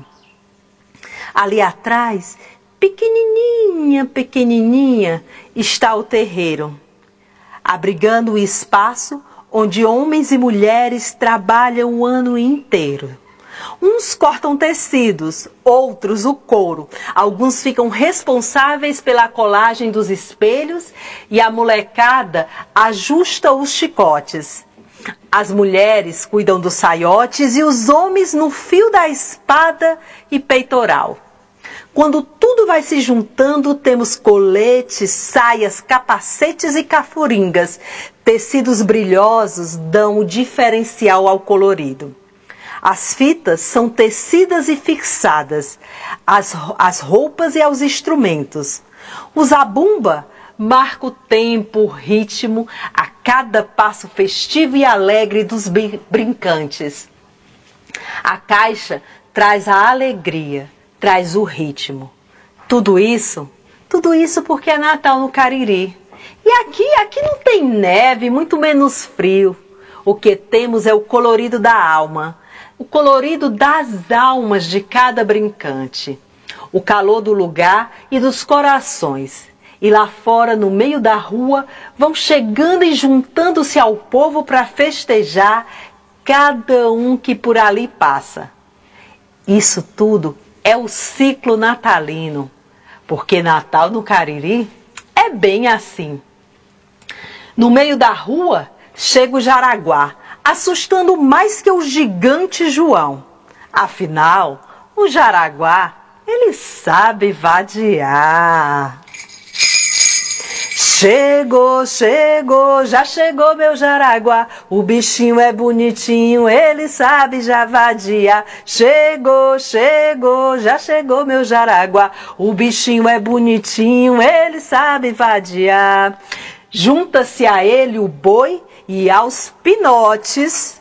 Ali atrás, pequenininha, pequenininha, está o terreiro, abrigando o espaço onde homens e mulheres trabalham o ano inteiro. Uns cortam tecidos, outros o couro. Alguns ficam responsáveis pela colagem dos espelhos e a molecada ajusta os chicotes. As mulheres cuidam dos saiotes e os homens no fio da espada e peitoral. Quando tudo vai se juntando, temos coletes, saias, capacetes e cafuringas. Tecidos brilhosos dão o diferencial ao colorido. As fitas são tecidas e fixadas, as, as roupas e aos instrumentos. O zabumba marca o tempo, o ritmo, a cada passo festivo e alegre dos brincantes. A caixa traz a alegria, traz o ritmo. Tudo isso, tudo isso porque é Natal no Cariri. E aqui, aqui não tem neve, muito menos frio. O que temos é o colorido da alma, o colorido das almas de cada brincante, o calor do lugar e dos corações. E lá fora, no meio da rua, vão chegando e juntando-se ao povo para festejar cada um que por ali passa. Isso tudo é o ciclo natalino, porque Natal no Cariri é bem assim. No meio da rua, chega o Jaraguá, assustando mais que o gigante João. Afinal, o Jaraguá, ele sabe vadiar. Chegou, chegou, já chegou meu Jaraguá. O bichinho é bonitinho, ele sabe já vadiar. Chegou, chegou, já chegou meu Jaraguá. O bichinho é bonitinho, ele sabe vadiar. Junta-se a ele o boi e aos pinotes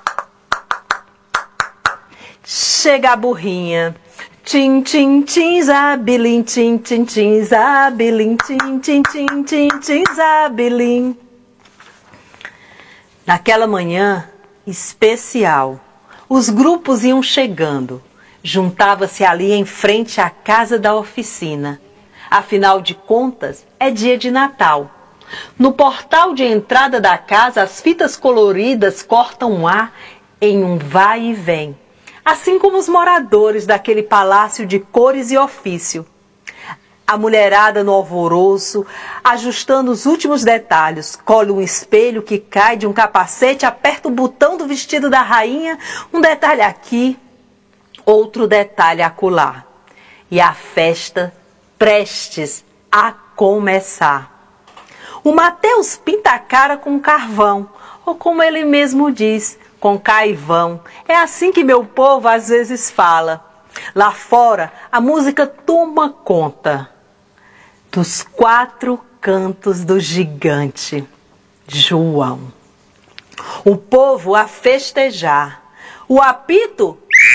chega a burrinha. Tim, tim, tim, zabilim, tim, tim, tim, zabilim, tim, tim, tim, tim, tim, zabilim. Naquela manhã especial, os grupos iam chegando. Juntava-se ali em frente à casa da oficina. Afinal de contas, é dia de Natal. No portal de entrada da casa, as fitas coloridas cortam ar em um vai e vem, assim como os moradores daquele palácio de cores e ofício. A mulherada no alvoroço, ajustando os últimos detalhes, colhe um espelho que cai de um capacete, aperta o botão do vestido da rainha, um detalhe aqui, outro detalhe acolá. E a festa prestes a começar. O Mateus pinta a cara com carvão, ou como ele mesmo diz, com caivão. É assim que meu povo às vezes fala. Lá fora, a música toma conta dos quatro cantos do gigante João. O povo a festejar. O apito...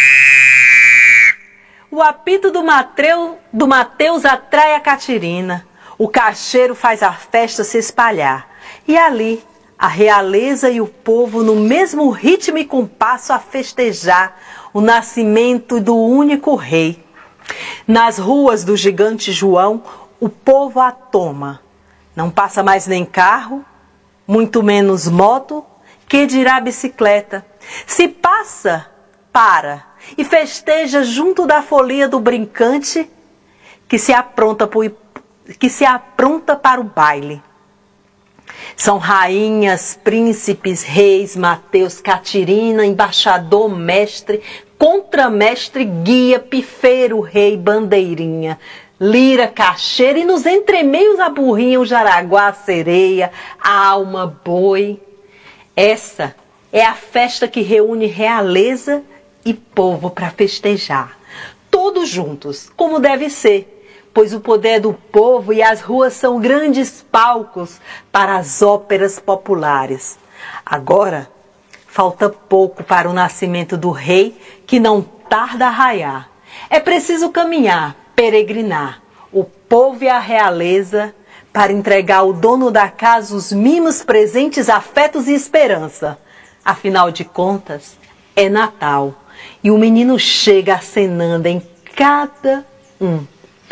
O apito do, Matreu, do Mateus atrai a Catirina. O cacheiro faz a festa se espalhar. E ali, a realeza e o povo, no mesmo ritmo e compasso, a festejar o nascimento do único rei. Nas ruas do gigante João, o povo a toma. Não passa mais nem carro, muito menos moto, que dirá bicicleta. Se passa, para e festeja junto da folia do brincante que se apronta, pro, que se apronta para o baile. São rainhas, príncipes, reis, Mateus, Catirina, embaixador, mestre, contramestre, guia, pifeiro, rei, bandeirinha, lira, cacheira e nos entremeios a burrinha, o jaraguá, a sereia, a alma, boi. Essa é a festa que reúne realeza e povo para festejar, todos juntos, como deve ser, pois o poder do povo e as ruas são grandes palcos para as óperas populares. Agora, falta pouco para o nascimento do rei, que não tarda a raiar. É preciso caminhar, peregrinar, o povo e a realeza, para entregar ao dono da casa os mimos, presentes, afetos e esperança. Afinal de contas, é Natal. E o menino chega acenando em cada um,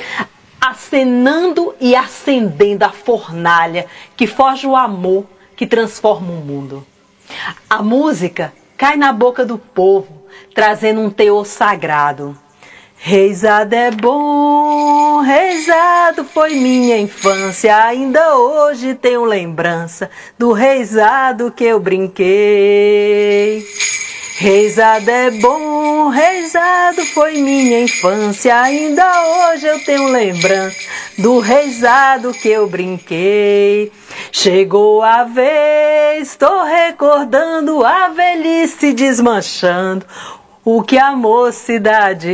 acenando e acendendo a fornalha que forja o amor que transforma o mundo. A música cai na boca do povo, trazendo um teor sagrado. Reisado é bom, reisado foi minha infância, ainda hoje tenho lembrança do reisado que eu brinquei. Reisado é bom, reisado foi minha infância, ainda hoje eu tenho lembrança do reisado que eu brinquei. Chegou a vez, tô recordando a velhice desmanchando o que a mocidade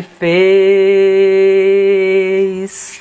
fez.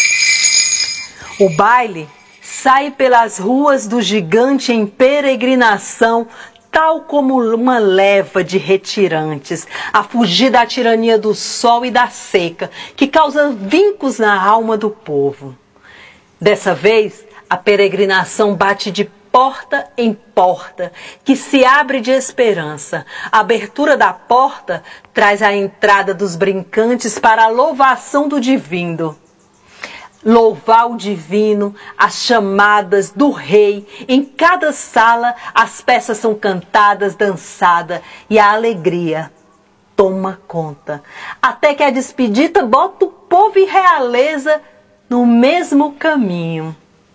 O baile sai pelas ruas do gigante em peregrinação, tal como uma leva de retirantes, a fugir da tirania do sol e da seca, que causa vincos na alma do povo. Dessa vez, a peregrinação bate de porta em porta, que se abre de esperança. A abertura da porta traz a entrada dos brincantes para a louvação do divino. Louvar o divino, as chamadas do rei. Em cada sala as peças são cantadas, dançadas e a alegria toma conta. Até que a despedida bota o povo e realeza no mesmo caminho.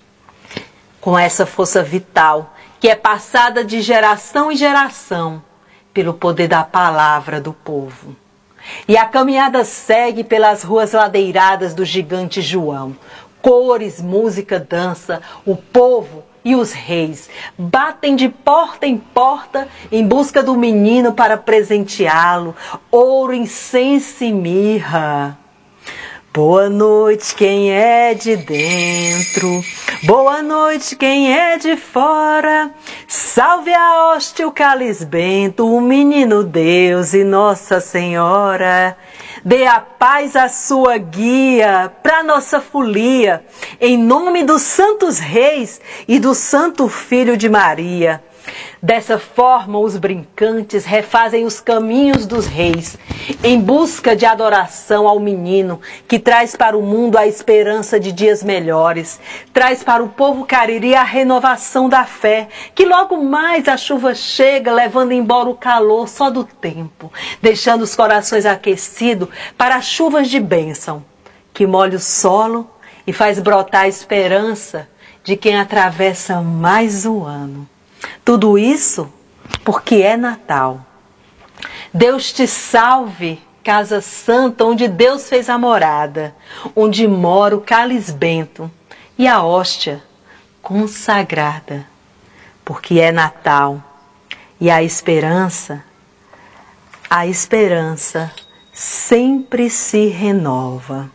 Com essa força vital que é passada de geração em geração pelo poder da palavra do povo. E a caminhada segue pelas ruas ladeiradas do gigante João. Cores, música, dança, o povo e os reis batem de porta em porta em busca do menino para presenteá-lo. Ouro, incenso e mirra. Boa noite quem é de dentro, boa noite quem é de fora. Salve a hóstia, o cálice bento, o menino Deus e Nossa Senhora. Dê a paz à sua guia, pra nossa folia, em nome dos santos reis e do santo filho de Maria. Dessa forma, os brincantes refazem os caminhos dos reis, em busca de adoração ao menino, que traz para o mundo a esperança de dias melhores, traz para o povo cariri a renovação da fé, que logo mais a chuva chega, levando embora o calor só do tempo, deixando os corações aquecidos para as chuvas de bênção, que molha o solo e faz brotar a esperança de quem atravessa mais o ano. Tudo isso porque é Natal. Deus te salve, casa santa, onde Deus fez a morada, onde mora o cálice bento e a hóstia consagrada, porque é Natal e a esperança, a esperança sempre se renova.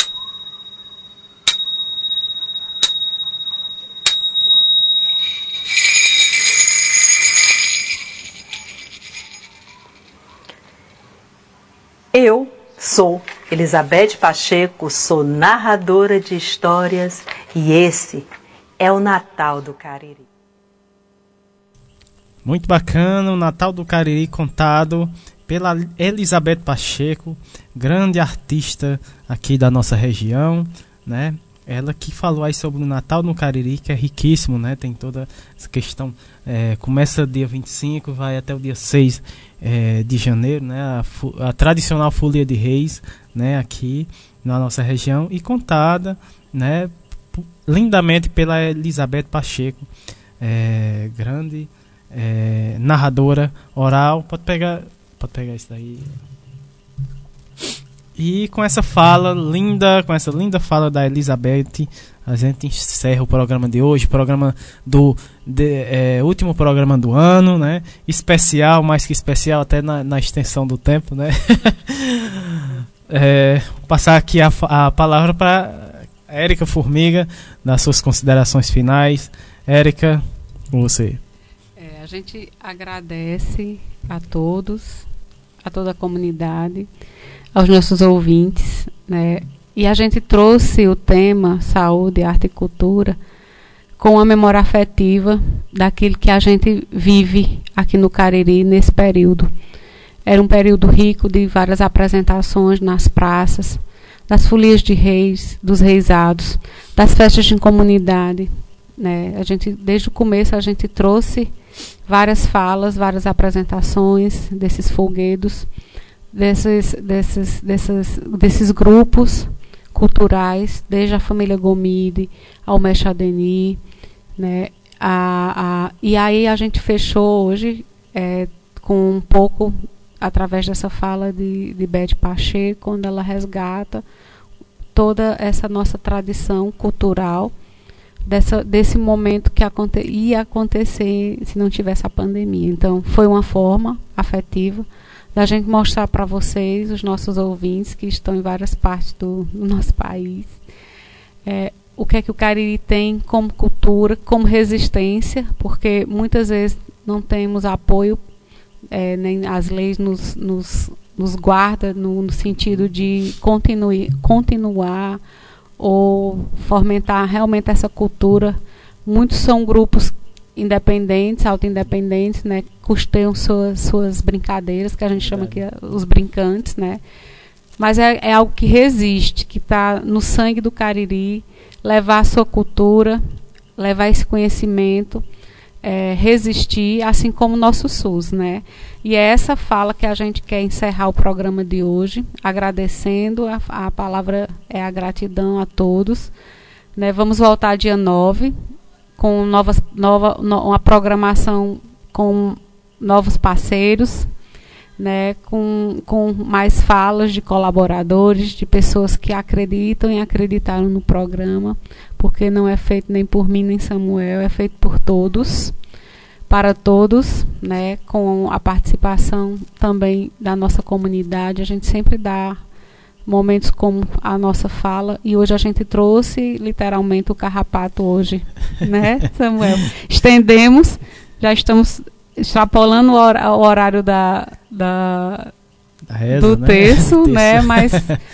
Eu sou Elizabeth Pacheco, sou narradora de histórias e esse é o Natal do Cariri. Muito bacana, o Natal do Cariri contado pela Elizabeth Pacheco, grande artista aqui da nossa região, né? Ela que falou aí sobre o Natal no Cariri, que é riquíssimo, né? Tem toda essa questão, é, começa dia vinte e cinco, vai até o dia seis é, de janeiro, né? A, a tradicional Folia de Reis, né? Aqui na nossa região e contada, né? Lindamente pela Elizabeth Pacheco, é, grande é, narradora oral. Pode pegar, pode pegar isso daí. E com essa fala linda, com essa linda fala da Elizabeth, a gente encerra o programa de hoje, programa do de, é, último programa do ano, né? Especial, mais que especial, até na, na extensão do tempo, né? é, vou passar aqui a, a palavra para Érica Formiga, das suas considerações finais. Érica, com você. É, a gente agradece a todos, a toda a comunidade, aos nossos ouvintes, né? E a gente trouxe o tema saúde, arte e cultura com a memória afetiva daquilo que a gente vive aqui no Cariri nesse período. Era um período rico de várias apresentações nas praças, das folias de reis, dos reisados, das festas de comunidade, né? A gente, desde o começo a gente trouxe várias falas, várias apresentações desses folguedos, desses, desses, desses, desses grupos culturais, desde a família Gomide ao Mestre Adeni, né? A, a, e aí a gente fechou hoje é, com um pouco, através dessa fala de, de Beth Pacheco, quando ela resgata toda essa nossa tradição cultural, dessa, desse momento que aconte, ia acontecer se não tivesse a pandemia. Então, foi uma forma afetiva da gente mostrar para vocês, os nossos ouvintes, que estão em várias partes do, do nosso país, é, o que é que o Cariri tem como cultura, como resistência, porque muitas vezes não temos apoio, é, nem as leis nos, nos, nos guardam no, no sentido de continue, continuar ou fomentar realmente essa cultura. Muitos são grupos independentes, auto-independentes, né, custeiam suas, suas brincadeiras, que a gente chama aqui os brincantes, né, mas é, é algo que resiste, que está no sangue do Cariri, levar a sua cultura, levar esse conhecimento, é, resistir, assim como o nosso SUS, né, e é essa fala que a gente quer encerrar o programa de hoje, agradecendo, a, a palavra é a gratidão a todos, né, vamos voltar dia nove, com novas, nova, no, uma programação com novos parceiros, né, com, com mais falas de colaboradores, de pessoas que acreditam e acreditaram no programa, porque não é feito nem por mim nem Samuel, é feito por todos, para todos, né, com a participação também da nossa comunidade. A gente sempre dá momentos como a nossa fala, e hoje a gente trouxe literalmente o carrapato hoje, né, Samuel? Estendemos, já estamos extrapolando o, hor o horário da, da, da reza, do né? terço, né, mas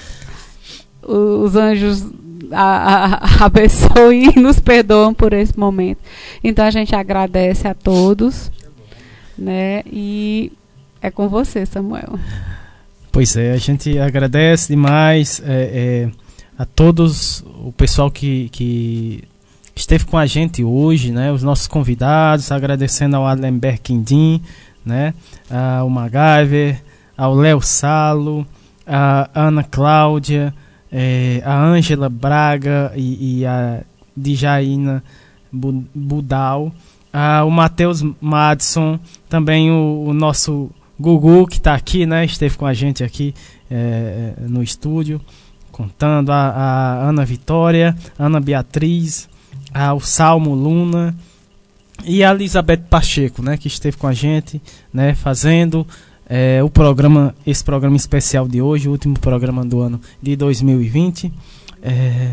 os anjos a, a, abençoam e nos perdoam por esse momento. Então a gente agradece a todos, né, e é com você, Samuel. Pois é, a gente agradece demais é, é, a todos, o pessoal que, que esteve com a gente hoje, né, os nossos convidados, agradecendo ao Alenberg Quindim, né, ao MacGyver, ao Léo Salo, a Ana Cláudia, é, a Ângela Braga e, e a Djaina Budal, a, o Matheus Madison, também o, o nosso Gugu, que está aqui, né, esteve com a gente aqui é, no estúdio, contando, a, a Ana Vitória, Ana Beatriz, ao Salmo Luna e a Elizabeth Pacheco, né, que esteve com a gente, né, fazendo é, o programa, esse programa especial de hoje, o último programa do ano de dois mil e vinte. É...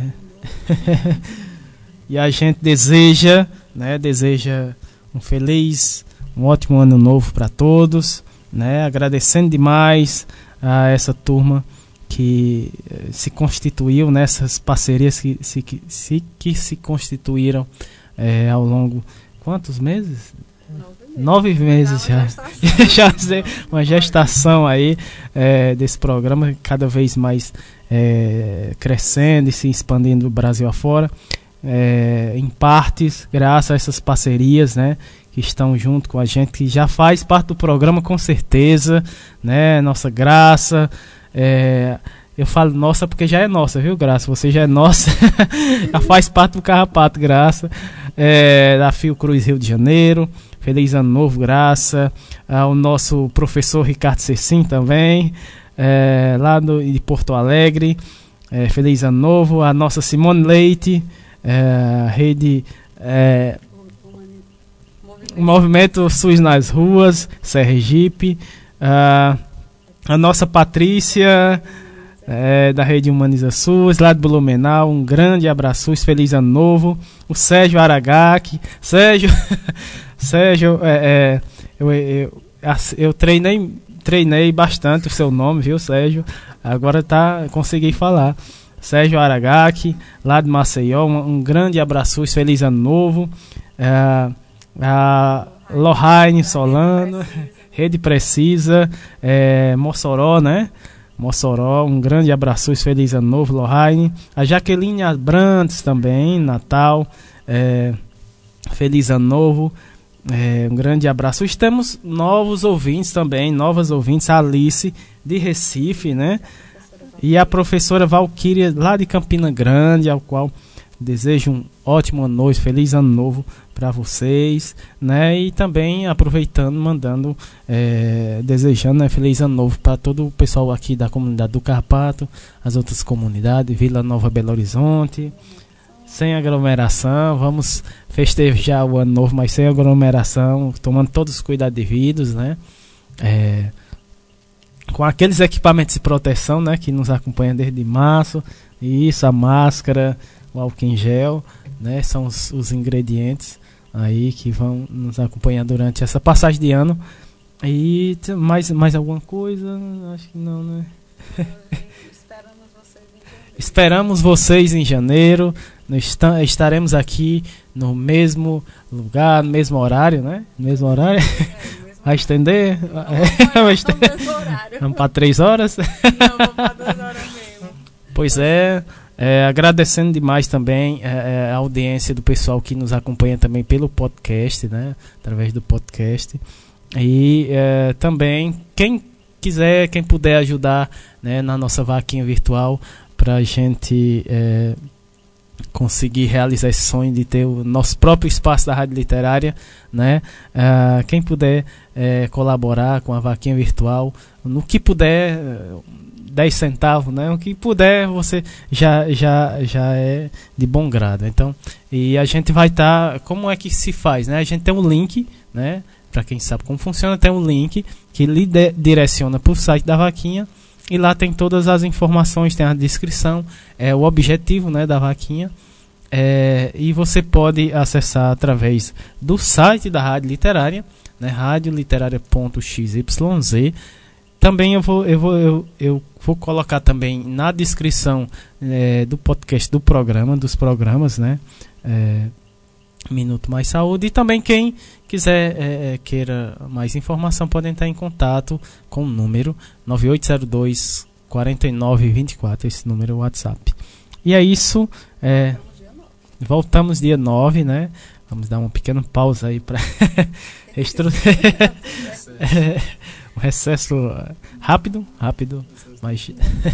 E a gente deseja, né, deseja um feliz, um ótimo ano novo para todos, né, agradecendo demais a essa turma que eh, se constituiu, nessas parcerias que se, que, se, que se constituíram eh, ao longo, quantos meses? Nove meses já. Já uma gestação aí eh, desse programa, cada vez mais eh, crescendo e se expandindo do Brasil afora. É, em partes, graças a essas parcerias, né, que estão junto com a gente, que já faz parte do programa com certeza, né, nossa Graça, é, eu falo nossa porque já é nossa, viu, Graça, você já é nossa, já faz parte do Carrapato, Graça, é, da Fiocruz Rio de Janeiro, feliz ano novo, Graça, ao nosso professor Ricardo Cecim também, é, lá do, de Porto Alegre, é, feliz ano novo, a nossa Simone Leite, É, rede é, Movimento SUS nas Ruas, Sergipe, uh, a nossa Patrícia é, da rede Humaniza SUS, lá de Blumenau, um grande abraço, feliz ano novo. O Sérgio Aragaki, Sérgio, Sérgio, é, é, eu, eu, eu treinei, treinei bastante o seu nome, viu, Sérgio? Agora tá, consegui falar. Sérgio Aragaki, lá de Maceió, um, um grande abraço, feliz ano novo. É, a Lohane Solano, Rede Precisa, é, Mossoró, né? Mossoró, um grande abraço, feliz ano novo, Lohane. A Jaqueline Abrantes também, Natal, é, feliz ano novo. É, um grande abraço. Temos novos ouvintes também, novas ouvintes, a Alice de Recife, né? E a professora Valquíria, lá de Campina Grande, ao qual desejo um ótimo ano novo, feliz ano novo para vocês, né? E também aproveitando, mandando, é, desejando, né, feliz ano novo para todo o pessoal aqui da comunidade do Carrapato, as outras comunidades, Vila Nova, Belo Horizonte, sem aglomeração. Vamos festejar o ano novo, mas sem aglomeração, tomando todos os cuidados devidos, né? É, com aqueles equipamentos de proteção, né, que nos acompanham desde março. Isso, a máscara, o álcool em gel, né, são os, os ingredientes aí que vão nos acompanhar durante essa passagem de ano. E mais, mais alguma coisa? Acho que não, né? Esperamos vocês em janeiro. Nós estaremos aqui no mesmo lugar, no mesmo horário, né? No mesmo horário. Vai estender? Vai estender. Vamos para três horas? Não, vamos para duas horas mesmo. Pois é, é, agradecendo demais também é, a audiência do pessoal que nos acompanha também pelo podcast, né? Através do podcast. E é, também, quem quiser, quem puder ajudar, né, na nossa vaquinha virtual, para a gente é, conseguir realizar esse sonho de ter o nosso próprio espaço da Rádio Literária, né? Uh, quem puder é, colaborar com a vaquinha virtual, no que puder, dez centavos, né? O que puder, você já, já, já é de bom grado. Então, e a gente vai estar, tá, como é que se faz, né? A gente tem um link, né? Para quem sabe como funciona, tem um link que lhe de, direciona para o site da vaquinha. E lá tem todas as informações, tem a descrição, é o objetivo, né, da vaquinha. É, e você pode acessar através do site da Rádio Literária, né, rádio literária ponto x y z. Também eu vou, eu vou, eu, eu vou colocar também na descrição é, do podcast, do programa, dos programas, né, é, Minuto Mais Saúde. E também quem quiser, é, queira mais informação, pode entrar em contato com o número nove oito zero dois, quatro nove dois quatro, esse número é o WhatsApp. E é isso, é, voltamos dia nove, né? Vamos dar uma pequena pausa aí para estru... é, um recesso rápido, rápido, mas,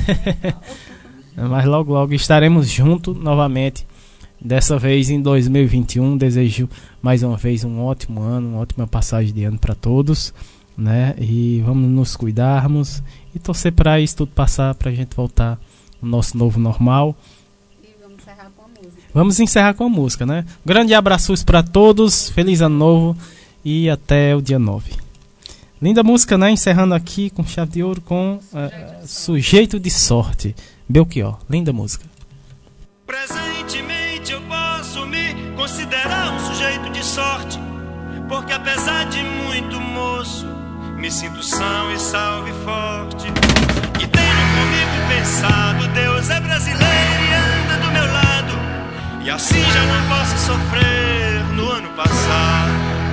mas logo logo estaremos juntos novamente. Dessa vez em dois mil e vinte e um, desejo mais uma vez um ótimo ano, uma ótima passagem de ano para todos, né? E vamos nos cuidarmos e torcer para isso tudo passar, para a gente voltar ao nosso novo normal. E vamos encerrar Vamos encerrar com a música, né? Grande abraços para todos, feliz ano novo e até o dia nove. Linda música, né? Encerrando aqui com chave de ouro com uh, Sujeito de Sorte. Belchior, linda música. Presentemente eu posso me considerar um sujeito de sorte, porque apesar de muito moço, me sinto são e salve forte. E tenho comigo pensado, Deus é brasileiro e anda do meu lado, e assim já não posso sofrer no ano passado.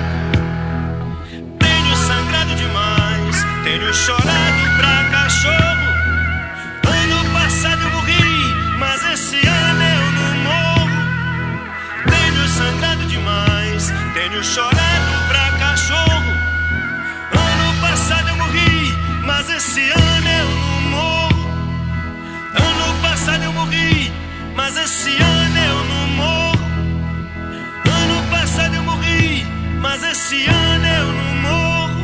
Tenho sangrado demais, tenho chorado pra cachorro. Ano passado eu morri, mas esse ano eu não morro. Tenho sangrado demais, tenho chorado pra cachorro. Ano passado eu morri, mas esse ano eu não morro. Ano passado eu morri, mas esse ano eu não morro. Ano passado eu morri, mas esse ano eu não morro.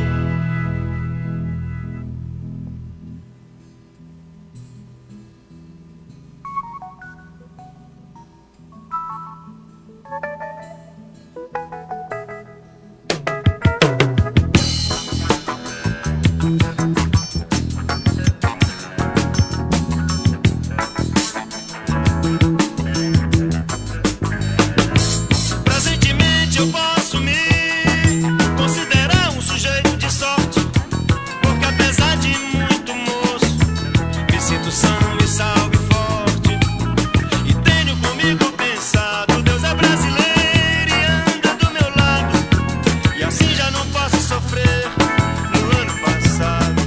Presentemente eu posso me considerar um sujeito de sorte, porque apesar de muito moço, me sinto são e salve forte. E tenho comigo pensado, Deus é brasileiro e anda do meu lado, e assim já não posso sofrer no ano passado.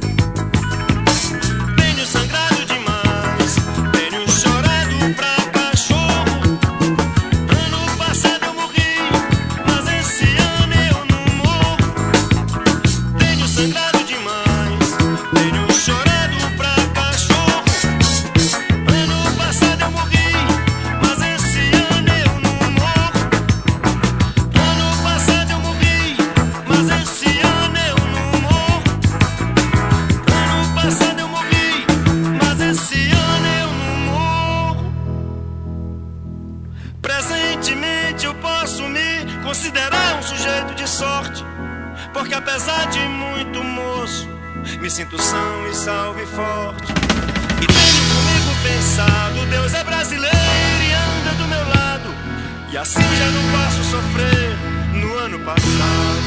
Tenho sangrado demais, tenho chorado pra cachorro. Ano passado eu morri, mas esse ano eu não morro. Tenho sangrado demais, tenho chorado pra cachorro. Ano passado eu morri, mas esse ano eu não morro. Ano passado eu morri, mas esse ano eu não morro. Ano passado eu morri, mas esse ano eu não morro. Presentemente eu posso me considerar um sujeito de sorte, porque apesar de muito moço, me sinto são e salve forte. E tenho comigo pensado, Deus é brasileiro e anda do meu lado, e assim já não posso sofrer no ano passado.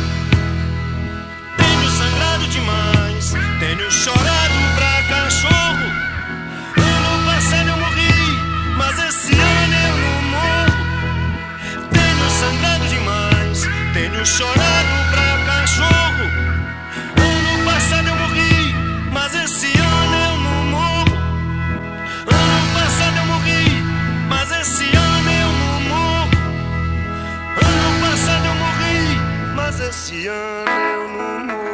Tenho sangrado demais, tenho chorado pra cachorro. Ano passado eu morri, mas esse ano eu não morro. Tenho sangrado demais, tenho chorado pra cachorro. Ano passado eu morri, mas esse ano eu não morro. Ano passado eu morri, mas esse ano eu não morro. Ano passado eu morri, mas esse ano eu não morro.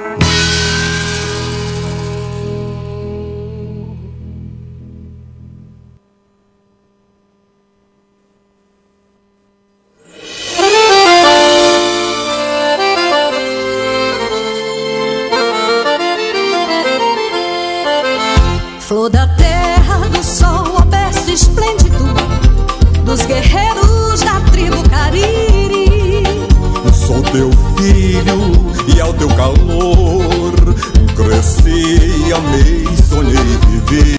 Flor da terra, do sol, ó berço esplêndido dos guerreiros da tribo Cariri. Sou teu filho e ao teu calor cresci, amei, sonhei e vivi.